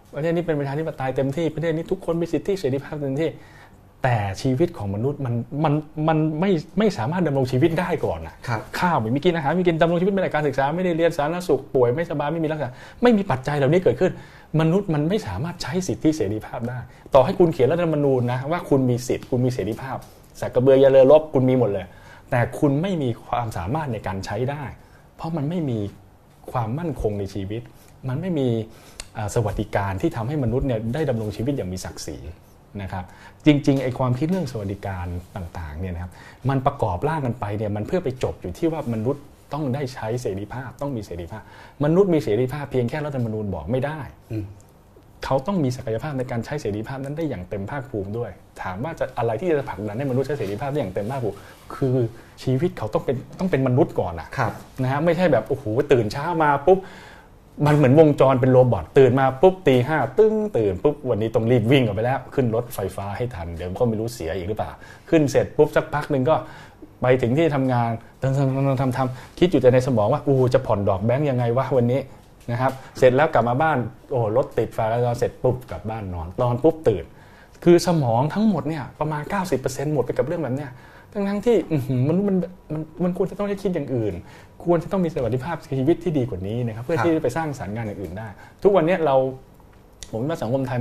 ประเทศนี้เป็นประชาธิปไตยเต็มที่ประเทศนี้ทุกคนมีสิทธิเสรีภาพเต็มที่แต่ชีวิตของมนุษย์มันไม่สามารถดำรงชีวิตได้ก่อนนะข้าวไม่มีกินอาหารไม่กินดำรงชีวิตไม่ได้การศึกษาไม่ได้เรียนสาธารณสุขป่วยไม่สบายไม่มีรักษาไม่มีปัจจัยเหล่านี้เกิดขึ้นมนุษย์มันไม่สามารถใช้สิทธิเสรีภาพได้ต่อให้คุณเขียนรัฐธรรมนูญนะว่าคุณมีสิทธิ์คุณมีเสรีภาพสักกระเบืออย่าเรือรบคุณมีหมดเลยแต่คุณไม่มีความสามารถในการใช้ได้เพราะมันไม่มีความมั่นคงในชีวิตมันไม่มีสวัสดิการที่ทำให้มนุษย์เนี่ยได้ดำรงชีวิตอย่างมีศักดิ์ศรีนะครับจริงๆไอ้ความคิดเรื่องสวัสดิการต่างๆเนี่ยนะครับมันประกอบร่างกันไปเนี่ยมันเพื่อไปจบอยู่ที่ว่ามนุษย์ต้องได้ใช้เสรีภาพต้องมีเสรีภาพมนุษย์มีเสรีภาพเพียงแค่รัฐธรรมนูญบอกไม่ได้เขาต้องมีศักยภาพในการใช้เสรีภาพนั้นได้อย่างเต็มภาคภูมิด้วยถามว่าจะอะไรที่จะผลักดันให้มนุษย์ใช้เสรีภาพได้อย่างเต็มภาคภูมิคือชีวิตเขาต้องเป็นมนุษย์ก่อนนะฮะไม่ใช่แบบโอ้โหตื่นเช้ามาปุ๊บมันเหมือนวงจรเป็นโรบอทตื่นมาปุ๊บตีห้าตึ้งตื่นปุ๊บวันนี้ต้องรีบวิ่งออกไปแล้วขึ้นรถไฟฟ้าให้ทันเดี๋ยวก็ไม่รู้เสียอีกหรือเปล่าขึ้นเสร็จปุ๊บสักพักนึงก็ไปถึงที่ทำงานทำคิดอยู่แต่ในสมองว่าจะผ่อนดอกแบงค์ยังไงวะวันนี้นะครับเสร็จแล้วกลับมาบ้านรถติดไฟแล้วเสร็จปุ๊บกลับบ้านนอนปุ๊บตื่นคือสมองทั้งหมดเนี่ยประมาณ 90% หมดไปกับเรื่องแบบเนี้ยทั้งที่มันควรจะต้องได้คิดอย่างอื่นควรจะต้องมีสวัสดิภาพชีวิตที่ดีกว่านี้นะครับเพื่อที่จะไปสร้างสรรค์งานอย่างอื่นได้ทุกวันนี้ผมว่าสังคมไทย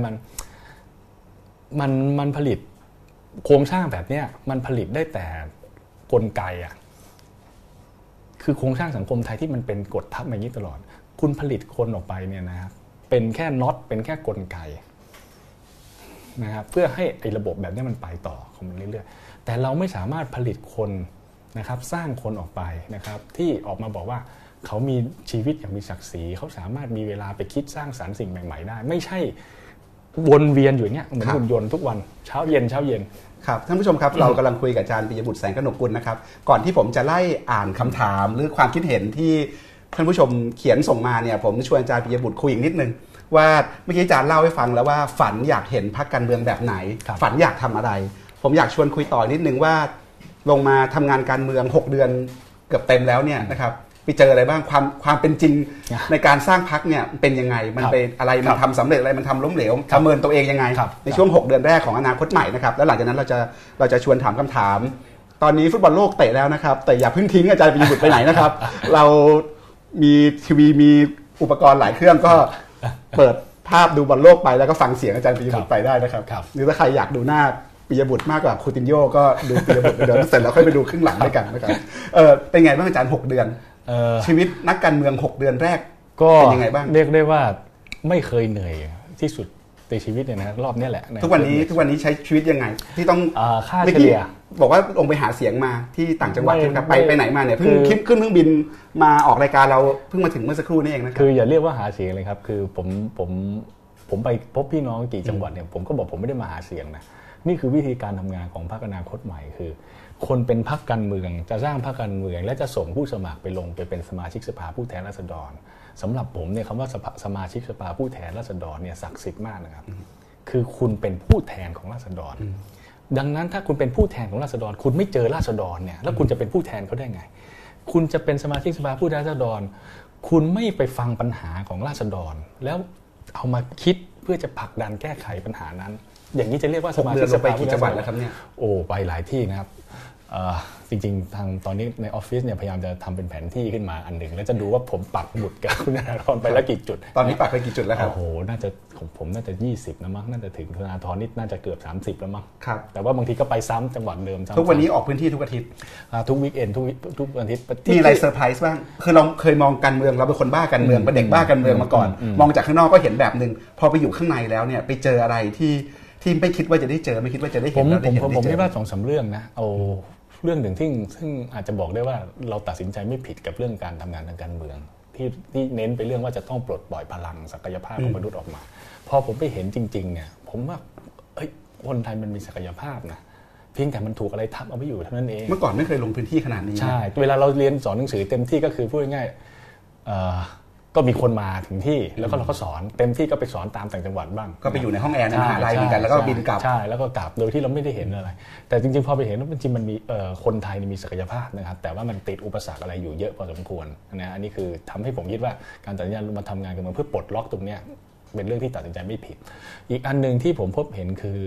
มันผลิตโครงสร้างแบบนี้มันผลิตได้แต่กลไกอ่ะคือโครงสร้างสังคมไทยที่มันเป็นกฎทับอย่างนี้ตลอดคุณผลิตคนออกไปเนี่ยนะครับเป็นแค่น็อตเป็นแค่กลไกนะครับเพื่อให้ไอ้ระบบแบบนี้มันไปต่อของมันเรื่อยๆแต่เราไม่สามารถผลิตคนนะครับสร้างคนออกไปนะครับที่ออกมาบอกว่าเขามีชีวิตอย่างมีศักดิ์ศรีเขาสามารถมีเวลาไปคิดสร้างสรรค์สิ่งใหม่ๆได้ไม่ใช่วนเวียนอยู่อย่างเงี้ยเหมือนหุ่นยนต์ทุกวันเช้าเย็นครับท่านผู้ชมครับเรากำลังคุยกับอาจารย์ปิยบุตรแสงกนกกุลนะครับก่อนที่ผมจะไล่อ่านคำถามหรือความคิดเห็นที่ท่านผู้ชมเขียนส่งมาเนี่ยผมชวนอาจารย์ปิยบุตรคุยอีกนิดนึงว่าเมื่อกี้อาจารย์เล่าให้ฟังแล้วว่าฝันอยากเห็นพรรคการเมืองแบบไหนฝันอยากทำอะไรผมอยากชวนคุยต่อนิดนึงว่าลงมาทำงานการเมือง6เดือนเกือบเต็มแล้วเนี่ยนะครับไปเจออะไรบ้างความเป็นจริงในการสร้างพรรคเนี่ยเป็นยังไงมันเป็นอะไรมันทำสำเร็จอะไรมันทำล้มเหลวประเมินตัวเองยังไงในช่วง6เดือนแรกของอนาคตใหม่นะครับแล้วหลังจากนั้นเราจะชวนถามคำถามตอนนี้ฟุตบอลโลกเตะแล้วนะครับแต่อย่าเพิ่งทิ้งอาจารย์ปิยบุตรไปไหนนะครับเรามีทีวีมีอุปกรณ์หลายเครื่องก็เปิดภาพดูบอลโลกไปแล้วก็ฟังเสียงอาจารย์ปิยบุตรไปได้นะครับหรือถ้าใครอยากดูหน้าปิยบุตรมากกว่าคูตินโญ่ก็ดูปิยบุตรเดี๋ยวเสร็จแล้วค่อยไปดูครึ่งหลังด้วยกันนะครับเป็นไงบ้างอาจารย์6เดือนชีวิตนักการเมือง6เดือนแรกเป็นยังไงบ้างเรียกได้ว่าไม่เคยเหนื่อยที่สุดในชีวิตเนี่ยนะรอบนี้แหละทุกวันนี้ใช้ชีวิตยังไงที่ต้องค่าเฉลี่ยบอกว่าลงไปหาเสียงมาที่ต่างจังหวัดใช่ไหมครับไปไหนมาเนี่ยเพิ่งขึ้นเครื่องบินมาออกรายการเราเพิ่งมาถึงเมื่อสักครู่นี่เองนะครับคืออย่าเรียกว่าหาเสียงเลยครับคือผมไปพบพี่น้องกี่จังหวัดเนี่ยผมก็บอกผมไม่ได้มาหาเสียงนะนี่คือวิธีการทำงานของพรรคอนาคตใหม่คือคนเป็นพรรคการเมืองจะสร้างพรรคการเมืองและจะส่งผู้สมัครไปลงไปเป็นสมาชิกสภาผู้แทนราษฎรสำหรับผมเนี่ยคำว่าสมาชิกสภาผู้แทนราษฎรเนี่ยศักดิ์สิทธิ์มากนะครับคือคุณเป็นผู้แทนของราษฎรดังนั้นถ้าคุณเป็นผู้แทนของราษฎรคุณไม่เจอราษฎรเนี่ยแล้วคุณจะเป็นผู้แทนเขาได้ไงคุณจะเป็นสมาชิกสภาผู้แทนราษฎรคุณไม่ไปฟังปัญหาของราษฎรแล้วเอามาคิดเพื่อจะผลักดันแก้ไขปัญหานั้นอย่างนี้จะเรียกว่าสมาชิกสภาผู้แทนราษฎรแล้วครับเนี่ยไปหลายที่นะครับจริงๆทางตอนนี้ในออฟฟิศเนี่ยพยายามจะทำเป็นแผนที่ขึ้นมาอันหนึ่งแล้วจะดูว่าผมปักหมุดกับคุณธนาธรไปแล้วกี่จุดตอนนี้ปักไปกี่จุดแล้วครับโอ้โหน่าจะของผมน่าจะ20แล้วมั้งน่าจะถึงธนาธรนี่น่าจะเกือบ30แล้วมั้งครับแต่ว่าบางทีก็ไปซ้ำจังหวัดเดิมทุกวันนี้ออกพื้นที่ทุกอาทิตย์ทุกวีคเอนด์ทุกอาทิตย์มีอะไรเซอร์ไพรส์บ้างคือเราเคยมองการเมืองเราเป็นคนบ้าการเมืองเป็นเด็กบ้าการเมืองมาก่อนมองจากข้างนอกก็เห็นแบบนึงพอไปอยู่ข้างในแล้วเนี่ยไปเจออะไรที่ไม่คิดว่าจะได้เจอไม่คิดว่าจะได้เห็นแล้วได้เห็นผมคิดว่า2-3เรื่องนะเอาเรื่องหนึ่งซึ่งอาจจะบอกได้ว่าเราตัดสินใจไม่ผิดกับเรื่องการทำงานทางการเมืองที่เน้นไปเรื่องว่าจะต้องปลดปล่อยพลังศักยภาพของมนุษย์ออกมาพอผมไปเห็นจริงๆเนี่ยผมว่าคนไทยมันมีศักยภาพนะเพียงแต่มันถูกอะไรทับเอาไว้อยู่เท่านั้นเองเมื่อก่อนไม่เคยลงพื้นที่ขนาดนี้ใช่เวลาเราเรียนสอนหนังสือเต็มที่ก็คือพูดง่ายก็มีคนมาถึงที่แล้วก็เราก็สอนเต็มที่ก็ไปสอนตามต่างจังหวัดบ้างก็ไปอยู่ในห้องแอร์ในมหาลัยเหมือนกันแล้วก็บินกลับใช่แล้วก็กลับโดยที่เราไม่ได้เห็นอะไรแต่จริงๆพอไปเห็นว่าจริงๆมันมีคนไทยมีศักยภาพนะครับแต่ว่ามันติดอุปสรรคอะไรอยู่เยอะพอสมควรนะอันนี้คือทำให้ผมคิดว่าการตัดสินใจมาทำงานกันเพื่อปลดล็อกตรงนี้เป็นเรื่องที่ตัดสินใจไม่ผิดอีกอันนึงที่ผมพบเห็นคือ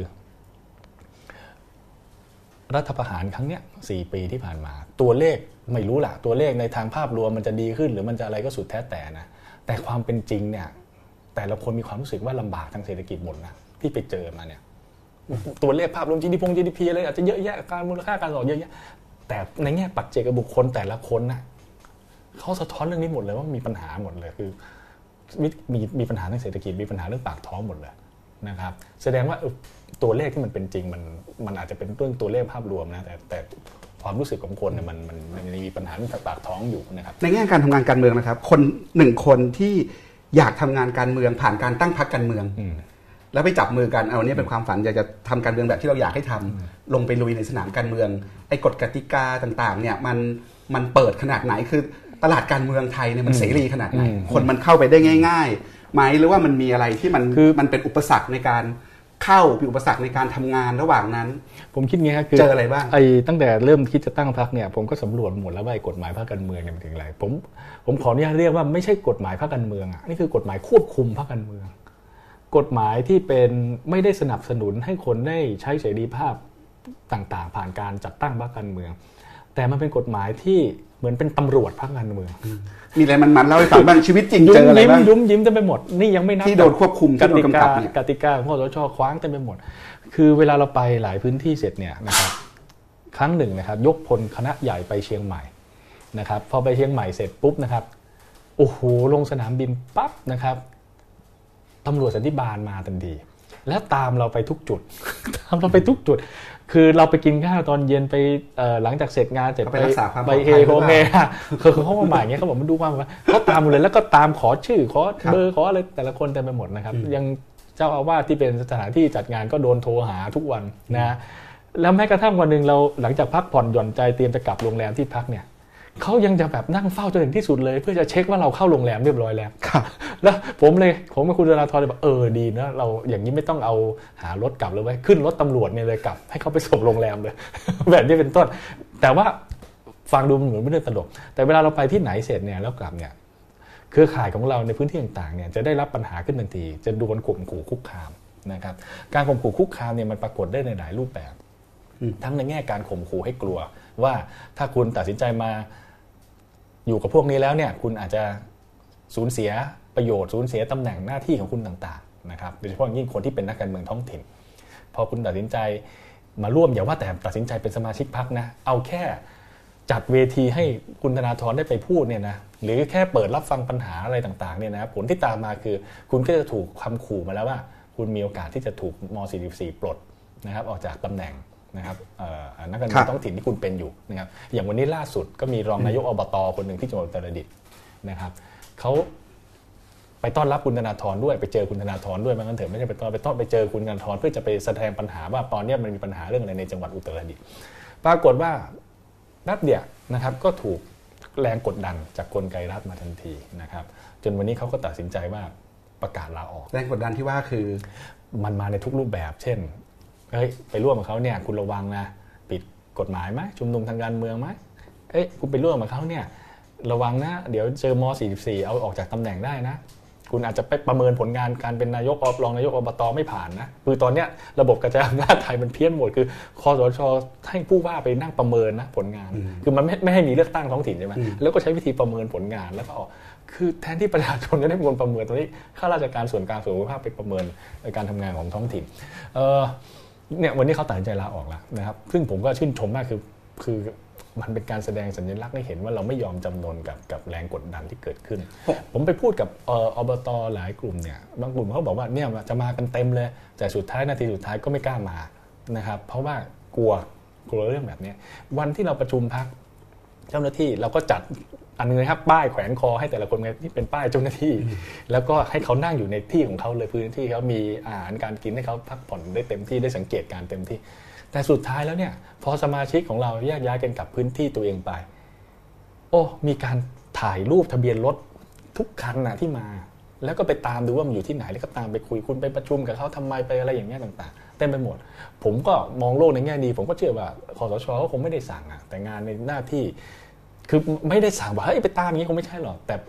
รัฐประหารครั้งเนี้ย4 ปีที่ผ่านมาตัวเลขไม่รู้ล่ะตัวเลขในทางภาพรวมมันจะดีขึ้นหรือมันจะอะไรก็สุดแท้แต่นะแต่ความเป็นจริงเนี่ยแต่ละคนมีความรู้สึกว่าลำบากทางเศรษฐกิจหมดนะที่ไปเจอมาเนี่ยตัวเลขภาพรวม GDP อะไรอาจจะเยอะแยะการมูลค่าการส่งออกเยอะแยะแต่ในแง่ปัจเจกบุคคลแต่ละคนน่ะเขาสะท้อนเรื่องนี้หมดเลยว่ามีปัญหาหมดเลยคือมีปัญหาทางเศรษฐกิจมีปัญหาเรื่องปากท้องหมดเลยนะครับแสดงว่าตัวเลขที่มันเป็นจริงมันอาจจะเป็นเรื่องตัวเลขภาพรวมนะแต่ความรู้สึกของคนเนี่ยมันมีปัญหาเรื่องปากท้องอยู่นะครับในแง่การทำงานการเมืองนะครับคน1 คนที่อยากทำงานการเมืองผ่านการตั้งพรรคการเมืองแล้วไปจับมือกันเอาเนี่ยเป็นความฝันอยากจะทำการเมืองแบบที่เราอยากให้ทำลงไปลุยในสนามการเมืองไอ้กฎกติกาต่างๆเนี่ยมันเปิดขนาดไหนคือตลาดการเมืองไทยเนี่ยมันเสรีขนาดไหนคนมันเข้าไปได้ง่ายๆไหมหรือว่ามันมีอะไรที่มันเป็นอุปสรรคในการเข้าเป็นอุปสรรคในการทำงานระหว่างนั้นผมคิดไงครับคือเจออะไรบ้างตั้งแต่เริ่มคิดจะตั้งพรรคเนี่ยผมก็สำรวจหมดแล้วว่ากฎหมายพรรคการเมืองเนี่ยมันถึงอะไรผมขออนุญาตเรียกว่าไม่ใช่กฎหมายพรรคการเมืองอ่ะนี่คือกฎหมายควบคุมพรรคการเมืองกฎหมายที่เป็นไม่ได้สนับสนุนให้คนได้ใช้เสรีภาพต่างๆผ่านการจัดตั้งพรรคการเมืองแต่มันเป็นกฎหมายที่เหมือนเป็นตำรวจพรรคการเมืองมีอะไรมันเล่าให้ฟังบ้างชีวิตจริงเจออะไรบ้างยุ่มยิ้มเต็มไปหมดนี่ยังไม่นับที่โดนควบคุมกติกาของคสช.คว้างเต็มไปหมดคือเวลาเราไปหลายพื้นที่เสร็จเนี่ยนะครับครั้งหนึ่งนะครับยกพลคณะใหญ่ไปเชียงใหม่นะครับพอไปเชียงใหม่เสร็จปุ๊บนะครับโอ้โหลงสนามบินปั๊บนะครับตำรวจสันติบาลมาทันทีแล้วตามเราไปทุกจุดคือเราไปกินข้าวตอนเย็นไปหลังจากเสร็จงานเสร็จไปเฮโฮเมคือเขามาอย่างเงี้ยเขาบอกมันดูว่าเขาตามเลยแล้วก็ตามขอชื่อขอเบอร์ขออะไรแต่ละคนเต็มไปหมดนะครับยังเจ้าอาวาสที่เป็นสถานที่จัดงานก็โดนโทรหาทุกวันนะแล้วแม้กระทั่งวันนึงเราหลังจากพักผ่อนหย่อนใจเตรียมจะกลับโรงแรมที่พักเนี่ยเขายังจะแบบนั่งเฝ้าจนถึงที่สุดเลยเพื่อจะเช็คว่าเราเข้าโรงแรมเรียบร้อยแล้วแล้วผมกับคุณธนาธรเลยบอกดีนะเราอย่างนี้ไม่ต้องเอาหารถกลับเลยไว้ขึ้นรถตำรวจเนี่ยเลยกลับให้เขาไปส่งโรงแรมเลยแบบนี้เป็นต้นแต่ว่าฟังดูมันเหมือนไม่ได้ตลกแต่เวลาเราไปที่ไหนเสร็จเนี่ยแล้วกลับเนี่ยเครือข่ายของเราในพื้นที่ต่างๆเนี่ยจะได้รับปัญหาขึ้นทันทีจะโดนข่มขู่คุกคามนะครับการข่มขู่คุกคามเนี่ยมันปรากฏได้ในหลายรูปแบบทั้งในแง่การข่มขู่ให้กลัวว่าถ้าคุณตัดสินใจมาอยู่กับพวกนี้แล้วเนี่ยคุณอาจจะสูญเสียประโยชน์สูญเสียตำแหน่งหน้าที่ของคุณต่างๆนะครับโดยเฉพาะยิ่งคนที่เป็นนักการเมืองท้องถิ่นพอคุณตัดสินใจมาร่วมอย่าว่าแต่ตัดสินใจเป็นสมาชิกพรรคนะเอาแค่จัดเวทีให้คุณธนาธรได้ไปพูดเนี่ยนะหรือแค่เปิดรับฟังปัญหาอะไรต่างๆเนี่ยนะผลที่ตามมาคือคุณก็จะถูกคำขู่มาแล้วว่าคุณมีโอกาสที่จะถูกม.44 ปลดนะครับออกจากตำแหน่งนะครับนักการเมืองท้องถิ่นที่คุณเป็นอยู่นะครับอย่างวันนี้ล่าสุดก็มีรองนายกอบต.คนหนึ่งที่จังหวัดอุตรดิตถ์นะครับเขาไปต้อนรับคุณธนาธรด้วยไปเจอคุณธนาธรด้วยมันเถอะไม่ใช่ไปเจอคุณธนาธรเพื่อจะไปแสดงปัญหาว่าตอนนี้มันมีปัญหาเรื่องอะไรในจังหวัดอุตรดิตถ์ปรากฏว่าแป๊บเดียวนะครับก็ถูกแรงกดดันจากกลไกรัฐมาทันทีนะครับจนวันนี้เขาก็ตัดสินใจว่าประกาศลาออกแรงกดดันที่ว่าคือมันมาในทุกรูปแบบเช่นไปร่วมกับเขาเนี่ยคุณระวังนะผิดกฎหมายไหมชุมนุมทางการเมืองไหมคุณไปร่วมกับเขาเนี่ยระวังนะเดี๋ยวเจอม.44เอาออกจากตำแหน่งได้นะคุณอาจจะไปประเมินผลงานการเป็นนายกรองนายกอบต.ไม่ผ่านนะคือตอนเนี้ยระบบกระจายอำนาจไทยมันเพี้ยนหมดคือคสช.ให้ผู้ว่าไปนั่งประเมินนะผลงานคือมันไม่ให้มีเลือกตั้งท้องถิ่นใช่ไหมแล้วก็ใช้วิธีประเมินผลงานแล้วก็คือแทนที่ประชาชนจะได้เป็นคนประเมินตรงนี้ข้าราชการส่วนกลางส่วนภูมิภาคไปประเมินในการทำงานของท้องถิ่นเนี่ยวันนี้เขาตัดสินใจลาออกแล้วนะครับซึ่งผมก็ชื่นชมมากคือมันเป็นการแสดงสัญลักษณ์ให้เห็นว่าเราไม่ยอมจำนนกับแรงกดดันที่เกิดขึ้นผมไปพูดกับอบต.หลายกลุ่มเนี่ยบางกลุ่มเขาบอกว่าเนี่ยจะมากันเต็มเลยแต่สุดท้ายนาทีสุดท้ายก็ไม่กล้ามานะครับเพราะว่ากลัวเรื่องแบบนี้วันที่เราประชุมพรรคเจ้าหน้าที่เราก็จัดอันนึงนะครับป้ายแขวนคอให้แต่ละคนที่เป็นป้ายเจ้าหน้าที่แล้วก็ให้เขานั่งอยู่ในที่ของเขาเลยพื้นที่เขามีอาหารการกินให้เขาพักผ่อนได้เต็มที่ได้สังเกตการเต็มที่แต่สุดท้ายแล้วเนี่ยพอสมาชิกของเราแยกย้ายกันกลับพื้นที่ตัวเองไปมีการถ่ายรูปทะเบียนรถทุกคันนะที่มาแล้วก็ไปตามดูว่ามันอยู่ที่ไหนแล้วก็ตามไปคุยคุณไปประชุมกับเขาทำไมไปอะไรอย่างเงี้ยต่างๆเต็มไปหมดผมก็มองโลกในแง่ดีผมก็เชื่อว่าคสช.ก็คงไม่ได้สั่งแต่งานในหน้าที่คือไม่ได้สั่งว่าเฮ้ยไปตามอย่างนี้คงไม่ใช่หรอกแต่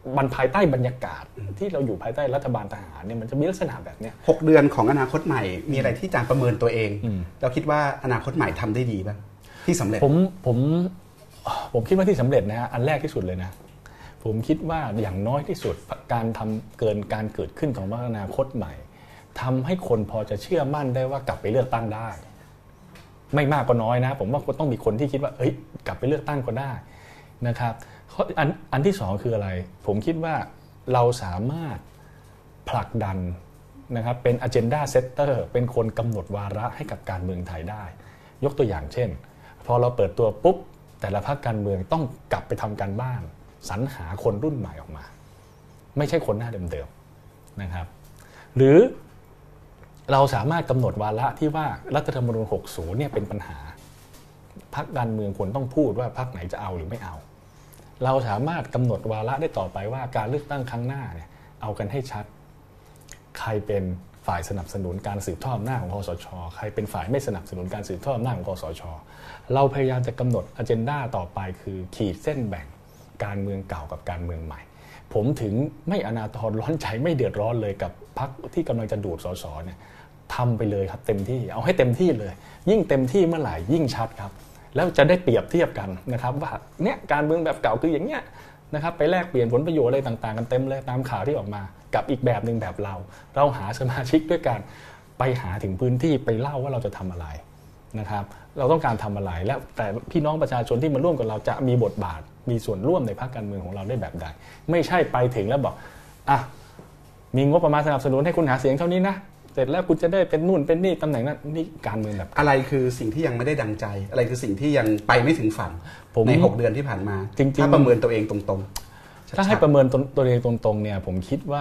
มันภายใต้บรรยากาศที่เราอยู่ภายใต้รัฐบาลทหารเนี่ยมันจะมีลักษณะแบบนี้ 6 เดือนของอนาคตใหม่มีอะไรที่อาจารย์ประเมินตัวเองเราคิดว่าอนาคตใหม่ทำได้ดีบ้างที่สำเร็จผมคิดว่าที่สำเร็จนะฮะอันแรกที่สุดเลยนะผมคิดว่าอย่างน้อยที่สุดการเกิดขึ้นของพรรคอนาคตใหม่ทำให้คนพอจะเชื่อมั่นได้ว่ากลับไปเลือกตั้งได้ไม่มากก็น้อยนะผมว่าต้องมีคนที่คิดว่ากลับไปเลือกตั้งก็ได้นะครับอันที่สองคืออะไรผมคิดว่าเราสามารถผลักดันนะครับเป็น agenda setter เป็นคนกำหนดวาระให้กับการเมืองไทยได้ยกตัวอย่างเช่นพอเราเปิดตัวปุ๊บแต่ละพรรคการเมืองต้องกลับไปทำการบ้านสรรหาคนรุ่นใหม่ออกมาไม่ใช่คนหน้าเดิมๆนะครับหรือเราสามารถกำหนดวาระที่ว่ารัฐธรรมนูญ60เนี่ยเป็นปัญหาพรรคการเมืองควรต้องพูดว่าพรรคไหนจะเอาหรือไม่เอาเราสามารถกำหนดวาระได้ต่อไปว่าการเลือกตั้งครั้งหน้าเนี่ยเอากันให้ชัดใครเป็นฝ่ายสนับสนุนการสืบทอดอำนาจของคสช.ใครเป็นฝ่ายไม่สนับสนุนการสืบทอดอำนาจของคสช.เราพยายามจะกำหนดอเจนดาต่อไปคือขีดเส้นแบ่งการเมืองเก่ากับการเมืองใหม่ผมถึงไม่อนาถร้อนใจไม่เดือดร้อนเลยกับพรรคที่กำลังจะดูดสสเนี่ยทำไปเลยครับเต็มที่เอาให้เต็มที่เลยยิ่งเต็มที่เมื่อไหร่ยิ่งชัดครับแล้วจะได้เปรียบเทียบกันนะครับว่าเนี่ยการเมืองแบบเก่าคืออย่างเงี้ยนะครับไปแลกเปลี่ยนผลประโยชน์อะไรต่างๆกันเต็มเลยตามข่าวที่ออกมากับอีกแบบนึงแบบเราหาสมาชิกด้วยกันไปหาถึงพื้นที่ไปเล่าว่าเราจะทำอะไรนะครับเราต้องการทำอะไรและแต่พี่น้องประชาชนที่มาร่วมกับเราจะมีบทบาทมีส่วนร่วมในพรรคการเมืองของเราได้แบบใดไม่ใช่ไปถึงแล้วบอกมีงบประมาณสนับสนุนให้คุณหาเสียงเท่านี้นะเสร็จแล้วคุณจะได้เป็นนู่นเป็นนี่ตำแหน่งนั้นนี่การเมืองแบบอะไรคือสิ่งที่ยังไม่ได้ดังใจอะไรคือสิ่งที่ยังไปไม่ถึงฝันใน6 เดือนที่ผ่านมาจริงๆถ้าประเมินตัวเองตรงๆถ้าให้ประเมินตัวเองตรงๆเนี่ยผมคิดว่า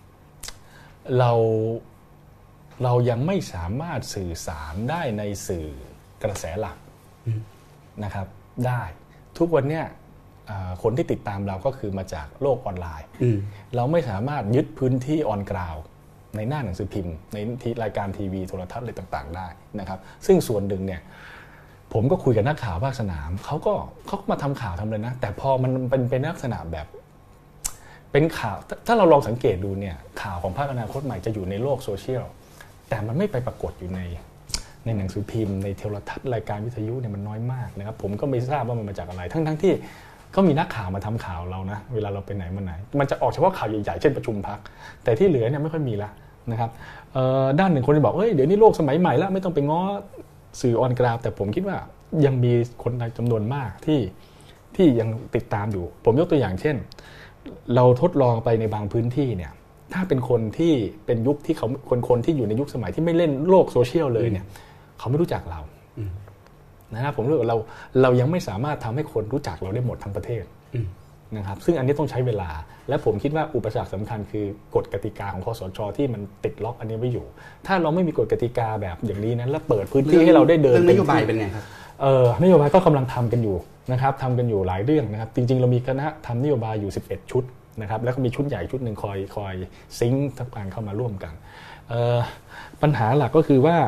เรายังไม่สามารถสื่อสารได้ในสื่อกระแสหลักนะครับได้ทุกวันเนี่ยคนที่ติดตามเราก็คือมาจากโลกออนไลน์เราไม่สามารถยึดพื้นที่ออนกราวในหน้าหนังสือพิมพ์ในรายการทีวีโทรทัศน์อะไรต่างๆได้นะครับซึ่งส่วนหนึ่งเนี่ยผมก็คุยกับนักข่าวภาคสนามเขาก็มาทำข่าวทำเลยนะแต่พอมันเป็นลักษณะแบบเป็นข่าวถ้าเราลองสังเกตดูเนี่ยข่าวของพรรคอนาคตใหม่จะอยู่ในโลกโซเชียลแต่มันไม่ไปปรากฏอยู่ในหนังสือพิมพ์ในโทรทัศน์รายการวิทยุเนี่ยมันน้อยมากนะครับผมก็ไม่ทราบว่ามันมาจากอะไรทั้งที่ก็มีนักข่าวมาทำข่าวเรานะเวลาเราไปไหนมาไหนมันจะออกเฉพาะข่าวใหญ่ๆเช่นประชุมพรรคแต่ที่เหลือเนี่ยไม่ค่อยมีละนะครับด้านหนึ่งคนจะบอกเดี๋ยวนี้โลกสมัยใหม่แล้วไม่ต้องไปง้อสื่อออนกราวแต่ผมคิดว่ายังมีคนจำนวนมากที่ยังติดตามอยู่ผมยกตัวอย่างเช่นเราทดลองไปในบางพื้นที่เนี่ยถ้าเป็นคนที่เป็นยุคที่เขาคนที่อยู่ในยุคสมัยที่ไม่เล่นโลกโซเชียลเลยเนี่ยเขาไม่รู้จักเรานะครับผมรู้ว่าเรายังไม่สามารถทำให้คนรู้จักเราได้หมดทั้งประเทศนะครับซึ่งอันนี้ต้องใช้เวลาและผมคิดว่าอุปสรรคสำคัญคือกฎกติกาของคสช.ที่มันติดล็อกอันนี้ไว้อยู่ถ้าเราไม่มีกฎกติกาแบบอย่างนี้นั้นแล้วเปิดพื้นที่ให้เราได้เดินนโยบายเป็นไงครับนโยบายก็กำลังทำกันอยู่นะครับทำกันอยู่หลายเรื่องนะครับจริงๆเรามีคณะทำนโยบายอยู่11ชุดนะครับแล้วก็มีชุดใหญ่ชุดหนึ่งคอยซิงค์ทั้งการเข้ามาร่วมกันปัญหาหลักก็คือว่า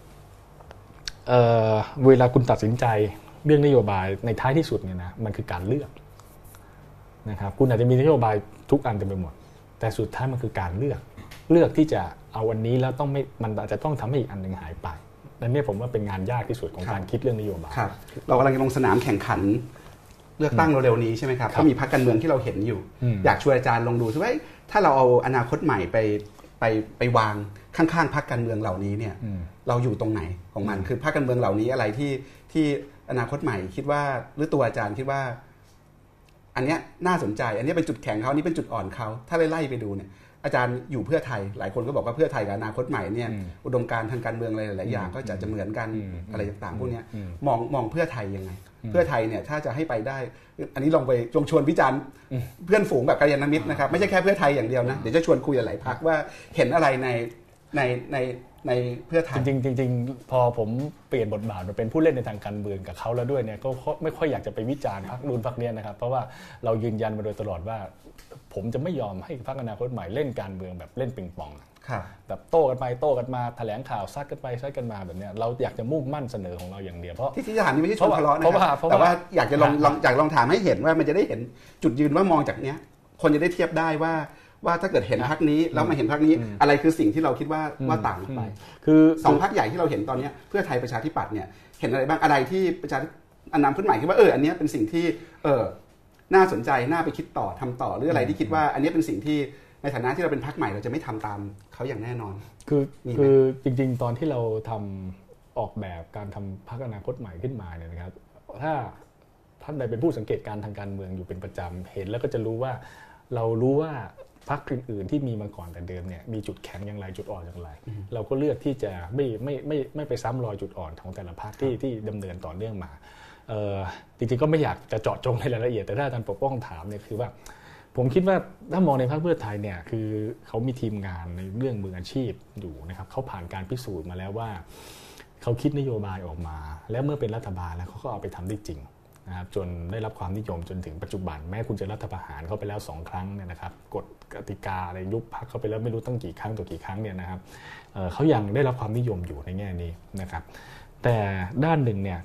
เวลาคุณตัดสินใจเรื่องนโยบายในท้ายที่สุดเนี่ยนะมันคือการเลือกนะครับคุณอาจจะมีนโยบายทุกอันเต็มไปหมดแต่สุดท้ายมันคือการเลือกที่จะเอาวันนี้แล้วมันอาจจะต้องทำให้อีกอันหนึ่งหายไปนั่นเนี่ยผมว่าเป็นงานยากที่สุดของการคิดเรื่องนโยบายเรากำลังจะลงสนามแข่งขันเลือกตั้งเร็วๆนี้ใช่ไหมครับก็มีพรรคการเมืองที่เราเห็นอยู่อยากชวนอาจารย์ลองดูซิว่าถ้าเราเอาอนาคตใหม่ไปวางข้างๆพรรคการเมืองเหล่านี้เนี่ยเราอยู่ตรงไหนของมันคือพรรคการเมืองเหล่านี้อะไรที่อนาคตใหม่คิดว่าหรือตัวอาจารย์คิดว่าอันเนี้ยน่าสนใจอันนี้เป็นจุดแข็งเขาอันนี้เป็นจุดอ่อนเขาถ้าไล่ไปดูเนี่ยอาจารย์อยู่เพื่อไทยหลายคนก็บอกว่าเพื่อไทยกับอนาคตใหม่เนี่ยอุดมการณ์ทางการเมืองอะไรหลายอย่างก็จะเหมือนกันอะไรต่างๆพวกนี้มองเพื่อไทยยังไงเพื่อไทยเนี่ยถ้าจะให้ไปได้อันนี้ลองไปชวนวิจารณ์เพื่อนฝูงแบบกัลยาณมิตรนะครับไม่ใช่แค่เพื่อไทยอย่างเดียวนะเดี๋ยวจะชวนคุยหลายพรรคว่าเห็นอะไรในเพื่อไทยจริงพอผมเปลี่ยนบทบาทมาเป็นผู้เล่นในทางการเมืองกับเขาแล้วด้วยเนี่ยก็ไม่ค่อยอยากจะไปวิจารณ์พรรคนู้นพรรคนี้นะครับเพราะว่าเรายืนยันมาโดยตลอดว่าผมจะไม่ยอมให้พรรคอนาคตใหม่เล่นการเมืองแบบเล่นปิงปองแบบโต้กันไปโต้กันมาแถลงข่าวซัดกันไปซัดกันมาแบบนี้เราอยากจะมุ่งมั่นเสนอของเราอย่างเดียวเพราะที่จะถามนี่ไม่ใช่ชวนทะเลาะนะครับแต่ว่าอยากลองถามให้เห็นว่ามันจะได้เห็นจุดยืนว่ามองจากเนี้ยคนจะได้เทียบได้ว่าถ้าเกิดเห็นพรรคนี้แล้วมาเห็นพรรคนี้อะไรคือสิ่งที่เราคิดว่าต่างไปคือ2พรรคใหญ่ที่เราเห็นตอนนี้เพื่อไทยประชาธิปัตย์เนี่ยเห็นอะไรบ้างอะไรที่ประชาอนาคตใหม่คิดว่าอันนี้เป็นสิ่งที่น่าสนใจน่าไปคิดต่อทำต่อหรืออะไรที่คิดว่าอันนี้เป็นสิ่งที่ในฐานะที่เราเป็นพรรคใหม่เราจะไม่ทำตามเขาอย่างแน่นอนคือจริงๆตอนที่เราทำออกแบบการทำพรรคอนาคตใหม่ขึ้นมาเนี่ยนะครับถ้าท่านใดเป็นผู้สังเกตการทางการเมืองอยู่เป็นประจำเห็นแล้วก็จะรู้ว่าเรารู้ว่าพรรคอื่นๆที่มีมาก่อนแต่เดิมเนี่ยมีจุดแข็งอย่างไรจุดอ่อนอย่างไรเราก็เลือกที่จะไม่ไปซ้ำรอยจุดอ่อนของแต่ละพรรคที่ดำเนินต่อเนื่องมาจริงๆก็ไม่อยากจะเจาะจงในรายละเอียดแต่ถ้าอาจารย์ปกป้องถามเนี่ยคือว่าผมคิดว่าถ้ามองในพรรคเพื่อไทยเนี่ยคือเขามีทีมงานในเรื่องมืออาชีพอยู่นะครับเขาผ่านการพิสูจน์มาแล้วว่าเขาคิดนโยบายออกมาแล้วเมื่อเป็นรัฐบาลแล้วเขาก็เอาไปทำได้จริงนะครับจนได้รับความนิยมจนถึงปัจจุบันแม้คุณจะรัฐประหารเขาไปแล้ว2 ครั้งเนี่ยนะครับกฎกติกาอะไรยุบพรรคเขาไปแล้วไม่รู้ตั้งกี่ครั้งต่อกี่ครั้งเนี่ยนะครับเขายังได้รับความนิยมอยู่ในแง่นี้นะครับแต่ด้านหนึ่งเนี่ย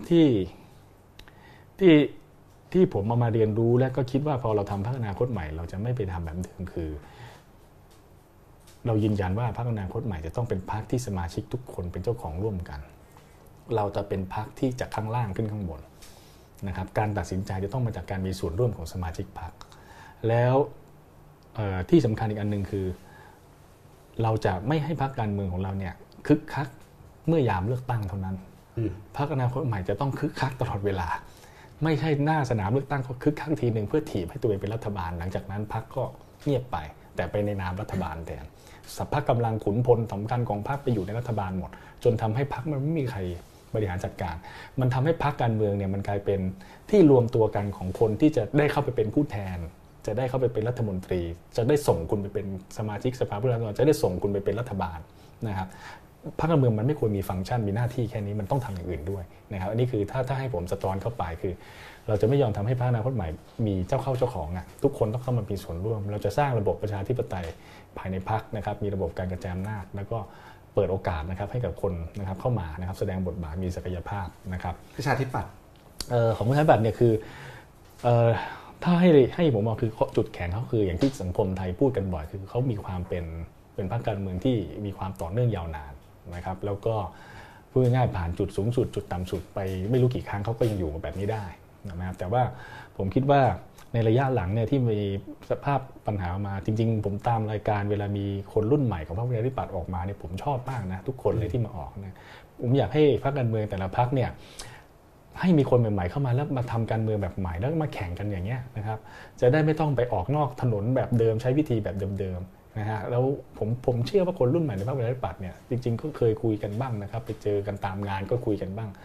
ที่ผมมาเรียนรู้และก็คิดว่าพอเราทำพรรคอนาคตใหม่เราจะไม่ไปทำแบบเดิมคือเรายืนยันว่าพรรคอนาคตใหม่จะต้องเป็นพรรคที่สมาชิกทุกคนเป็นเจ้าของร่วมกันเราจะเป็นพรรคที่จากข้างล่างขึ้นข้างบนนะครับการตัดสินใจจะต้องมาจากการมีส่วนร่วมของสมาชิกพรรคแล้วที่สำคัญอีกอันนึงคือเราจะไม่ให้พรรคการเมืองของเราเนี่ยคึกคักเมื่อยามเลือกตั้งเท่านั้นพรรคอนาคตใหม่จะต้องคึกคักตลอดเวลาไม่ใช่หน้าสนามเลือกตั้งก็คึกคักทีนึงเพื่อถีบให้ตัวเองเป็นรัฐบาลหลังจากนั้นพรรคก็เงียบไปแต่ไปในนามรัฐบาลแทนสภาพกำลังขุนพลสำคัญของพรรคไปอยู่ในรัฐบาลหมดจนทำให้พรรคมันไม่มีใครบริหารจัดการมันทำให้พรรคการเมืองเนี่ยมันกลายเป็นที่รวมตัวกันของคนที่จะได้เข้าไปเป็นผู้แทนจะได้เข้าไปเป็นรัฐมนตรีจะได้ส่งคุณไปเป็นสมาชิกสภาผู้แทนราษฎรจะได้ส่งคุณไปเป็นรัฐบาลนะครับพรรคการเมืองมันไม่ควรมีฟังก์ชันมีหน้าที่แค่นี้มันต้องทำอย่างอื่นด้วยนะครับอันนี้คือถ้าให้ผมสะท้อนเข้าไปคือเราจะไม่ยอมทำให้พรรคอนาคตใหม่มีเจ้าเข้าเจ้าของทุกคนต้องเข้ามามีส่วนร่วมเราจะสร้างระบบประชาธิปไตยภายในพรรคนะครับมีระบบการกระจายอำนาจแล้วก็เปิดโอกาสนะครับให้กับคนนะครับเข้ามานะครับแสดงบทบาทมีศักยภาพนะครับประชาธิปัตย์ของประชาธิปัตย์เนี่ยคือถ้าให้ผมมองคือจุดแข็งเขาคืออย่างที่สังคมไทยพูดกันบ่อยคือเขามีความเป็นพรรคการเมืองที่มีความต่อเนื่องยาวนานนะครับแล้วก็พูดง่ายๆผ่านจุดสูงสุดจุดต่ำสุดไปไม่รู้กี่ครั้งเขาก็ยังอยู่แบบนี้ได้นะครับแต่ว่าผมคิดว่าในระยะหลังเนี่ยที่มีสภาพปัญหามาจริงๆผมตามรายการเวลามีคนรุ่นใหม่ของพรรคประชาธิปัตย์ออกมาเนี่ยผมชอบมากนะทุกคนเลยที่มาออกนะผมอยากให้พรรคการเมืองแต่ละพรรคเนี่ยให้มีคนใหม่ๆเข้ามาแล้วมาทำการเมืองแบบใหม่แล้วมาแข่งกันอย่างเงี้ยนะครับจะได้ไม่ต้องไปออกนอกถนนแบบเดิมใช้วิธีแบบเดิมๆนะฮะแล้วผมเชื่อว่าคนรุ่นใหม่ในพรรคประชาธิปัตย์เนี่ยจริงๆก็เคยคุยกันบ้างนะครับไปเจอกันตามงานก็คุยกันบ้าง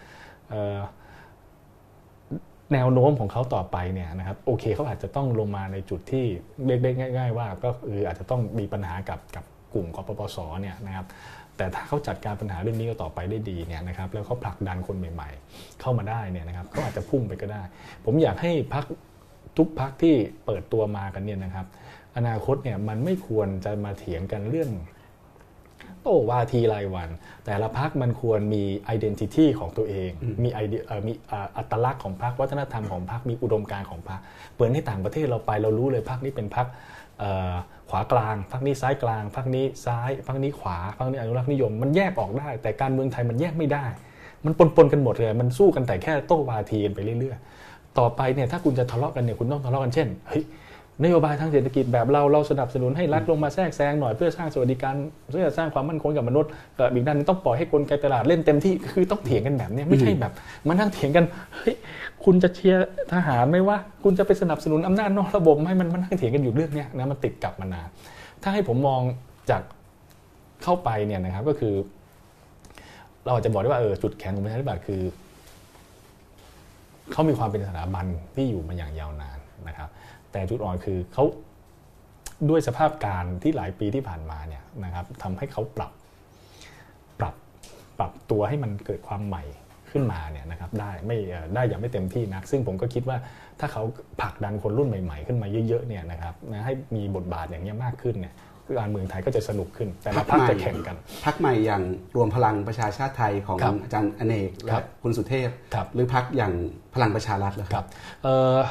แนวโน้มของเขาต่อไปเนี่ยนะครับโอเคเขาอาจจะต้องลงมาในจุดที่เรียกได้ง่ายๆว่าก็คืออาจจะต้องมีปัญหากับกลุ่มกปปสเนี่ยนะครับแต่ถ้าเขาจัดการปัญหาเรื่องนี้ต่อไปได้ดีเนี่ยนะครับแล้วเขาผลักดันคนใหม่ๆเข้ามาได้เนี่ยนะครับเขาอาจจะพุ่งไปก็ได้ผมอยากให้พรรคทุกพรรคที่เปิดตัวมากันเนี่ยนะครับอนาคตเนี่ยมันไม่ควรจะมาเถียงกันเรื่องโต้วาทีรายวันแต่ละพรรคมันควรมี identity ของตัวเองมีอัตลักษณ์ของพรรควัฒนธรรมของพรรคมีอุดมการณ์ของพรรคเปิดให้ต่างประเทศเราไปเรารู้เลยพรรคนี้เป็นพรรคขวากลางพรรคนี้ซ้ายกลางพรรคนี้ซ้ายพรรคนี้ขวาพรรคนี้อนุรักษ์นิยมมันแยกออกได้แต่การเมืองไทยมันแยกไม่ได้มันปนกันหมดเลยมันสู้กันแต่แค่โต้วาทีกันไปเรื่อยๆต่อไปเนี่ยถ้าคุณจะทะเลาะกันเนี่ยคุณต้องทะเลาะกันเช่นเฮ้ยนโยบายทางเศรษฐกิจแบบเราสนับสนุนให้รัฐลงมาแทรกแซงหน่อยเพื่อสร้างสวัสดิการเพื่อสร้างความมั่นคงกับมนุษย์กับอีกด้านนึงต้องปล่อยให้กลไกตลาดเล่นเต็มที่คือต้องเถียงกันแบบนี้ไม่ใช่แบบมานั่งเถียงกันเฮ้ยคุณจะเชียร์ทหารไหมวะคุณจะไปสนับสนุนอำนาจนอกระบบให้มันนั่งเถียงกันอยู่เรื่องนี้นะมันติดกับมานานถ้าให้ผมมองจากเข้าไปเนี่ยนะครับก็คือเราอาจจะบอกได้ว่าจุดแข็งของประชาธิปัตย์คือเขามีความเป็นสถาบันที่อยู่มาอย่างยาวนานนะครับแต่จุดอ่อนคือเขาด้วยสภาพการที่หลายปีที่ผ่านมาเนี่ยนะครับทำให้เขาปรับตัวให้มันเกิดความใหม่ขึ้นมาเนี่ยนะครับได้อย่างไม่เต็มที่นักซึ่งผมก็คิดว่าถ้าเขาผลักดันคนรุ่นใหม่ๆขึ้นมาเยอะๆเนี่ยนะครับให้มีบทบาทอย่างนี้มากขึ้นเนี่ยการเมืองไทยก็จะสนุกขึ้นแต่ละพรรคจะแข่งกันพรรคใหม่อย่างรวมพลังประชาชาติไทยของอาจารย์อเนกและคุณสุเทพหรือพรรคอย่างพลังประชารัฐเหรอครับ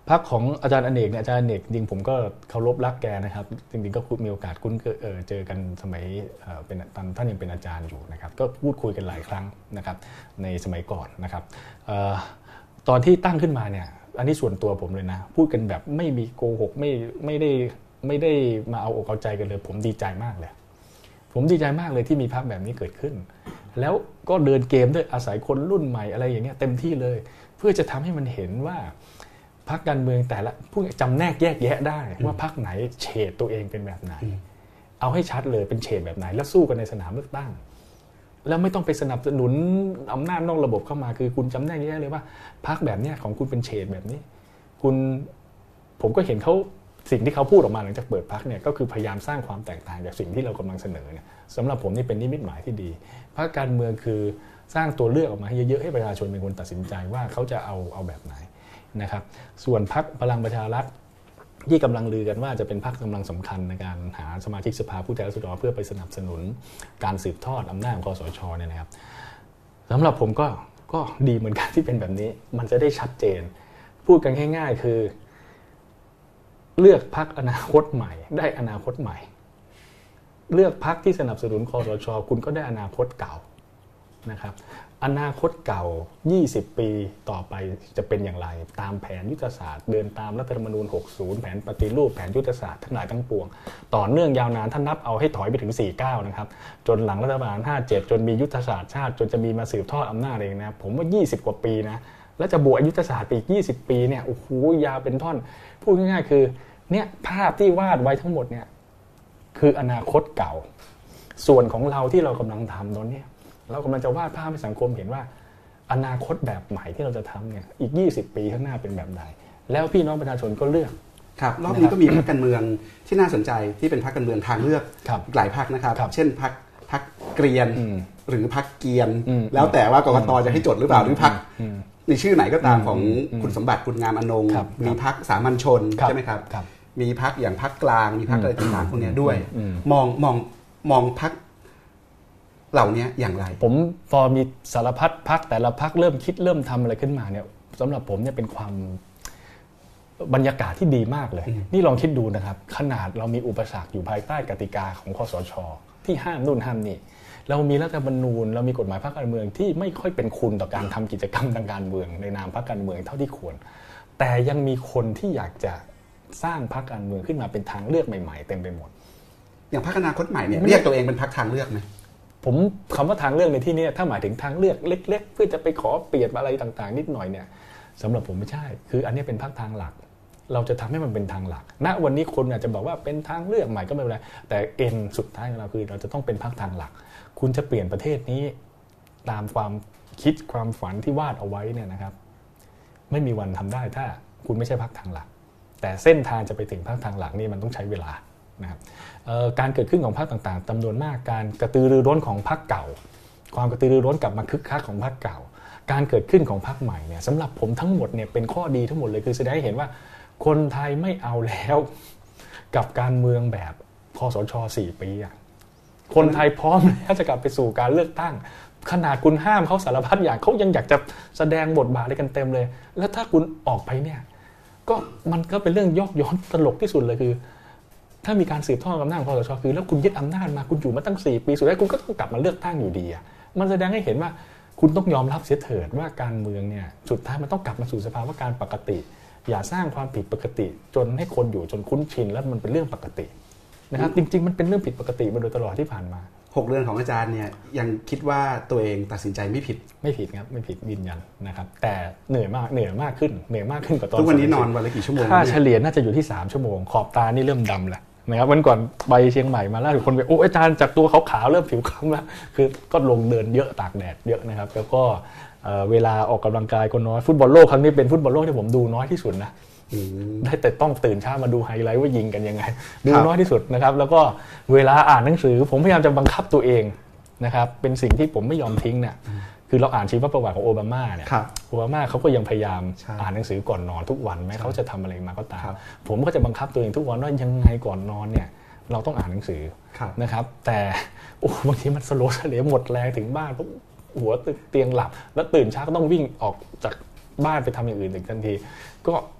พรรคของอาจารย์อเนกเนี่ยอาจารย์อเนกจริงผมก็เคารพรักแกนะครับจริงๆก็มีโอกาสคุ้นเจอกันสมัยเป็นตอนท่านยังเป็นอาจารย์อยู่นะครับก็พูดคุยกันหลายครั้งนะครับในสมัยก่อนนะครับตอนที่ตั้งขึ้นมาเนี่ยอันนี้ส่วนตัวผมเลยนะพูดกันแบบไม่มีโกหกไม่ได้มาเอาอกเอาใจกันเลยผมดีใจมากเลยที่มีพรรคแบบนี้เกิดขึ้นแล้วก็เดินเกมด้วยอาศัยคนรุ่นใหม่อะไรอย่างเงี้ยเต็มที่เลยเพื่อจะทำให้มันเห็นว่าพรรคการเมืองแต่ละผู้จำแนกแยกแยะได้ว่าพรรคไหนเฉดตัวเองเป็นแบบไหนเอาให้ชัดเลยเป็นเฉดแบบไหนแล้วสู้กันในสนามเลือกตั้งแล้วไม่ต้องไปสนับสนุนอำนาจนอกระบบเข้ามาคือคุณจำแนกแยะเลยว่าพรรคแบบเนี้ยของคุณเป็นเฉดแบบนี้ผมก็เห็นเขาสิ่งที่เขาพูดออกมาหลังจากเปิดพรรคเนี่ยก็คือพยายามสร้างความแตกต่างจากสิ่งที่เรากำลังเสนอเนี่ยสำหรับผมนี่เป็นนิมิตหมายที่ดีพรรคการเมืองคือสร้างตัวเลือกออกมาให้เยอะๆให้ประชาชนเป็นคนตัดสินใจว่าเขาจะเอาแบบไหนนะครับส่วนพรรคพลังประชารัฐที่กำลังลือกันว่าจะเป็นพรรคกำลังสำคัญในการหาสมาชิกสภาผู้แทนราษฎรเพื่อไปสนับสนุนการสืบทอดอำนาจของคสชเนี่ยนะครับสำหรับผมก็ดีเหมือนกันที่เป็นแบบนี้มันจะได้ชัดเจนพูดกันง่ายๆคือเลือกพรรคอนาคตใหม่ได้อนาคตใหม่เลือกพรรคที่สนับสนุนคสชคุณก็ได้อนาคตเก่านะครับอนาคตเก่า20ปีต่อไปจะเป็นอย่างไรตามแผนยุทธศาสตร์เดินตามรัฐธรรมนูญ60แผนปฏิรูปแผนยุทธศาสตร์ทั้งหลายทั้งปวงต่อเนื่องยาวนานท่านนับเอาให้ถอยไปถึง49นะครับจนหลังรัฐประหาร57จนมียุทธศาสตร์ชาติจนจะมีมาสืบทอดอำนาจเองนะผมว่า20กว่าปีนะแล้วจะบวกยุทธศาสตร์ไปอีก20ปีเนี่ยโอ้โหยาวเป็นท่อนพูดง่ายๆคือเนี่ยภาพที่วาดไว้ทั้งหมดเนี่ยคืออนาคตเก่าส่วนของเราที่เรากำลังทำตอนนี้เรากำลังจะวาดภาพให้สังคมเห็นว่าอนาคตแบบใหม่ที่เราจะทำเนี่ยอีก20ปีข้างหน้าเป็นแบบใดแล้วพี่น้องประชาชนก็เลือกครับรอบนี้ก็มีพรรคการเมืองที่น่าสนใจที่เป็นพรรคการเมืองทางเลือกหลายพรรคนะครับเช่นพรรคเกรียนหรือพรรคเกียนแล้วแต่ว่ากกต.จะให้จดหรือเปล่าหรือพรรคในชื่อไหนก็ตามของคุณสมบัติคุณงามอนงมีพรรคสามัญชนใช่ไหมครับมีพรรคอย่างพรรคกลางมีพรรคอะไรต่างๆพวกนี้ด้วยมองพรรคเหล่านี้อย่างไรผมพอมีสารพัดพรรคแต่ละพรรคเริ่มคิดเริ่มทำอะไรขึ้นมาเนี่ยสำหรับผมเนี่ยเป็นความบรรยากาศที่ดีมากเลยนี่ลองคิดดูนะครับขนาดเรามีอุปสรรคอยู่ภายใต้กติกาของคสช.ที่ห้ามนู่นห้ามนี่เรามีรัฐธรรมนูญเรามีกฎหมายพรรคการเมืองที่ไม่ค่อยเป็นคุณต่อการทำกิจกรรมทางการเมืองในนามพรรคการเมืองเท่าที่ควรแต่ยังมีคนที่อยากจะสร้างพรรคการเมืองขึ้นมาเป็นทางเลือกใหม่ๆเต็มไปหมดอย่างพรรคอนาคตใหม่เนี่ยเรียกตัวเองเป็นพรรคทางเลือกไหมผมคำว่าทางเลือกในที่นี้ถ้าหมายถึงทางเลือกเล็กๆเพื่อจะไปขอเปลี่ยนอะไรต่างๆนิดหน่อยเนี่ยสำหรับผมไม่ใช่คืออันนี้เป็นพรรคทางหลักเราจะทำให้มันเป็นทางหลักณวันนี้คนอาจจะบอกว่าเป็นทางเลือกใหม่ก็ไม่เป็นไรแต่เอ็นสุดท้ายของเราคือเราจะต้องเป็นพรรคทางหลักคุณจะเปลี่ยนประเทศนี้ตามความคิดความฝันที่วาดเอาไว้เนี่ยนะครับไม่มีวันทำได้ถ้าคุณไม่ใช่พรรคทางหลักแต่เส้นทางจะไปถึงพรรคทางหลักนี่มันต้องใช้เวลานะครับการเกิดขึ้นของพรรคต่างๆจำนวนมากการกระตือรือร้นของพรรคเก่าความกระตือรือร้นกลับมาคึกคักของพรรคเก่าการเกิดขึ้นของพรรคใหม่เนี่ยสำหรับผมทั้งหมดเนี่ยเป็นข้อดีทั้งหมดเลยคือแสดงให้เห็นว่าคนไทยไม่เอาแล้วกับการเมืองแบบคสช. 4 ปีคนไทยพร้อมแล้วจะกลับไปสู่การเลือกตั้งขนาดคุณห้ามเขาสารพัดอย่างเขายังอยากจะแสดงบทบาทอะไรกันเต็มเลยแล้วถ้าคุณออกไปเนี่ยก็มันก็เป็นเรื่องยอกย้อนตลกที่สุดเลยคือถ้ามีการสืบทอดอำนาจของคสช.คือแล้วคุณยึดอำนาจมาคุณอยู่มาตั้ง4 ปีสุดท้ายคุณก็ต้องกลับมาเลือกตั้งอยู่ดีมันแสดงให้เห็นว่าคุณต้องยอมรับเสียเถิดว่าการเมืองเนี่ยสุดท้ายมันต้องกลับมาสู่สภาวะการปกติอย่าสร้างความผิดปกติจนให้คนอยู่จนคุ้นชินแล้วมันเป็นเรื่องปกตินะครับจริงๆมันเป็นเรื่องผิดปกติมาโดยตลอดที่ผ่านมา 6 เดือนของอาจารย์เนี่ยยังคิดว่าตัวเองตัดสินใจไม่ผิดครับไม่ผิดยืนยันนะครับแต่เหนื่อยมากขึ้นกว่าตอนทุกวันนี้นอนวันละกี่ชั่วโมงค่าเฉลี่ยน่าจะอยู่ที่3 ชั่วโมงขอบตานี่เริ่มดำแล้วนะครับวันก่อนไปเชียงใหม่มาล่าสุดคนไปโอ้อาจารย์จากตัวขาวๆเริ่มผิวคล้ำแล้วคือก็ลงเดินเยอะตากแดดเยอะนะครับแล้วก็เวลาออกกำลังกายก็น้อยฟุตบอลโลกครั้งนี้เป็นฟุตบอลโลกที่ผมดูน้อยที่สุดนะได้แต่ต้องตื่นเช้ามาดูไฮไลท์ว่ายิงกันยังไงดูน้อยที่สุดนะครับแล้วก็เวลาอ่านหนังสือผมพยายามจะบังคับตัวเองนะครับเป็นสิ่งที่ผมไม่ยอมทิ้งเนี่ยคือเราอ่านชีวประวัติของโอบามาเนี่ยโอบามาเขาก็ยังพยายามอ่านหนังสือก่อนนอนทุกวันแม้เขาจะทำอะไรมาก็ตามผมก็จะบังคับตัวเองทุกวันว่ายังไงก่อนนอนเนี่ยเราต้องอ่านหนังสือนะครับแต่บางทีมันสโลว์เสลหมดแรงถึงบ้านปุ๊บหัวเตียงหลับแล้วตื่นเช้าก็ต้องวิ่งออกจากบ้านไปทำอย่างอื่นอีกทันทีก็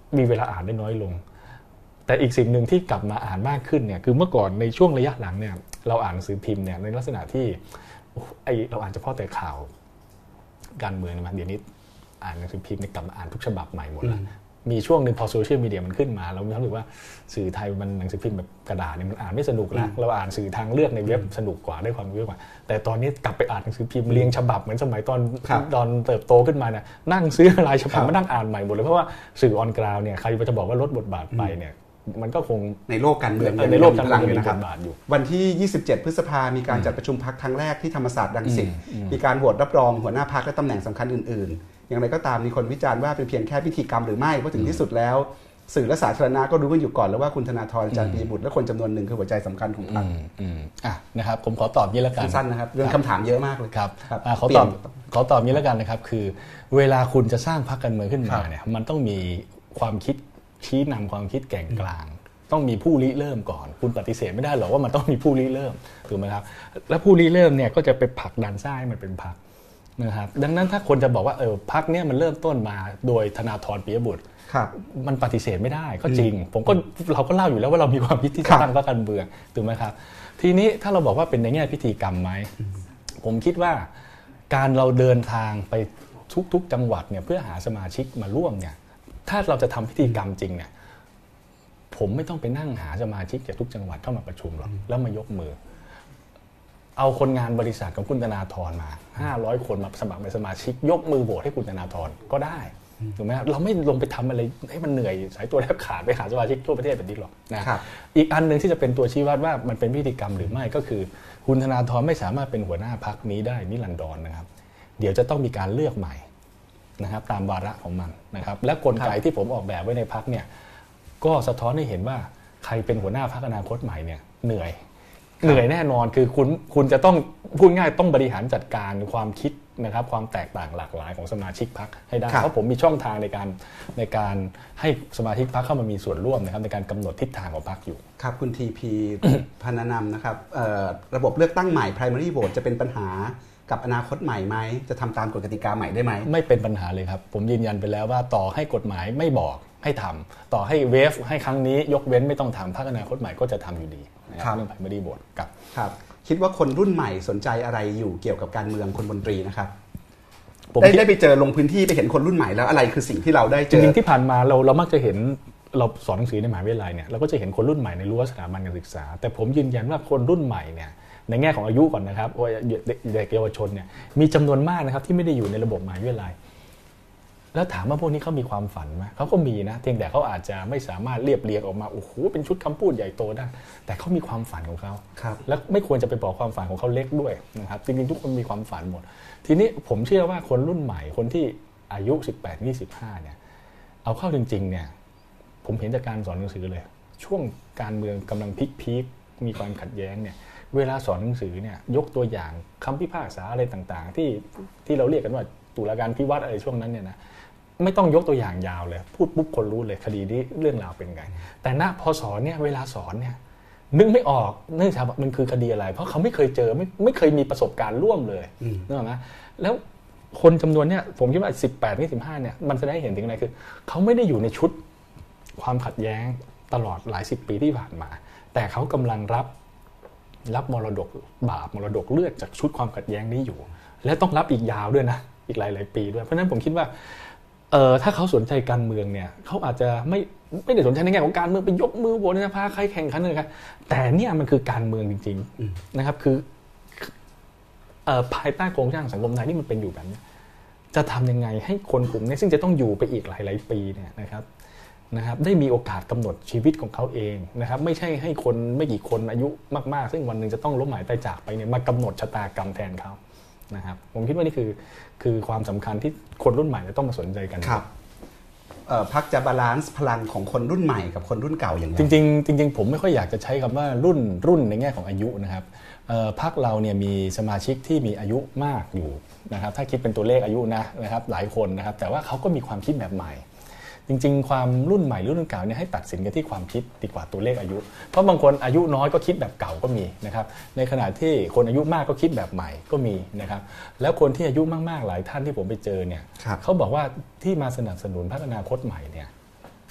มีเวลาอ่านได้น้อยลงแต่อีกสิ่งหนึ่งที่กลับมาอ่านมากขึ้นเนี่ยคือเมื่อก่อนในช่วงระยะหลังเนี่ยเราอ่านหนังสือพิมพ์เนี่ยในลักษณะที่เราอ่านเฉพาะแต่ข่าวการเมืองนะเดี๋ยวนี้อ่านหนังสือพิมพ์กลับมาอ่านทุกฉบับใหม่หมดแล้วมีช่วงหนึ่งพอโซเชียลมีเดียมันขึ้นมาเรามีความรู้สึกว่าสื่อไทยมันหนังสือพิมพ์แบบกระดาษเนี่ยมันอ่านไม่สนุกแล้วเราอ่านสื่อทางเลือกในเว็บสนุกกว่าได้ความรู้เยอะกว่าแต่ตอนนี้กลับไปอ่านหนังสือพิมพ์เรียงฉบับเหมือนสมัยตอนเติบโตขึ้นมาเนี่ยนั่งซื้อรายฉบับมานั่งอ่านใหม่หมดเลยเพราะว่าสื่อออนกราวเนี่ยใครจะบอกว่าลดบทบาทไปเนี่ยมันก็คงในโลกการเมืองในโลกการเมืองมีบทบาทอยู่วันที่27พฤษภามีการจัดประชุมพรรคครั้งแรกที่ธรรมศาสตร์รังสิตมีการโหวตรับรองหัวหน้าพรรคและตำแหน่งสำคัญอื่นๆอย่างไรก็ตามมีคนวิจารณ์ว่าเป็นเพียงแค่พิธีกรรมหรือไม่เพราะถึงที่สุดแล้วสื่อและสาธารณะก็รู้กันอยู่ก่อนแล้วว่าคุณธนาธร อาจารย์ปิยบุตรและคนจำนวนหนึ่งคือหัวใจสำคัญของพรรคนะครับผมขอตอบนี้แล้วกันสั้นๆนะครับเรื่องคำถามเยอะมากเลยครับขอตอบนี้แล้วกันนะครับคือเวลาคุณจะสร้างพรรคการเมืองขึ้นมาเนี่ยมันต้องมีความคิดชี้นำความคิดแก่งกลางต้องมีผู้ริเริ่มก่อนคุณปฏิเสธไม่ได้หรอกว่ามันต้องมีผู้ริเริ่มถูกไหมครับและผู้ริเริ่มเนี่ยก็จะไปผลักดันสร้างให้มันเป็นพรรคนะครับดังนั้นถ้าคนจะบอกว่าพรรคเนี่ยมันเริ่มต้นมาโดยธนาธร ปิยบุตรมันปฏิเสธไม่ได้ก็จริงเราก็เล่าอยู่แล้วว่าเรามีความคิดที่จะตั้งพรรคการเมืองถูกไหมครับทีนี้ถ้าเราบอกว่าเป็นในแง่พิธีกรรมไหมผมคิดว่าการเราเดินทางไปทุกๆจังหวัดเนี่ยเพื่อหาสมาชิกมาร่วมเนี่ยถ้าเราจะทำพิธีกรรมจริงเนี่ยผมไม่ต้องไปนั่งหาสมาชิกจากทุกจังหวัดเข้ามาประชุมหรอกแล้วมายกมือเอาคนงานบริษัทของคุณธนาธรมา500คนมาสมัครเป็นสมาชิกยกมือโหวตให้คุณธนาธรก็ได้ถูกไหมครับเราไม่ลงไปทำอะไรให้มันเหนื่อยสายตัวแทบขาดไปหาสมาชิกทั่วประเทศแบบนี้หรอกนะอีกอันนึงที่จะเป็นตัวชี้วัดว่ามันเป็นพิธีกรรมหรือไม่ก็คือคุณธนาธรไม่สามารถเป็นหัวหน้าพรรคนี้ได้นิรันดรนะครับเดี๋ยวจะต้องมีการเลือกใหม่นะครับตามวาระของมันนะครับและกลไกที่ผมออกแบบไว้ในพรรคเนี่ยก็สะท้อนให้เห็นว่าใครเป็นหัวหน้าพรรคอนาคตใหม่เนี่ยเหนื่อยแน่นอนคือคุณจะต้องพูดง่ายต้องบริหารจัดการความคิดนะครับความแตกต่างหลากหลายของสมาชิกพรรคให้ได้เพราะผมมีช่องทางในการให้สมาชิกพรรคเข้ามามีส่วนร่วมนะครับในการกำหนดทิศทางของพรรคอยู่ครับคุณทีพี พรรณนำนะครับระบบเลือกตั้งใหม่ primary vote จะเป็นปัญหากับอนาคตใหม่ไหมจะทำตามกฎกติกาใหม่ได้ไหมไม่เป็นปัญหาเลยครับผมยืนยันไปแล้วว่าต่อให้กฎหมายไม่บอกให้ทำต่อให้เวฟให้ครั้งนี้ยกเว้นไม่ต้องทำพรรคอนาคตใหม่ก็จะทำอยู่ดีนะครับเรื่อง primary vote ครับคิดว่าคนรุ่นใหม่สนใจอะไรอยู่เกี่ยวกับการเมืองคนบนตรีนะครับได้ไปเจอลงพื้นที่ไปเห็นคนรุ่นใหม่แล้วอะไรคือสิ่งที่เราได้เจอจริงๆที่ผ่านมาเรามักจะเห็นเราสอนหนังสือในมหาวิทยาลัยเนี่ยเราก็จะเห็นคนรุ่นใหม่ในรั้วสถาบันการศึกษาแต่ผมยืนยันว่าคนรุ่นใหม่เนี่ยในแง่ของอายุก่อนนะครับเด็กเยาวชนเนี่ยมีจำนวนมากนะครับที่ไม่ได้อยู่ในระบบมหาวิทยาลัยแล้วถามว่าพวกนี้เขามีความฝันไหมเขาก็มีนะเพียงแต่เขาอาจจะไม่สามารถเรียบเรียงออกมาโอ้โหเป็นชุดคำพูดใหญ่โตได้แต่เขามีความฝันของเขาและไม่ควรจะไปบอกความฝันของเขาเล็กด้วยนะครับจริงๆทุกคนมีความฝันหมดทีนี้ผมเชื่อว่าคนรุ่นใหม่คนที่อายุ18-25เนี่ยเอาเข้าจริงๆเนี่ยผมเห็นจากการสอนหนังสือเลยช่วงการเมืองกำลังพีคมีความขัดแย้งเนี่ยเวลาสอนหนังสือเนี่ยยกตัวอย่างคำพิพากษาอะไรต่างๆที่เราเรียกกันว่าตุลาการพิวัตรอะไรช่วงนั้นเนี่ยนะไม่ต้องยกตัวอย่างยาวเลยพูดปุ๊บคนรู้เลยคดีนี้เรื่องราวเป็นไงแต่ณพอสอนเนี่ยเวลาสอนเนี่ยนึกไม่ออกเนื่องจากมันคือคดีอะไรเพราะเขาไม่เคยเจอไม่เคยมีประสบการณ์ร่วมเลยนึกออกไหมแล้วคนจำนวนเนี่ยผมคิดว่า18-25เนี่ยมันแสดงให้เห็นถึงอะไรคือเขาไม่ได้อยู่ในชุดความขัดแย้งตลอดหลายสิบปีที่ผ่านมาแต่เขากำลังรับมรดกบาปมรดกเลือดจากชุดความขัดแย้งนี้อยู่และต้องรับอีกยาวด้วยนะอีกหลายปีด้วยเพราะฉะนั้นผมคิดว่าถ้าเขาสนใจการเมืองเนี่ยเขาอาจจะไม่ได้สนใจในแง่ของการเมืองไปยกมือโหวตในสภาใครแข่งขันเลยครับแต่เนี่ยมันคือการเมืองจริงๆนะครับคือภายใต้โครงสร้างสังคมไทยที่มันเป็นอยู่แบบนี้จะทำยังไงให้คนกลุ่มนี้ซึ่งจะต้องอยู่ไปอีกหลายปีเนี่ยนะครับได้มีโอกาสกำหนดชีวิตของเขาเองนะครับไม่ใช่ให้คนไม่กี่คนอายุมากๆซึ่งวันหนึ่งจะต้องล้มหายตายจากไปเนี่ยมากำหนดชะตากรรมแทนเขานะครับผมคิดว่านี่คือความสำคัญที่คนรุ่นใหม่จะต้องมาสนใจกันครับพรรคจะบาลานซ์พลังของคนรุ่นใหม่กับคนรุ่นเก่าอย่างไรจริงผมไม่ค่อยอยากจะใช้คำว่ารุ่นในแง่ของอายุนะครับพรรคเราเนี่ยมีสมาชิกที่มีอายุมากอยู่นะครับถ้าคิดเป็นตัวเลขอายุนะครับหลายคนนะครับแต่ว่าเขาก็มีความคิดแบบใหม่จริงๆความรุ่นใหม่รุ่นเก่าเนี่ยให้ตัดสินกันที่ความคิดดีกว่าตัวเลขอายุเพราะบางคนอายุน้อยก็คิดแบบเก่าก็มีนะครับในขณะที่คนอายุมากก็คิดแบบใหม่ก็มีนะครับแล้วคนที่อายุมากๆหลายท่านที่ผมไปเจอเนี่ยเขาบอกว่าที่มาสนับสนุนพรรคอนาคตใหม่เนี่ย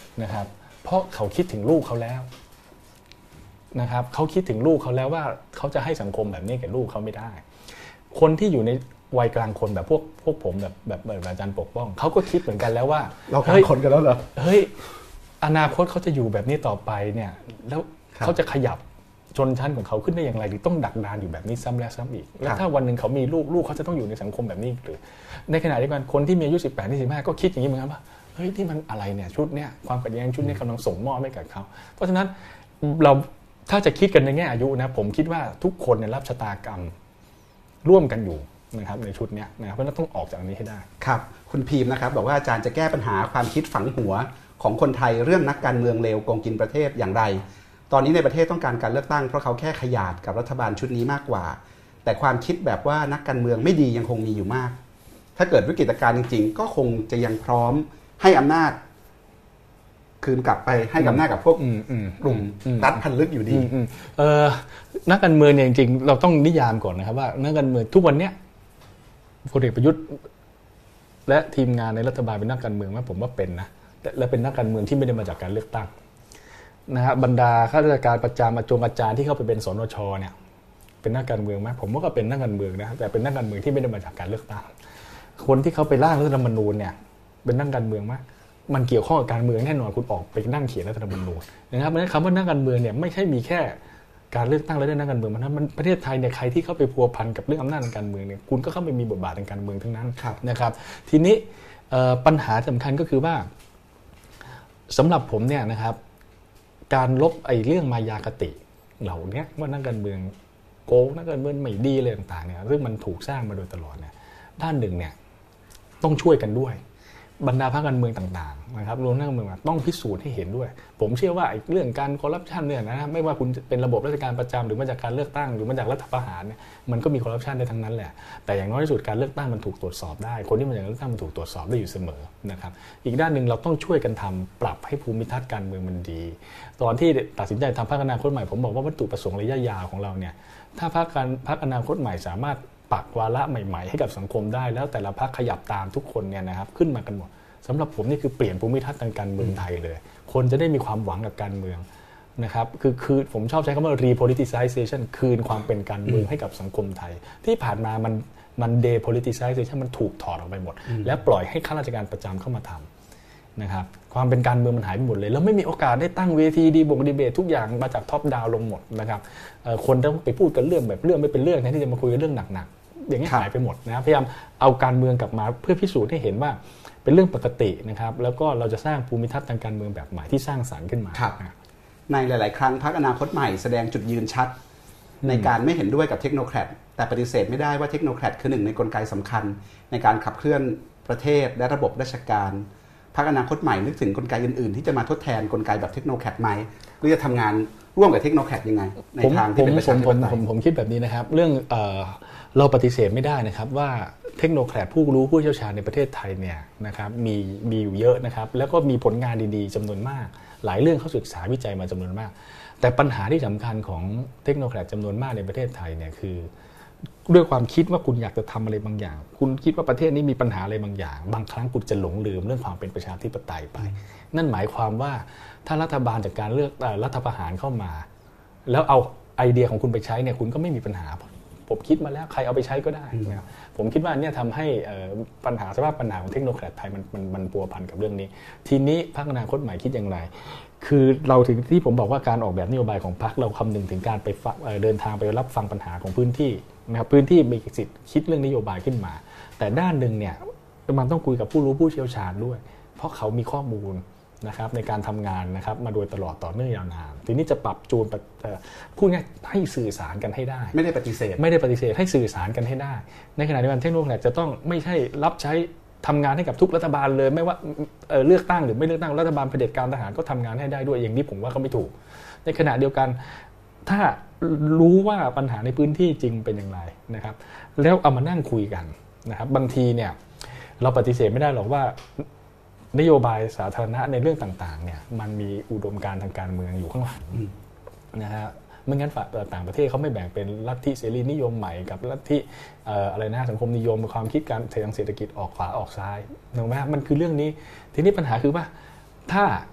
นะครับเพราะเขาคิดถึงลูกเขาแล้วนะครับเขาคิดถึงลูกเขาแล้วว่าเขาจะให้สังคมแบบนี้แก่ลูกเขาไม่ได้คนที่อยู่ในวัยกลางคนแบบพวกผมแบบอาจารย์ปกป้องเขาก็คิดเหมือนกันแล้วว่าเรากลางคนกันแล้วเหรอเฮ้ยอนาคตเขาจะอยู่แบบนี้ต่อไปเนี่ยแล้วเขาจะขยับชนชั้นของเขาขึ้นได้อย่างไรหรือต้องดักดานอยู่แบบนี้ซ้ำแล้วซ้ำอีกแล้วถ้าวันหนึ่งเขามีลูกเขาจะต้องอยู่ในสังคมแบบนี้หรือในขณะเดียวกันคนที่มีอายุ18 25ก็คิดอย่างนี้เหมือนกันว่าเฮ้ยที่มันอะไรเนี่ยชุดเนี่ยความขัดแย้งชุดนี้กำลังส่งมอบให้กับเขาเพราะฉะนั้นเราถ้าจะคิดกันในแง่อายุนะผมคิดว่าทุกคนเนี่ยรับชะตากรรมร่วมกันอยู่นะครับในชุดนี้นะครับเพราะฉะนั้นต้องออกจากนี้ให้ได้ครับคุณพีมนะครับบอกว่าอาจารย์จะแก้ปัญหาความคิดฝังหัวของคนไทยเรื่องนักการเมืองเลวโกงกินประเทศอย่างไรตอนนี้ในประเทศต้องการการเลือกตั้งเพราะเขาแค่ขยาดกับรัฐบาลชุดนี้มากกว่าแต่ความคิดแบบว่านักการเมืองไม่ดียังคงมีอยู่มากถ้าเกิดวิกฤตการณ์จริงๆก็คงจะยังพร้อมให้อำนาจคืนกลับไปให้อำนาจกับพวกกลุ่มรัฐพันลึกอยู่ดีนักการเมืองเนี่ยจริงๆเราต้องนิยามก่อนนะครับว่านักการเมืองทุกวันเนี้ยพลเอกประยุทธ์และทีมงานในรัฐบาลเป็นนักการเมืองไหมผมว่าเป็นนะและเป็นนักการเมืองที่ไม่ได้มาจากการเลือกตั้งนะครับบรรดาข้าราชการประจำอาจารย์ที่เข้าไปเป็นสนชเนี่ยเป็นนักการเมืองไหมผมว่าก็เป็นนักการเมืองนะแต่เป็นนักการเมืองที่ไม่ได้มาจากการเลือกตั้งคนที่เขาไปร่างรัฐธรรมนูญเนี่ยเป็นนักการเมืองไหมมันเกี่ยวข้องกับการเมืองแน่นอนคุณออกไปนั่งเขียนรัฐธรรมนูญนะครับเพราะฉะนั้นคำว่านักการเมืองเนี่ยไม่ใช่มีแค่การเลือกตั้งแล้วได้นักการเมืองมันประเทศไทยเนี่ยใครที่เข้าไปพัวพันกับเรื่องอำนาจทางการเมืองเนี่ยคุณก็เข้าไปมีบทบาททางการเมืองทั้งนั้นนะครับทีนี้ปัญหาสำคัญก็คือว่าสำหรับผมเนี่ยนะครับการลบเรื่องมายาคติเหล่านี้ว่านักการเมืองโกงนักการเมืองไม่ดีอะไรต่างๆเนี่ยซึ่งมันถูกสร้างมาโดยตลอดเนี่ยด้านหนึ่งเนี่ยต้องช่วยกันด้วยบรรดาพรรคการเมืองต่างๆนะครับรวมทั้งการเมืองต้องพิสูจน์ให้เห็นด้วยผมเชื่อว่าเรื่องการคอร์รัปชันเนี่ยนะไม่ว่าคุณเป็นระบบราชการประจำหรือมาจากการเลือกตั้งหรือมาจากรัฐประหารเนี่ยมันก็มีคอร์รัปชันได้ทั้งนั้นแหละแต่อย่างน้อยที่สุดการเลือกตั้งมันถูกตรวจสอบได้คนที่มาจากเลือกตั้งมันถูกตรวจสอบได้อยู่เสมอนะครับอีกด้านหนึ่งเราต้องช่วยกันทำปรับให้ภูมิทัศน์การเมืองมันดีตอนที่ตัดสินใจทำพรรคอนาคตใหม่ผมบอกว่าวัตถุประสงค์ระยะยาวของเราเนี่ยถ้าพรรคอนาคตใหม่สามารถปักวาระใหม่ๆให้กับสังคมได้แล้วแต่ละพรรคขยับตามทุกคนเนี่ยนะครับขึ้นมากันหมดสำหรับผมนี่คือเปลี่ยนภูมิทัศน์ทางการเมืองไทยเลยคนจะได้มีความหวังกับการเมืองนะครับคือผมชอบใช้คำว่า repoliticization คืนความเป็นการเมืองให้กับสังคมไทยที่ผ่านมามัน depoliticization มันถูกถอดออกไปหมดแล้วปล่อยให้ข้าราชการประจำเข้ามาทำนะครับความเป็นการเมืองมันหายไปหมดเลยแล้วไม่มีโอกาสได้ตั้งเวทีดีเบตทุกอย่างมาจากท็อปดาวลงหมดนะครับคนต้องไปพูดกันเรื่องแบบเรื่องไม่เป็นเรื่องแทนที่จะมาคุยกันเรื่องหนักๆอย่างนี้หายไปหมดนะครับพยายามเอาการเมืองกลับมาเพื่อพิสูจน์ให้เห็นว่าเป็นเรื่องปกตินะครับแล้วก็เราจะสร้างภูมิทัศน์ทางการเมืองแบบใหม่ที่สร้างสรรค์ขึ้นมาในหลายๆครั้งพรรคอนาคตใหม่แสดงจุดยืนชัดในการไม่เห็นด้วยกับเทคโนแครตแต่ปฏิเสธไม่ได้ว่าเทคโนแครตคือหนึ่งในกลไกสำคัญในการขับเคลื่อนประเทศและระบบราชการพรรคอนาคตใหม่นึกถึงกลไกอื่นๆที่จะมาทดแทนกลไกแบบเทคโนแครตไหมหรือจะทำงานร่วมกับเทคโนแครตยังไงในทางที่เป็นประชาธิปไตยผมคิดแบบนี้นะครับเรื่องเราปฏิเสธไม่ได้นะครับว่าเทคโนแครตผู้รู้ผู้เชี่ยวชาญในประเทศไทยเนี่ยนะครับมีอยู่เยอะนะครับแล้วก็มีผลงานดีๆจำนวนมากหลายเรื่องเขาศึกษาวิจัยมาจำนวนมากแต่ปัญหาที่สำคัญของเทคโนแครตจำนวนมากในประเทศไทยเนี่ยคือด้วยความคิดว่าคุณอยากจะทำอะไรบางอย่างคุณคิดว่าประเทศนี้มีปัญหาอะไรบางอย่างบางครั้งคุณจะหลงลืมเรื่องความเป็นประชาธิปไตยไปนั่นหมายความว่าถ้ารัฐบาลจากการเลือกรัฐประหารเข้ามาแล้วเอาไอเดียของคุณไปใช้เนี่ยคุณก็ไม่มีปัญหาผมคิดมาแล้วใครเอาไปใช้ก็ได้นะครับผมคิดว่าเนี่ยทำให้ปัญหาสภาพปัญหาของเทคโนแครตไทยมันพัวพันกับเรื่องนี้ทีนี้พรรคอนาคตใหม่คิดอย่างไรคือเราถึงที่ผมบอกว่าการออกแบบนโยบายของพรรคเราคำนึงถึงการไปเดินทางไปรับฟังปัญหาของพื้นที่นะครับพื้นที่มีสิทธิ์คิดเรื่องนโยบายขึ้นมาแต่ด้านหนึ่งเนี่ยมันต้องคุยกับผู้รู้ผู้เชี่ยวชาญด้วยเพราะเขามีข้อมูลนะครับในการทำงานนะครับมาโดยตลอดต่อเนื่องยาวนานทีนี้จะปรับจูนพูดง่ายให้สื่อสารกันให้ได้ไม่ได้ปฏิเสธให้สื่อสารกันให้ได้ในขณะเดียวกันเทคโนโลยีจะต้องไม่ใช่รับใช้ทำงานให้กับทุกรัฐบาลเลยไม่ว่าเลือกตั้งหรือไม่เลือกตั้งรัฐบาลเผด็จการทหารก็ทำงานให้ได้ด้วยอย่างนี้ผมว่าเขาไม่ถูกในขณะเดียวกันถ้ารู้ว่าปัญหาในพื้นที่จริงเป็นอย่างไรนะครับแล้วเอามานั่งคุยกันนะครับบางทีเนี่ยเราปฏิเสธไม่ได้หรอกว่านโยบายสาธารณะในเรื่องต่างๆเนี่ยมันมีอุดมการณ์ทางการเมืองอยู่ข้างหลังนะฮะไม่งั้นต่างประเทศเขาไม่แบ่งเป็นลัทธิเสรีนิยมใหม่กับลัทธิอะไรนะสังคมนิยมความคิดการทางเศรษฐกิจออกขวาออกซ้ายถูกไหมมันคือเรื่องนี้ทีนี้ปัญหาคือว่าถ้า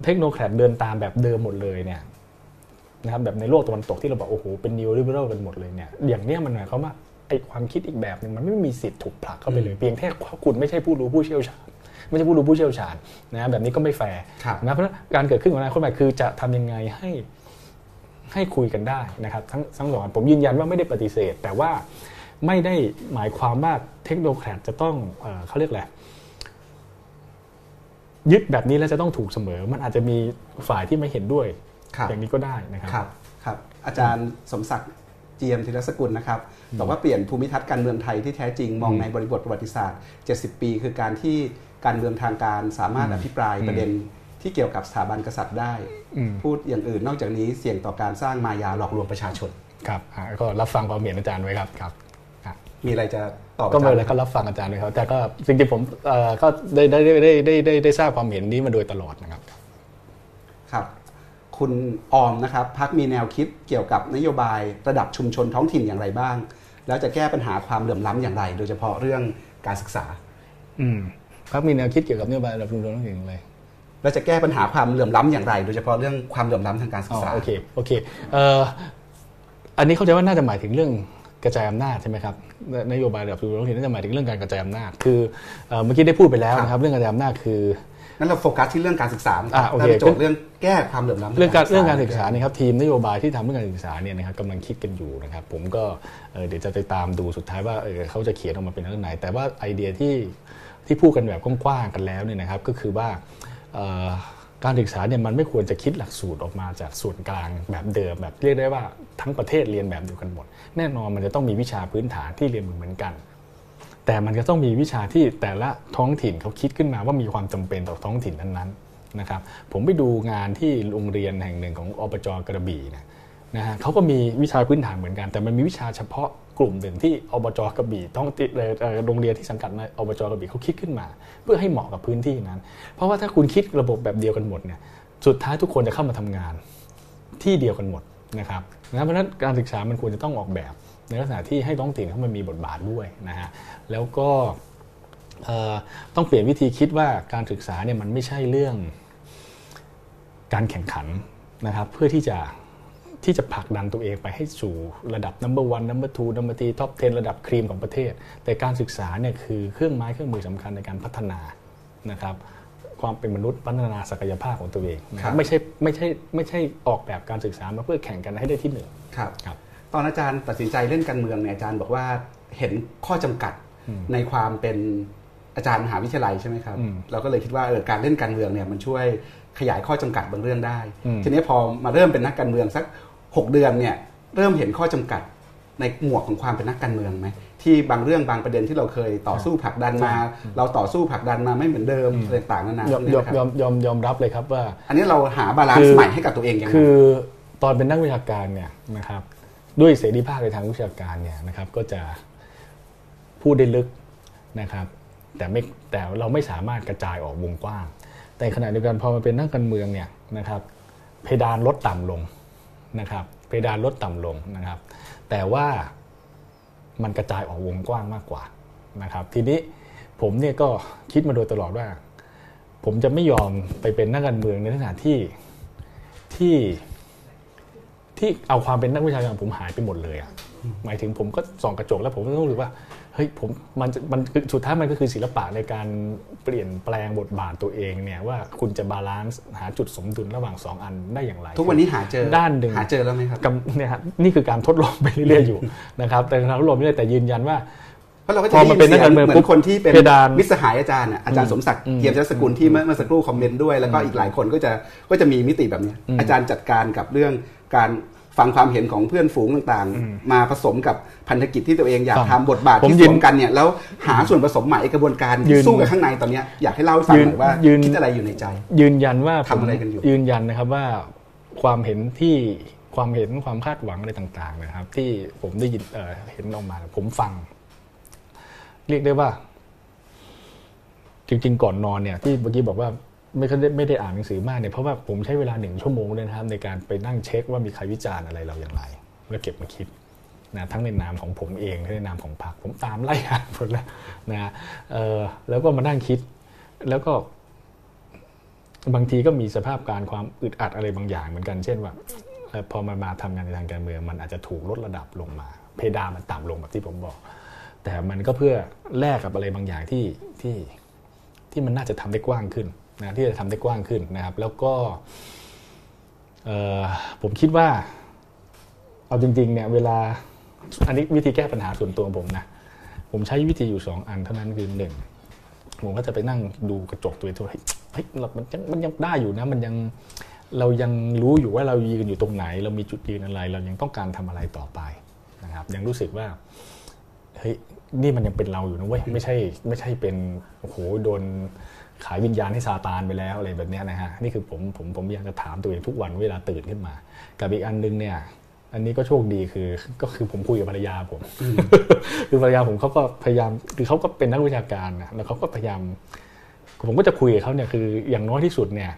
เทคโนแครดเดินตามแบบเดิมหมดเลยเนี่ยนะครับแบบในโลกตะวันตกที่เราบอกโอ้โหเป็นนิวลิเบอรัลกันหมดเลยเนี่ยอย่างเนี้ยมันหมายความว่าไอ้ความคิดอีกแบบนึงมันไม่มีสิทธิ์ถูกผลักเข้าไปเลยเพียงแค่คุณไม่ใช่ผู้รู้ผู้เชี่ยวชาญไม่ใช่ผู้รู้ผู้เชี่ยวชาญนะแบบนี้ก็ไม่แฟร์นะเพราะการเกิดขึ้นของอนาคตใหม่คือจะทำยังไงให้คุยกันได้นะครับทั้งสองผมยืนยันว่าไม่ได้ปฏิเสธแต่ว่าไม่ได้หมายความว่าเทคโนแครดจะต้องเขาเรียกอะไรยึดแบบนี้แล้วจะต้องถูกเสมอมันอาจจะมีฝ่ายที่ไม่เห็นด้วยอย่างนี้ก็ได้นะครับครับอาจารย์สมศักดิ์เจียมธีรสกุลนะครับบอกว่าเปลี่ยนภูมิทัศน์การเมืองไทยที่แท้จริงมองในบริบทประวัติศาสตร์70 ปีคือการที่การเมืองทางการสามารถอภิปรายประเด็นที่เกี่ยวกับสถาบันกษัตริย์ได้พูดอย่างอื่นนอกจากนี้เสี่ยงต่อการสร้างมายาหลอกลวงประชาชนครับก็รับฟังความเห็นอาจารย์ไว้ครับมีอะไรจะตอบก็ไม่เลยก็รับฟังอาจารย์เลยครับแต่ก็จริงๆผมก็ได้ทราบความเห็นนี้มาโดยตลอดนะครับครับคุณออมนะครับพรรคมีแนวคิดเกี่ยวกับนโยบายระดับชุมชนท้องถิ่นอย่างไรบ้างแล้วจะแก้ปัญหาความเหลื่อมล้ำอย่างไรโดยเฉพาะเรื่องการศึกษาพรรคมีแนวคิดเกี่ยวกับนโยบายระดับชุมชนท้องถิ่นอย่างไรแล้วจะแก้ปัญหาความเหลื่อมล้ำอย่างไรโดยเฉพาะเรื่องความเหลื่อมล้ำทางการศึกษาโอเคอันนี้เข้าใจว่าน่าจะหมายถึงเรื่องกระจายอำนาจใช่ไหมครับนโยบายระดับชุมชนท้องถิ่นน่าจะหมายถึงเรื่องการกระจายอำนาจคือเมื่อกี้ได้พูดไปแล้วนะครับเรื่องกระจายอำนาจคือนั้นเราโฟกัสที่เรื่องการศึกษาโจทย์เรื่องแก้ความเหลื่อมล้ำเรื่องการศึกษานี่ครับทีมนโยบายที่ทำเรื่องการศึกษาเนี่ยนะครับกำลังคิดกันอยู่นะครับผมก็เดี๋ยวจะไปตามดูสุดท้ายว่าเขาจะเขียนออกมาเป็นเรื่องไหนแต่ว่าไอเดียที่พูดกันแบบกว้างๆกันแล้วเนี่ยนะครับก็คือว่าการศึกษาเนี่ยมันไม่ควรจะคิดหลักสูตรออกมาจากส่วนกลางแบบเดิมแบบเรียกได้ว่าทั้งประเทศเรียนแบบเดียวกันหมดแน่นอนมันจะต้องมีวิชาพื้นฐานที่เรียนเหมือนกันแต่มันก็ต้องมีวิชาที่แต่ละท้องถิ่นเขาคิดขึ้นมาว่ามีความจำเป็นต่อท้องถิ่นนั้นๆนะครับผมไปดูงานที่โรงเรียนแห่งหนึ่งของอบจ.กระบี่นะฮะเขาก็มีวิชาพื้นฐานเหมือนกันแต่มันมีวิชาเฉพาะกลุ่มหนึ่งที่อบจ.กระบี่โรงเรียนที่สังกัดในอบจ.กระบี่เขาคิดขึ้นมาเพื่อให้เหมาะกับพื้นที่นั้นเพราะว่าถ้าคุณคิดระบบแบบเดียวกันหมดเนี่ยสุดท้ายทุกคนจะเข้ามาทำงานที่เดียวกันหมดนะครับเพราะฉะนั้นการศึกษามันควรจะต้องออกแบบในลักษณะที่ให้ท้องถิ่นเขามันมีบทบาทด้วยนะฮะแล้วก็ต้องเปลี่ยนวิธีคิดว่าการศึกษาเนี่ยมันไม่ใช่เรื่องการแข่งขันนะครับเพื่อที่จะผลักดันตัวเองไปให้สู่ระดับ number 1 number 2 number 3 top 10 ระดับครีมของประเทศแต่การศึกษาเนี่ยคือเครื่องมือสำคัญในการพัฒนานะครับความเป็นมนุษย์พัฒนาศักยภาพของตัวเองนะครับไม่ใช่ออกแบบการศึกษามาเพื่อแข่งกันให้ได้ที่หนึ่งครับตอนอาจารย์ตัดสินใจเล่นการเมืองเนี่ยอาจารย์บอกว่าเห็นข้อจำกัดในความเป็นอาจารย์มหาวิทยาลัยใช่ไหมครับเราก็เลยคิดว่าการเล่นการเมืองเนี่ยมันช่วยขยายข้อจำกัดบางเรื่องได้ทีนี้พอมาเริ่มเป็นนักการเมืองสัก6 เดือนเนี่ยเริ่มเห็นข้อจำกัดในหมวกของความเป็นนักการเมืองไหมที่บางเรื่องบางประเด็นที่เราเคยต่อสู้ผลักดันมาเราต่อสู้ผลักดันมาไม่เหมือนเดิมอะไรต่างๆนานายอมรับเลยครับว่าอันนี้เราหาบาลานซ์ใหม่ให้กับตัวเองยังไงคือตอนเป็นนักวิชาการเนี่ยนะครับด้วยเสรีภาพในทางวิชาการเนี่ยนะครับก็จะพูดได้ลึกนะครับแต่เราไม่สามารถกระจายออกวงกว้างแต่ขณะเดียวกันพอมาเป็นนักการเมืองเนี่ยนะครับเพดานลดต่ำลงนะครับเพดานลดต่ำลงนะครับแต่ว่ามันกระจายออกวงกว้างมากกว่านะครับทีนี้ผมเนี่ยก็คิดมาโดยตลอดว่าผมจะไม่ยอมไปเป็นนักการเมืองในลักษณะที่เอาความเป็นนักวิชาการผมหายไปหมดเลยอ่ะหมายถึงผมก็ส่องกระจกแล้วผมก็ต้องรู้ว่าเฮ้ยมันสุดท้ายมันก็คือศิลปะในการเปลี่ยนแปลงบทบาทตัวเองเนี่ยว่าคุณจะบาลานซ์หาจุดสมดุลระหว่าง2 อันได้อย่างไรทุกวันนี้หาเจอด้านหนึ่งหาเจอแล้วไหมครับเนี่ยครับนี่คือการทดลองไปเรื่อยๆอยู่นะครับแต่การทดลองไม่ได้แต่ยืนยันว่าเพราะเราก็จะได้ยินเสียงเหมือนคนที่เป็นมิตรสหายอาจารย์อาจารย์สมศักดิ์เกียรติสกุลที่เมื่อสักครู่คอมเมนต์ด้วยแล้วก็อีกหลายคนก็จะมีมิติแบบนี้อาจารย์จัดการกับเรื่องการฟังความเห็นของเพื่อนฝูงต่างๆมาผสมกับพันธกิจที่ตัวเองอยากทำบทบาทที่สวมกันเนี่ยแล้วหาส่วนผสมใหม่กระบวนการสู้กับข้างในตอนนี้อยากให้เล่าให้ฟังหน่อยว่าคิดอะไรอยู่ในใจยืนยันว่าทำอะไรกันอยู่ยืนยันนะครับว่าความเห็นความคาดหวังอะไรต่างๆนะครับที่ผมได้ยินเห็นออกมาผมฟังเรียกได้ว่าจริงๆก่อนนอนเนี่ยที่เมื่อกี้บอกว่าไม่ได้อ่านหนังสือมากเนี่ยเพราะว่าผมใช้เวลา1 ชั่วโมงเลยนะครับในการไปนั่งเช็คว่ามีใครวิจารณ์อะไรเราอย่างไรแล้วเก็บมาคิดนะทั้งในนามของผมเองและในนามของพรรคผมตามไล่อ่านหมดแล้วนะแล้วก็มานั่งคิดแล้วก็บางทีก็มีสภาพการความอึดอัดอะไรบางอย่างเหมือนกันเช่นว่าพอมันมาทำงานในทางการเมืองมันอาจจะถูกลดระดับลงมาเพดานมันต่ำลงแบบที่ผมบอกแต่มันก็เพื่อแลกกับอะไรบางอย่างที่มันน่าจะทำได้กว้างขึ้นนะที่จะทำได้กว้างขึ้นนะครับแล้วก็ผมคิดว่าเอาจริงๆเนี่ยเวลาอันนี้วิธีแก้ปัญหาส่วนตัวผมนะผมใช้วิธีอยู่2อันเท่านั้นคือ1ผมก็จะไปนั่งดูกระจกตัวเองเฮ้ยมันยังได้อยู่นะเรายังรู้อยู่ว่าเรายืนอยู่ตรงไหนเรามีจุดยืนอะไรเรายังต้องการทำอะไรต่อไปนะครับยังรู้สึกว่าเฮ้ยนี่มันยังเป็นเราอยู่นะเว้ยไม่ใช่เป็นโอ้โหโดนขายวิญญาณให้ซาตานไปแล้วอะไรแบบนี้นะฮะนี่คือผมอยากจะถามตัวเองทุกวันเวลาตื่นขึ้นมากับอีกอันนึงเนี่ยอันนี้ก็โชคดีก็คือผมคุยกับภรรยาผม คือภรรยาผมเขาก็พยายามคือเขาก็เป็นนักวิชาการนะแล้วเขาก็พยายามผมก็จะคุยกับเขาเนี่ยคืออย่างน้อยที่สุดเนี่ย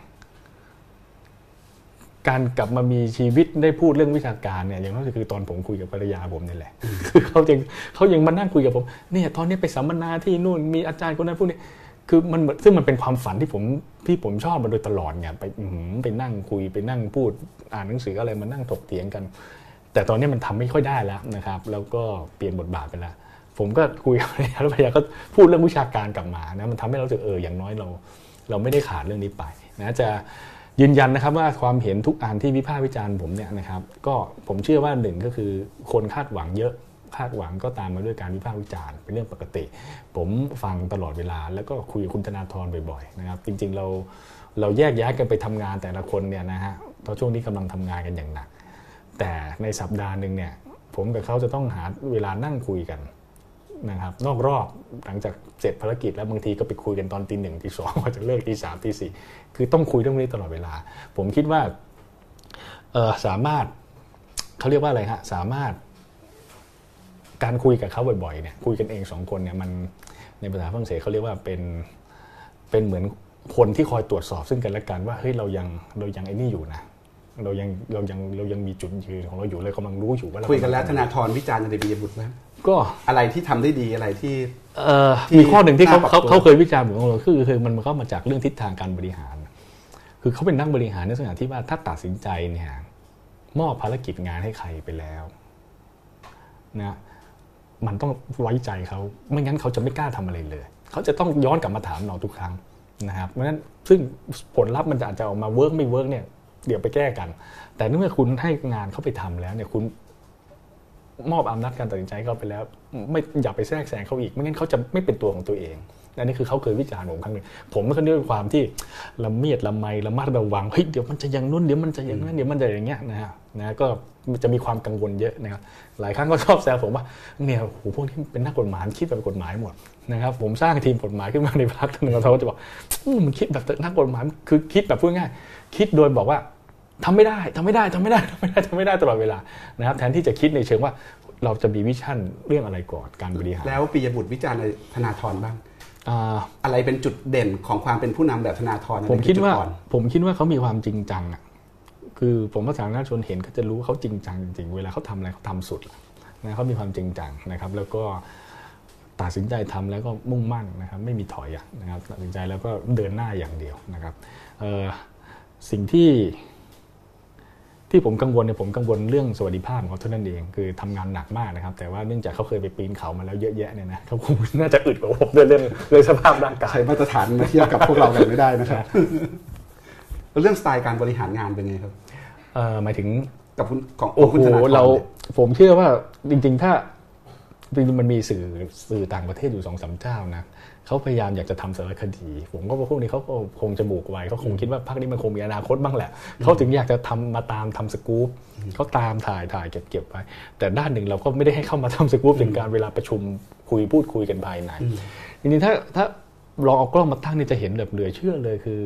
การกลับมามีชีวิตได้พูดเรื่องวิชาการเนี่ยอย่างน้อยคือตอนผมคุยกับภรรยาผมนี่แหละคือเขายังมานั่งคุยกับผมเนี่ยตอนนี้ไปสัมมนาที่นู่นมีอาจารย์คนนั้นพูดนี่คือมันซึ่งมันเป็นความฝันที่ผมชอบมาโดยตลอดไงไปนั่งคุยไปนั่งพูดอ่านหนังสืออะไรมานั่งถกเถียงกันแต่ตอนนี้มันทำไม่ค่อยได้แล้วนะครับแล้วก็เปลี่ยนบทบาทไปแล้วผมก็คุยกับภรรยาแล้วภรรยาก็พูดเรื่องวิชาการกลับมานะมันทำให้เรารู้สึกอย่างน้อยเราไม่ได้ขาดเรื่องนี้ไปนะจะยืนยันนะครับว่าความเห็นทุกอันที่วิพากษ์วิจารณ์ผมเนี่ยนะครับก็ผมเชื่อว่าหนึ่งก็คือคนคาดหวังเยอะคาดหวังก็ตามมาด้วยการวิพากษ์วิจารณ์เป็นเรื่องปกติผมฟังตลอดเวลาแล้วก็คุยกับคุณธนาธรบ่อยๆนะครับจริงๆเราแยกย้ายกันไปทำงานแต่ละคนเนี่ยนะฮะตอนช่วงนี้กำลังทำงานกันอย่างหนักแต่ในสัปดาห์นึงเนี่ยผมกับเขาจะต้องหาเวลานั่งคุยกันนะครับนอกรอบหลังจากเสร็จภารกิจแล้วบางทีก็ไปคุยกันตอนตี 1 ตี 2ว่าจะเลิกตี 3 ตี 4คือต้องคุยเรื่องนี้ตลอดเวลาผมคิดว่าสามารถเขาเรียกว่าอะไรฮะสามารถการคุยกับเขาบ่อยๆเนี่ยคุยกันเอง2คนเนี่ยมันในภาษาฝรั่งเศสเขาเรียกว่าเป็นเหมือนคนที่คอยตรวจสอบซึ่งกันและกันว่าเฮ้ยเรายังไอ้นี่อยู่นะเรายังมีจุดยืนของเราอยู่เลยกำลังรู้อยู่ว่าคุยกันแล้วธนาธรวิจารณ์ในปิยบุตรไหมก็อะไรที่ทำได้ดีอะไรที่มีข้อหนึ่งที่เขาเคยวิจารณ์ผมคือมันก็มาจากเรื่องทิศทางการบริหารคือเขาเป็นนักบริหารในลักษณะที่ว่าถ้าตัดสินใจเนี่ยมอบภารกิจงานให้ใครไปแล้วนะมันต้องไว้ใจเขาไม่งั้นเขาจะไม่กล้าทำอะไรเลยเขาจะต้องย้อนกลับมาถามเราทุกครั้งนะครับเพราะฉะนั้นซึ่งผลลัพธ์มันอาจจะออกมาเวิร์กไม่เวิร์กเนี่ยเดี๋ยวไปแก้กันแต่เมื่อคุณให้งานเขาไปทำแล้วเนี่ยคุณมอบอำนาจการตัดสินใจเขาไปแล้วไม่อย่าไปแทรกแซงเขาอีกไม่งั้นเขาจะไม่เป็นตัวของตัวเองอันนี้คือเขาเคยวิจารณ์ผมครั้งนึงผมก็ด้วยความที่ละเมียดละไมระมัดระวังเฮ้ยเดี๋ยวมันจะอย่างนู้นเดี๋ยวมันจะอย่างนั้นเดี๋ยวมันจะอย่างเงี้ยนะก็จะมีความกังวลเยอะนะครับหลายครั้งก็ชอบแซวผมว่าเนี่ยโหพวกที่เป็นนักกฎหมายคิดแบบกฎหมายหมดนะครับผมสร้างทีมกฎหมายขึ้นมาในพรรคนึงเขาจะบอกมันคิดแบบนักกฎหมายคือคิดแบบพูดง่ายคิดโดยบอกว่าทำไม่ได้ตลอดเวลานะครับแทนที่จะคิดในเชิงว่าเราจะมีวิชั่นเรื่องอะไรก่อนการบริหารแล้วปิยบุตรวิจารณ์ในธนาธรบ้างอะไรเป็นจุดเด่นของความเป็นผู้นำแบบธนาธรผมคิดว่าเขามีความจริงจังอ่ะคือผมว่าสาธารณชนเห็นก็จะรู้ว่าเขาจริงจังจริงๆเวลาเขาทำอะไรเขาทำสุดนะเขามีความจริงจังนะครับแล้วก็ตัดสินใจทำแล้วก็มุ่งมั่นนะครับไม่มีถอยนะครับตัดสินใจแล้วก็เดินหน้าอย่างเดียวนะครับสิ่งที่ผมกังวลเนี่ยผมกังวลเรื่องสวัสดิภาพของเขาเท่านั้นเองคือทำงานหนักมากนะครับแต่ว่าเนื่องจากเขาเคยไปปีนเขามาแล้วเยอะแยะเนี่ยนะเขาคงน่าจะอึดกว่าผมด้วยเรื่องสภาพร่างกายมาตรฐานมาเทียบกับพวกเรากันไม่ได้นะครับเรื่องสไตล์การบริหารงานเป็นไงครับหมายถึงกับของคุณธนาธรผมเชื่อว่าจริงๆถ้าจริงๆมันมีสื่อต่างประเทศอยู่ 2-3 เจ้านะเขาพยายามอยากจะทำสารคดีผมก็ว่าพวกนี้เขาคงจะบุกไว้เขาคงคิดว่าพรรคนี้มันคงมีอนาคตบ้างแหละเขาถึงอยากจะทำสกู๊ปเขาตามถ่ายเก็บไว้แต่ด้านหนึ่งเราก็ไม่ได้ให้เข้ามาทำสกู๊ปถึงการเวลาประชุมพูดคุยกันภายในทีนี้ถ้าลองเอากล้องมาตั้งนี่จะเห็นแบบเหลือเชื่อเลยคือ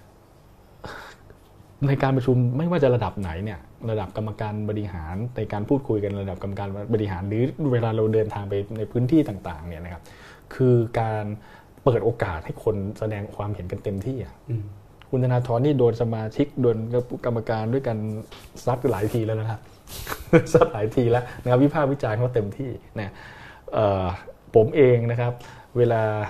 ในการประชุมไม่ว่าจะระดับไหนเนี่ยระดับกรรมการบริหารในการพูดคุยกันระดับกรรมการบริหารหรือเวลาเราเดินทางไปในพื้นที่ต่างๆเนี่ยนะครับคือการเปิดโอกาสให้คนแสดงความเห็นกันเต็มที่คุณธนาธรนี่โดนสมาชิกโดนกรรมการด้วยกันซัดหลายทีแล้วนะครับซัดหลายทีแล้วนะครับวิพากษ์วิจารณ์เขาเต็มที่นะผมเองนะครับเวลา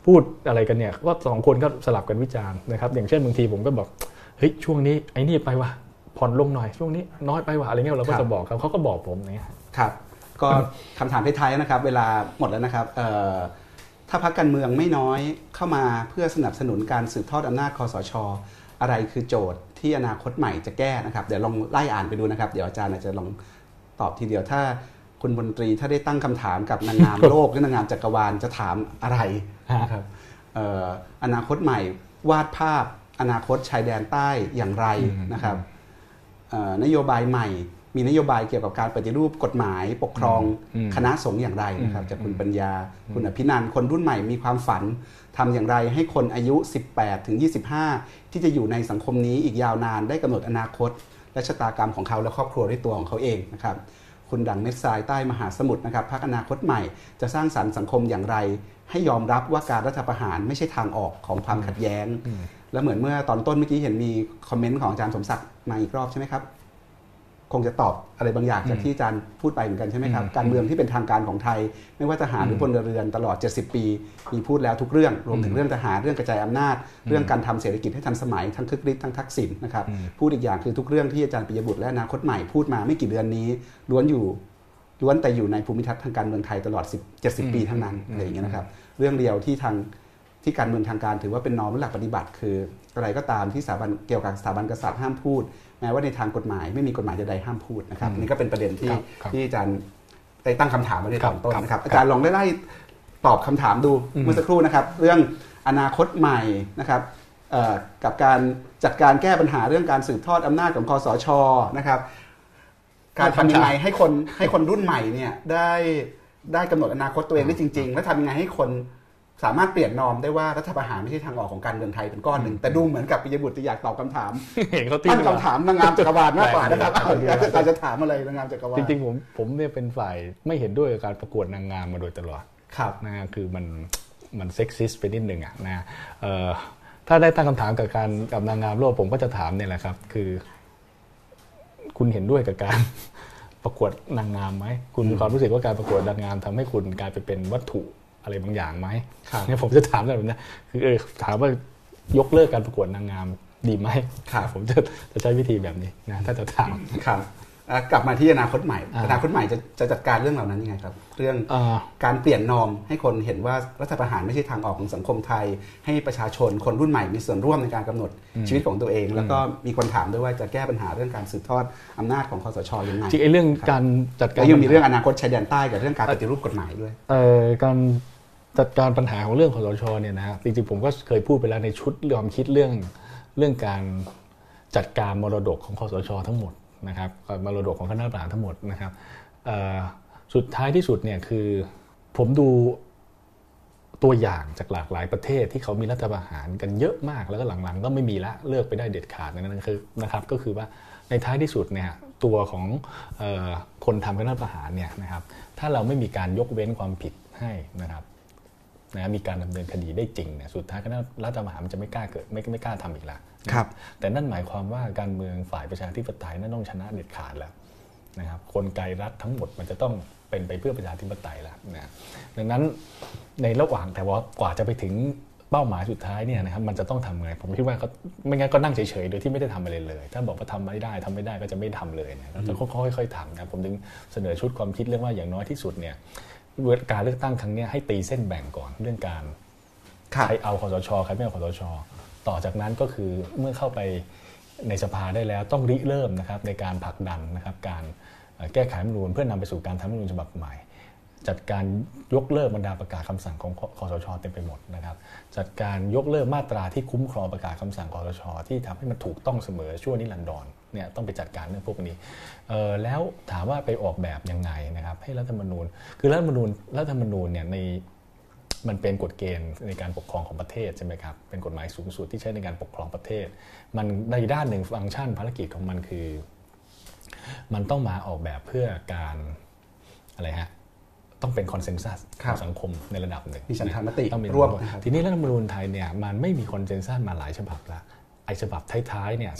พูดอะไรกันเนี่ยก็สองคนก็สลับกันวิจารณ์นะครับอย่างเช่นบางทีผมก็บอกเฮ้ยช่วงนี้ไอ้นี่ไปว่ะผ่อนลงหน่อยช่วงนี้น้อยไปว่ะอะไรเงี้ยเราก็จะบอกเขาก็บอกผมเนี่ยครับก็คำถามท้ายๆนะครับเวลาหมดแล้วนะครับถ้าพรรคการเมืองไม่น้อยเข้ามาเพื่อสนับสนุนการสืบทอดอำนาจคสช.อะไรคือโจทย์ที่อนาคตใหม่จะแก้นะครับเดี๋ยวลองไล่อ่านไปดูนะครับเดี๋ยวอาจารย์อาจจะลองตอบทีเดียวถ้าคุณมนตรีถ้าได้ตั้งคำถามกับนางงามโลกหรือนางงามจักรวาลจะถามอะไรนะครับอนาคตใหม่วาดภาพอนาคตชายแดนใต้อย่างไรนะครับนโยบายใหม่มีนโยบายเกี่ยวกับการปฏิรูปกฎหมายปกครองคณะสงฆ์อย่างไรนะครับจากคุณปัญญาคุณอภินันท์คนรุ่นใหม่มีความฝันทำอย่างไรให้คนอายุ18ถึง25ที่จะอยู่ในสังคมนี้อีกยาวนานได้กำหนดอนาคตและชะตากรรมของเขาและครอบครัวด้วยตัวของเขาเองนะครับคุณดังเม็ดทรายใต้มหาสมุทรนะครับพรรคอนาคตใหม่จะสร้างสรรค์สังคมอย่างไรให้ยอมรับว่าการรัฐประหารไม่ใช่ทางออกของความขัดแย้งและเหมือนเมื่อตอนต้นเมื่อกี้เห็นมีคอมเมนต์ของอาจารย์สมศักดิ์มาอีกรอบใช่ไหมครับคงจะตอบอะไรบางอย่างจากที่อาจารย์พูดไปเหมือนกันใช่ไหมครับการเมืองที่เป็นทางการของไทยไม่ว่าทหารหรือพลเรือนตลอด70ปีมีพูดแล้วทุกเรื่องรวมถึงเรื่องทหารเรื่องกระจายอำนาจเรื่องการทำเศรษฐกิจให้ทันสมัยทั้งคึกฤทธิ์ทั้งทักษิณนะครับพูดอีกอย่างคือทุกเรื่องที่อาจารย์ปิยบุตรและอนาคตใหม่พูดมาไม่กี่เดือนนี้ล้วนแต่อยู่ในภูมิทัศน์ทางการเมืองไทยตลอด70ปีทั้งนั้นอะไรอย่างเงี้ยนะครับเรื่องเดียวที่การเมืองทางการถือว่าเป็นนอร์มหลักปฏิบัติคืออะไรก็ตามที่เกี่ยวกับสถาบันกษัตริย์ห้ามพูดแม้ว่าในทางกฎหมายไม่มีกฎหมายใดๆห้ามพูดนะครับนี่ก็เป็นประเด็นที่อาจารย์ได้ตั้งคำถามไว้ในตอนต้นนะครับอาจารย์ลองได้ตอบคำถามดูเมื่อสักครู่นะครับเรื่องอนาคตใหม่นะครับกับการจัดการแก้ปัญหาเรื่องการสืบทอดอำนาจของคสช.นะครับการทำยังไงให้คนรุ่นใหม่เนี่ยได้กำหนดอนาคตตัวเองได้จริงๆและทำยังไงให้คนสามารถเปลี่ยนนอมได้ว่ารัฐประหารไม่ใช่ทางออกของการเมืองไทยเป็นก้อนหนึ่งแต่ดูเหมือนกับปิยบุตรจะอยากตอบคำถามตั้งคำถามนางงามจักรวาลมากกว่านะครับอาจจะถามอะไรนางงามจักรวาลจริงๆผมเนี่ยเป็นฝ่ายไม่เห็นด้วยกับการประกวดนางงามมาโดยตลอดนะคือมันเซ็กซิสต์ไปนิดนึงอ่ะนะถ้าได้ตั้งคำถามกับนางงามโลกผมก็จะถามเนี่ยแหละครับคือคุณเห็นด้วยกับการประกวดนางงามไหมคุณมีความรู้สึกว่าการประกวดนางงามทำให้คุณกลายไปเป็นวัตถุอะไรบางอย่างไหมเนี่ยผมจะถามแบบนี้คือถามว่ายกเลิกการประกวดนางงามดีไหมผมจะใช้วิธีแบบนี้นะถ้าจะถามครับกลับมาที่อนาคตใหม่อนาคตใหม่จะจัดการเรื่องเหล่านั้นยังไงครับเรื่องการเปลี่ยนนอมให้คนเห็นว่ารัฐประหารไม่ใช่ทางออกของสังคมไทยให้ประชาชนคนรุ่นใหม่มีส่วนร่วมในการกำหนดชีวิตของตัวเองแล้วก็มีคนถามด้วยว่าจะแก้ปัญหาเรื่องการสืบทอดอำนาจของคสช.ยังไงจริงเรื่องการจัดการยังมีเรื่องอนาคตชายแดนใต้กับเรื่องการปฏิรูปกฎหมายด้วยการจัดการปัญหาของเรื่องคสช.เนี่ยนะจริงๆผมก็เคยพูดไปแล้วในชุดความคิดเรื่องการจัดการมรดกของคสช.ทั้งหมดนะครับมรดกของคณะรัฐประหารทั้งหมดนะครับสุดท้ายที่สุดเนี่ยคือผมดูตัวอย่างจากหลากหลายประเทศที่เขามีรัฐประหารกันเยอะมากแล้วก็หลังๆก็ไม่มีละเลิกไปได้เด็ดขาดนั่นคือนะครับก็คือว่าในท้ายที่สุดเนี่ยตัวของคนทำคณะรัฐประหารเนี่ยนะครับถ้าเราไม่มีการยกเว้นความผิดให้นะครับมีการดำเนินคดีได้จริงเนี่ยสุดท้ายคณะรัฐประหารมันจะไม่กล้าเกิดไม่กล้าทำอีกแล้วแต่นั่นหมายความว่าการเมืองฝ่ายประชาธิปไตยนั่นต้องชนะเด็ดขาดแล้วนะครับกลไกรัฐทั้งหมดมันจะต้องเป็นไปเพื่อประชาธิปไตยแล้วนะดังนั้นในระหว่างแต่ว่ากว่าจะไปถึงเป้าหมายสุดท้ายเนี่ยนะครับมันจะต้องทำไงผมคิดว่าไม่งั้นก็นั่งเฉยๆโดยที่ไม่ได้ทำอะไรเลยถ้าบอกว่าทำไม่ได้ก็จะไม่ทำเลยนะเราจะค่อยๆทำนะผมถึงเสนอชุดความคิดเรื่องว่าอย่างน้อยที่สุดเนี่ยการเลือกตั้งครั้งนี้ให้ตีเส้นแบ่งก่อนเรื่องการใครเอาคสช.ใครไม่เอาคสช.ต่อจากนั้นก็คือเมื่อเข้าไปในสภาได้แล้วต้องริเริ่มนะครับในการผลักดันนะครับการแก้ไขรัฐธรรมนูญเพื่อนำไปสู่การทำรัฐธรรมนูญฉบับใหม่จัดการยกเลิกบรรดาประกาศคำสั่งของคสช.เต็มไปหมดนะครับจัดการยกเลิกมาตราที่คุ้มครองประกาศคำสั่งคสช.ที่ทำให้มันถูกต้องเสมอชั่วนิรันดรเนี่ยต้องไปจัดการเรื่องพวกนี้แล้วถามว่าไปออกแบบยังไงนะครับให้รัฐธรรมนูญคือรัฐธรรมนูญเนี่ยในมันเป็นกฎเกณฑ์ในการปกครองของประเทศใช่ไหมครับเป็นกฎหมายสูงสุดที่ใช้ในการปกครองประเทศมันในด้านหนึ่งฟังก์ชันภารกิจของมันคือมันต้องมาออกแบบเพื่อการอะไรฮะต้องเป็นคอนเซนแซสของสังคมในระดับหนึ่งมีฉันทามติต้องมีร่วมทีนี้รัฐธรรมนูญไทยเนี่ยมันไม่มีคอนเซนแซสมาหลายฉบับแล้วไอ้ฉบับท้ายๆเนี่ย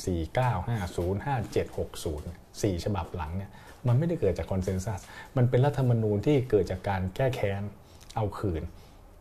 49505760 4ฉบับหลังเนี่ยมันไม่ได้เกิดจากคอนเซนแซสมันเป็นรัฐธรรมนูญที่เกิดจากการแก้แค้นเอาคืน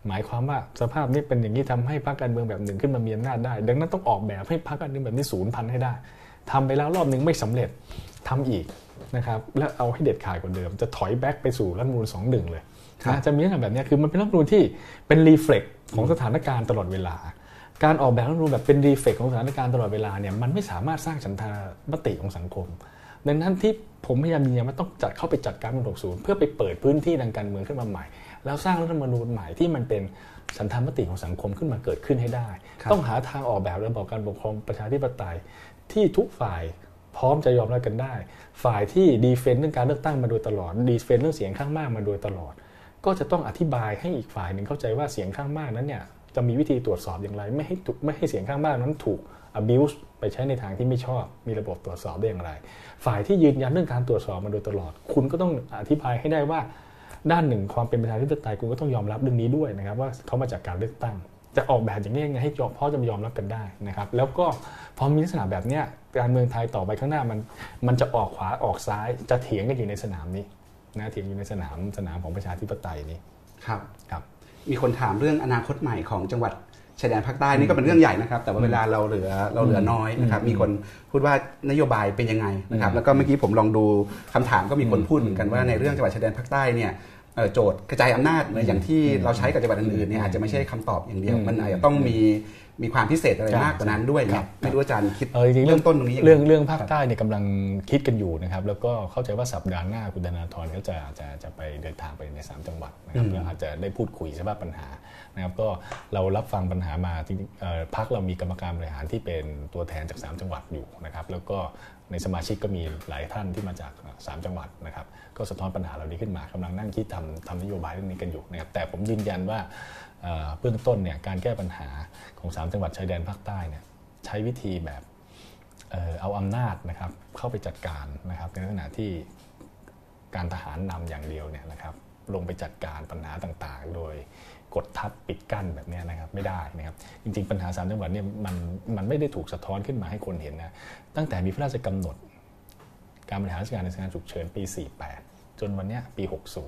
หมายความว่าสภาพนี้เป็นอย่างนี้ทำให้พรรคการเมืองแบบหนึ่งขึ้นมามีอำนาจได้ดังนั้นต้องออกแบบให้พรรคการเมืองแบบนี้สูญพันธุ์ให้ได้ทำไปแล้วรอบนึงไม่สำเร็จทำอีกนะครับแล้วเอาให้เด็ดขาดกว่าเดิมจะถอยแบ็กไปสู่รัฐธรรมนูญ21เลยนะจะมีอะไรแบบนี้คือมันเป็นรัฐธรรมนูญที่เป็นรีเฟล็กของสถานการณ์ตลอดเวลาการออกแบบรัฐธรรมนูญแบบเป็นรีเฟล็กของสถานการณ์ตลอดเวลาเนี่ยมันไม่สามารถสร้างฉันทามติของสังคมดังนั้นที่ผมพยายามยืนยันว่าต้องเข้าไปจัดการรัฐธรรมนูญ60เพื่อไปเปิดพื้นที่ทางการเมืองขึ้นมาใหม่แล้วสร้างรัฐธรรมนูญใหม่ที่มันเป็นฉันทามติของสังคมขึ้นมาเกิดขึ้นให้ได้ต้องหาทางออกแบบระบอบการปกครองประชาธิปไตยที่ทุกฝ่ายพร้อมจะยอมรับกันได้ฝ่ายที่ดีเฟนต์เรื่องการเลือกตั้งมาโดยตลอดดีเฟนต์เรื่องเสียงข้างมากมาโดยตลอดก็จะต้องอธิบายให้อีกฝ่ายหนึ่งเข้าใจว่าเสียงข้างมากนั้นเนี่ยจะมีวิธีตรวจสอบอย่างไรไม่ให้เสียงข้างมากนั้นถูก abuse ไปใช้ในทางที่ไม่ชอบมีระบบตรวจสอบได้อย่างไรฝ่ายที่ยืนยันเรื่องการตรวจสอบมาโดยตลอดคุณก็ต้องอธิบายให้ได้ว่าด้านหนึ่งความเป็นประชาธิปไตยคุณก็ต้องยอมรับเรื่องนี้ด้วยนะครับว่าเขามาจากการเลือกตั้งจะออกแบบอย่างนี้ยังไงให้พ่อจะยอมรับกันได้นะครับแล้วก็พอมีลักษณะแบบนี้การเมืองไทยต่อไปข้างหน้ามันจะออกขวาออกซ้ายจะเถียงกันอยู่ในสนามนี้นะเถียงอยู่ในสนามของประชาธิปไตยนี้ครับมีคนถามเรื่องอนาคตใหม่ของจังหวัดชายแดนภาคใต้นี่ก็เป็นเรื่องใหญ่นะครับแต่ว่าเวลาเราเหลือน้อยนะครับมีคนพูดว่านโยบายเป็นยังไงนะครับแล้วก็เมื่อกี้ผมลองดูคำถามก็มีคนพูดเหมือนกันว่าในเรื่องจังหวัดชายแดนภาคใต้เนี่ยโจทย์กระจายอำนาจอย่างที่เราใช้กับจังหวัดอื่นๆเนี่ยอาจจะไม่ใช่คำตอบอย่างเดียวมันอาจจะต้องมีความพิเศษอะไรมากกว่านั้นด้วยไม่รู้อาจารย์คิดเรื่องต้นตรงนี้เรื่องภาคใต้เนี่ยกำลังคิดกันอยู่นะครับแล้วก็เข้าใจว่าสัปดาห์หน้าคุณธนาธรก็จะไปเดินทางไปใน3จังหวัดนะครับแล้วอาจจะได้พูดคุยสภาพปัญหานะครับก็เรารับฟังปัญหามาจริงๆพรรคเรามีกรรมการบริหารที่เป็นตัวแทนจาก3จังหวัดอยู่นะครับแล้วก็ในสมาชิกก็มีหลายท่านที่มาจาก3จังหวัดนะครับก็สะท้อนปัญหาเหล่านี้ขึ้นมากำลังนั่งคิดทำนโยบายเรื่องนี้กันอยู่นะครับแต่ผมยืนยันว่าเบื้องต้นเนี่ยการแก้ปัญหาของ3จังหวัดชายแดนภาคใต้เนี่ยใช้วิธีแบบเอาอำนาจนะครับเข้าไปจัดการนะครับในขณะที่การทหารนำอย่างเดียวเนี่ยนะครับลงไปจัดการปัญหาต่างๆโดยกดทับปิดกั้นแบบนี้นะครับไม่ได้นะครับจริงๆปัญหา3จังหวัดเนี่ยมันไม่ได้ถูกสะท้อนขึ้นมาให้คนเห็นนะตั้งแต่มีพระราชกำหนดการบริหารราชการในสถานการณ์ฉุกเฉินปี48จนวันนี้ปี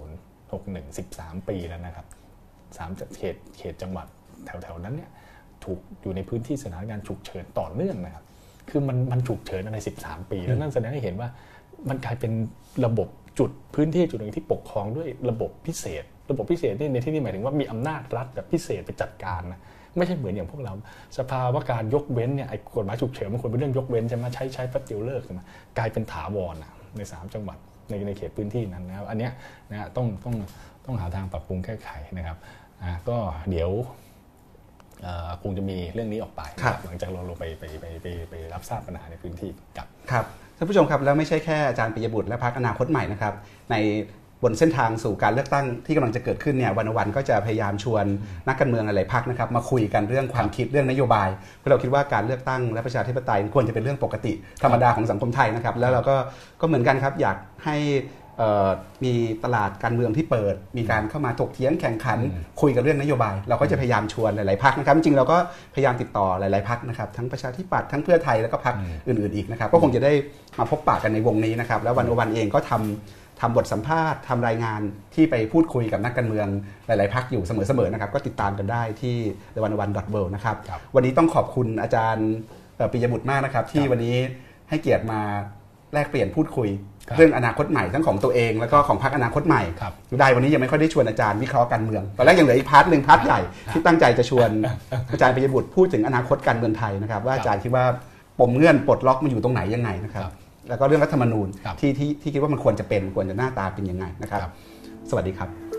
60 61 13ปีแล้วนะครับ3เขตจังหวัดแถวๆนั้นเนี่ยถูกอยู่ในพื้นที่สถานการณ์ฉุกเฉินต่อเนื่องนะครับคือมันฉุกเฉินใน13ปีแล้วนั่นแสดงให้เห็นว่ามันกลายเป็นระบบจุดพื้นที่จุดหนึ่งที่ปกครองด้วยระบบพิเศษนี่ในที่นี้หมายถึงว่ามีอำนาจรัฐแบบพิเศษไปจัดการนะไม่ใช่เหมือนอย่างพวกเราสภาวะการยกเว้นเนี่ยไอ้กฎหมายฉุกเฉินมันควรเป็นเรื่องยกเว้นใช่ไหมใช้แป๊บเดียวเลิกใช่ไหมกลายเป็นถาวรใน3จังหวัดในเขตพื้นที่นั้นนะครับอันเนี้ยนะต้องหาทางปรับปรุงแก้ไขนะครับก็เดี๋ยวคงจะมีเรื่องนี้ออกไปหลังจากเราลงไปรับทราบปัญหาในพื้นที่ครับท่านผู้ชมครับแล้วไม่ใช่แค่อาจารย์ปิยบุตรและพรรคอนาคตใหม่นะครับในบนเส้นทางสู่การเลือกตั้งที่กำลังจะเกิดขึ้นเนี่ยวันก็จะพยายามชวนนักการเมืองหลายพรรคนะครับมาคุยกันเรื่องความคิดเรื่องนโยบายเพราะเราคิดว่าการเลือกตั้งและประชาธิปไตยควรจะเป็นเรื่องปกติธรรมดาของสังคมไทยนะครับแล้วเราก็เหมือนกันครับอยากให้มีตลาดการเมืองที่เปิดมีการเข้ามาถกเถียงแข่งขันคุยกันเรื่องนโยบายเราก็จะพยายามชวนหลายๆพรรคนะครับจริงๆเราก็พยายามติดต่อหลายๆพรรคนะครับทั้งประชาธิปัตย์ทั้งเพื่อไทยแล้วก็พรรคอื่นๆอีกนะครับก็คงจะได้มาพบปะกันในวงนี้นะครับแล้ววันเองก็ทำบทสัมภาษณ์ทำรายงานที่ไปพูดคุยกับนักการเมืองหลายๆพรรคอยู่เสมอๆนะครับก็ติดตามกันได้ที่ theoneone.world นะครับวันนี้ต้องขอบคุณอาจารย์ปิยบุตรมากนะครับที่วันนี้ให้เกียรติมาแลกเปลี่ยนพูดคุยเรื่องอนาคตใหม่ทั้งของตัวเองแล้วก็ของพรรคอนาคตใหม่ได้วันนี้ยังไม่ค่อยได้ชวนอาจารย์วิเคราะห์การเมืองตอนแรกยังเหลืออีกพาร์ทนึงพาร์ทใหญ่ที่ตั้งใจจะชวนอาจารย์ปิยบุตรพูดถึงอนาคตการเมืองไทยนะครับว่าอาจารย์คิดว่าปมเงื่อนปลดล็อกมันอยู่ตรงไหนยังไงนะครับแล้วก็เรื่องรัฐธรรมนูญที่คิดว่ามันควรจะหน้าตาเป็นยังไงนะครับสวัสดีครับ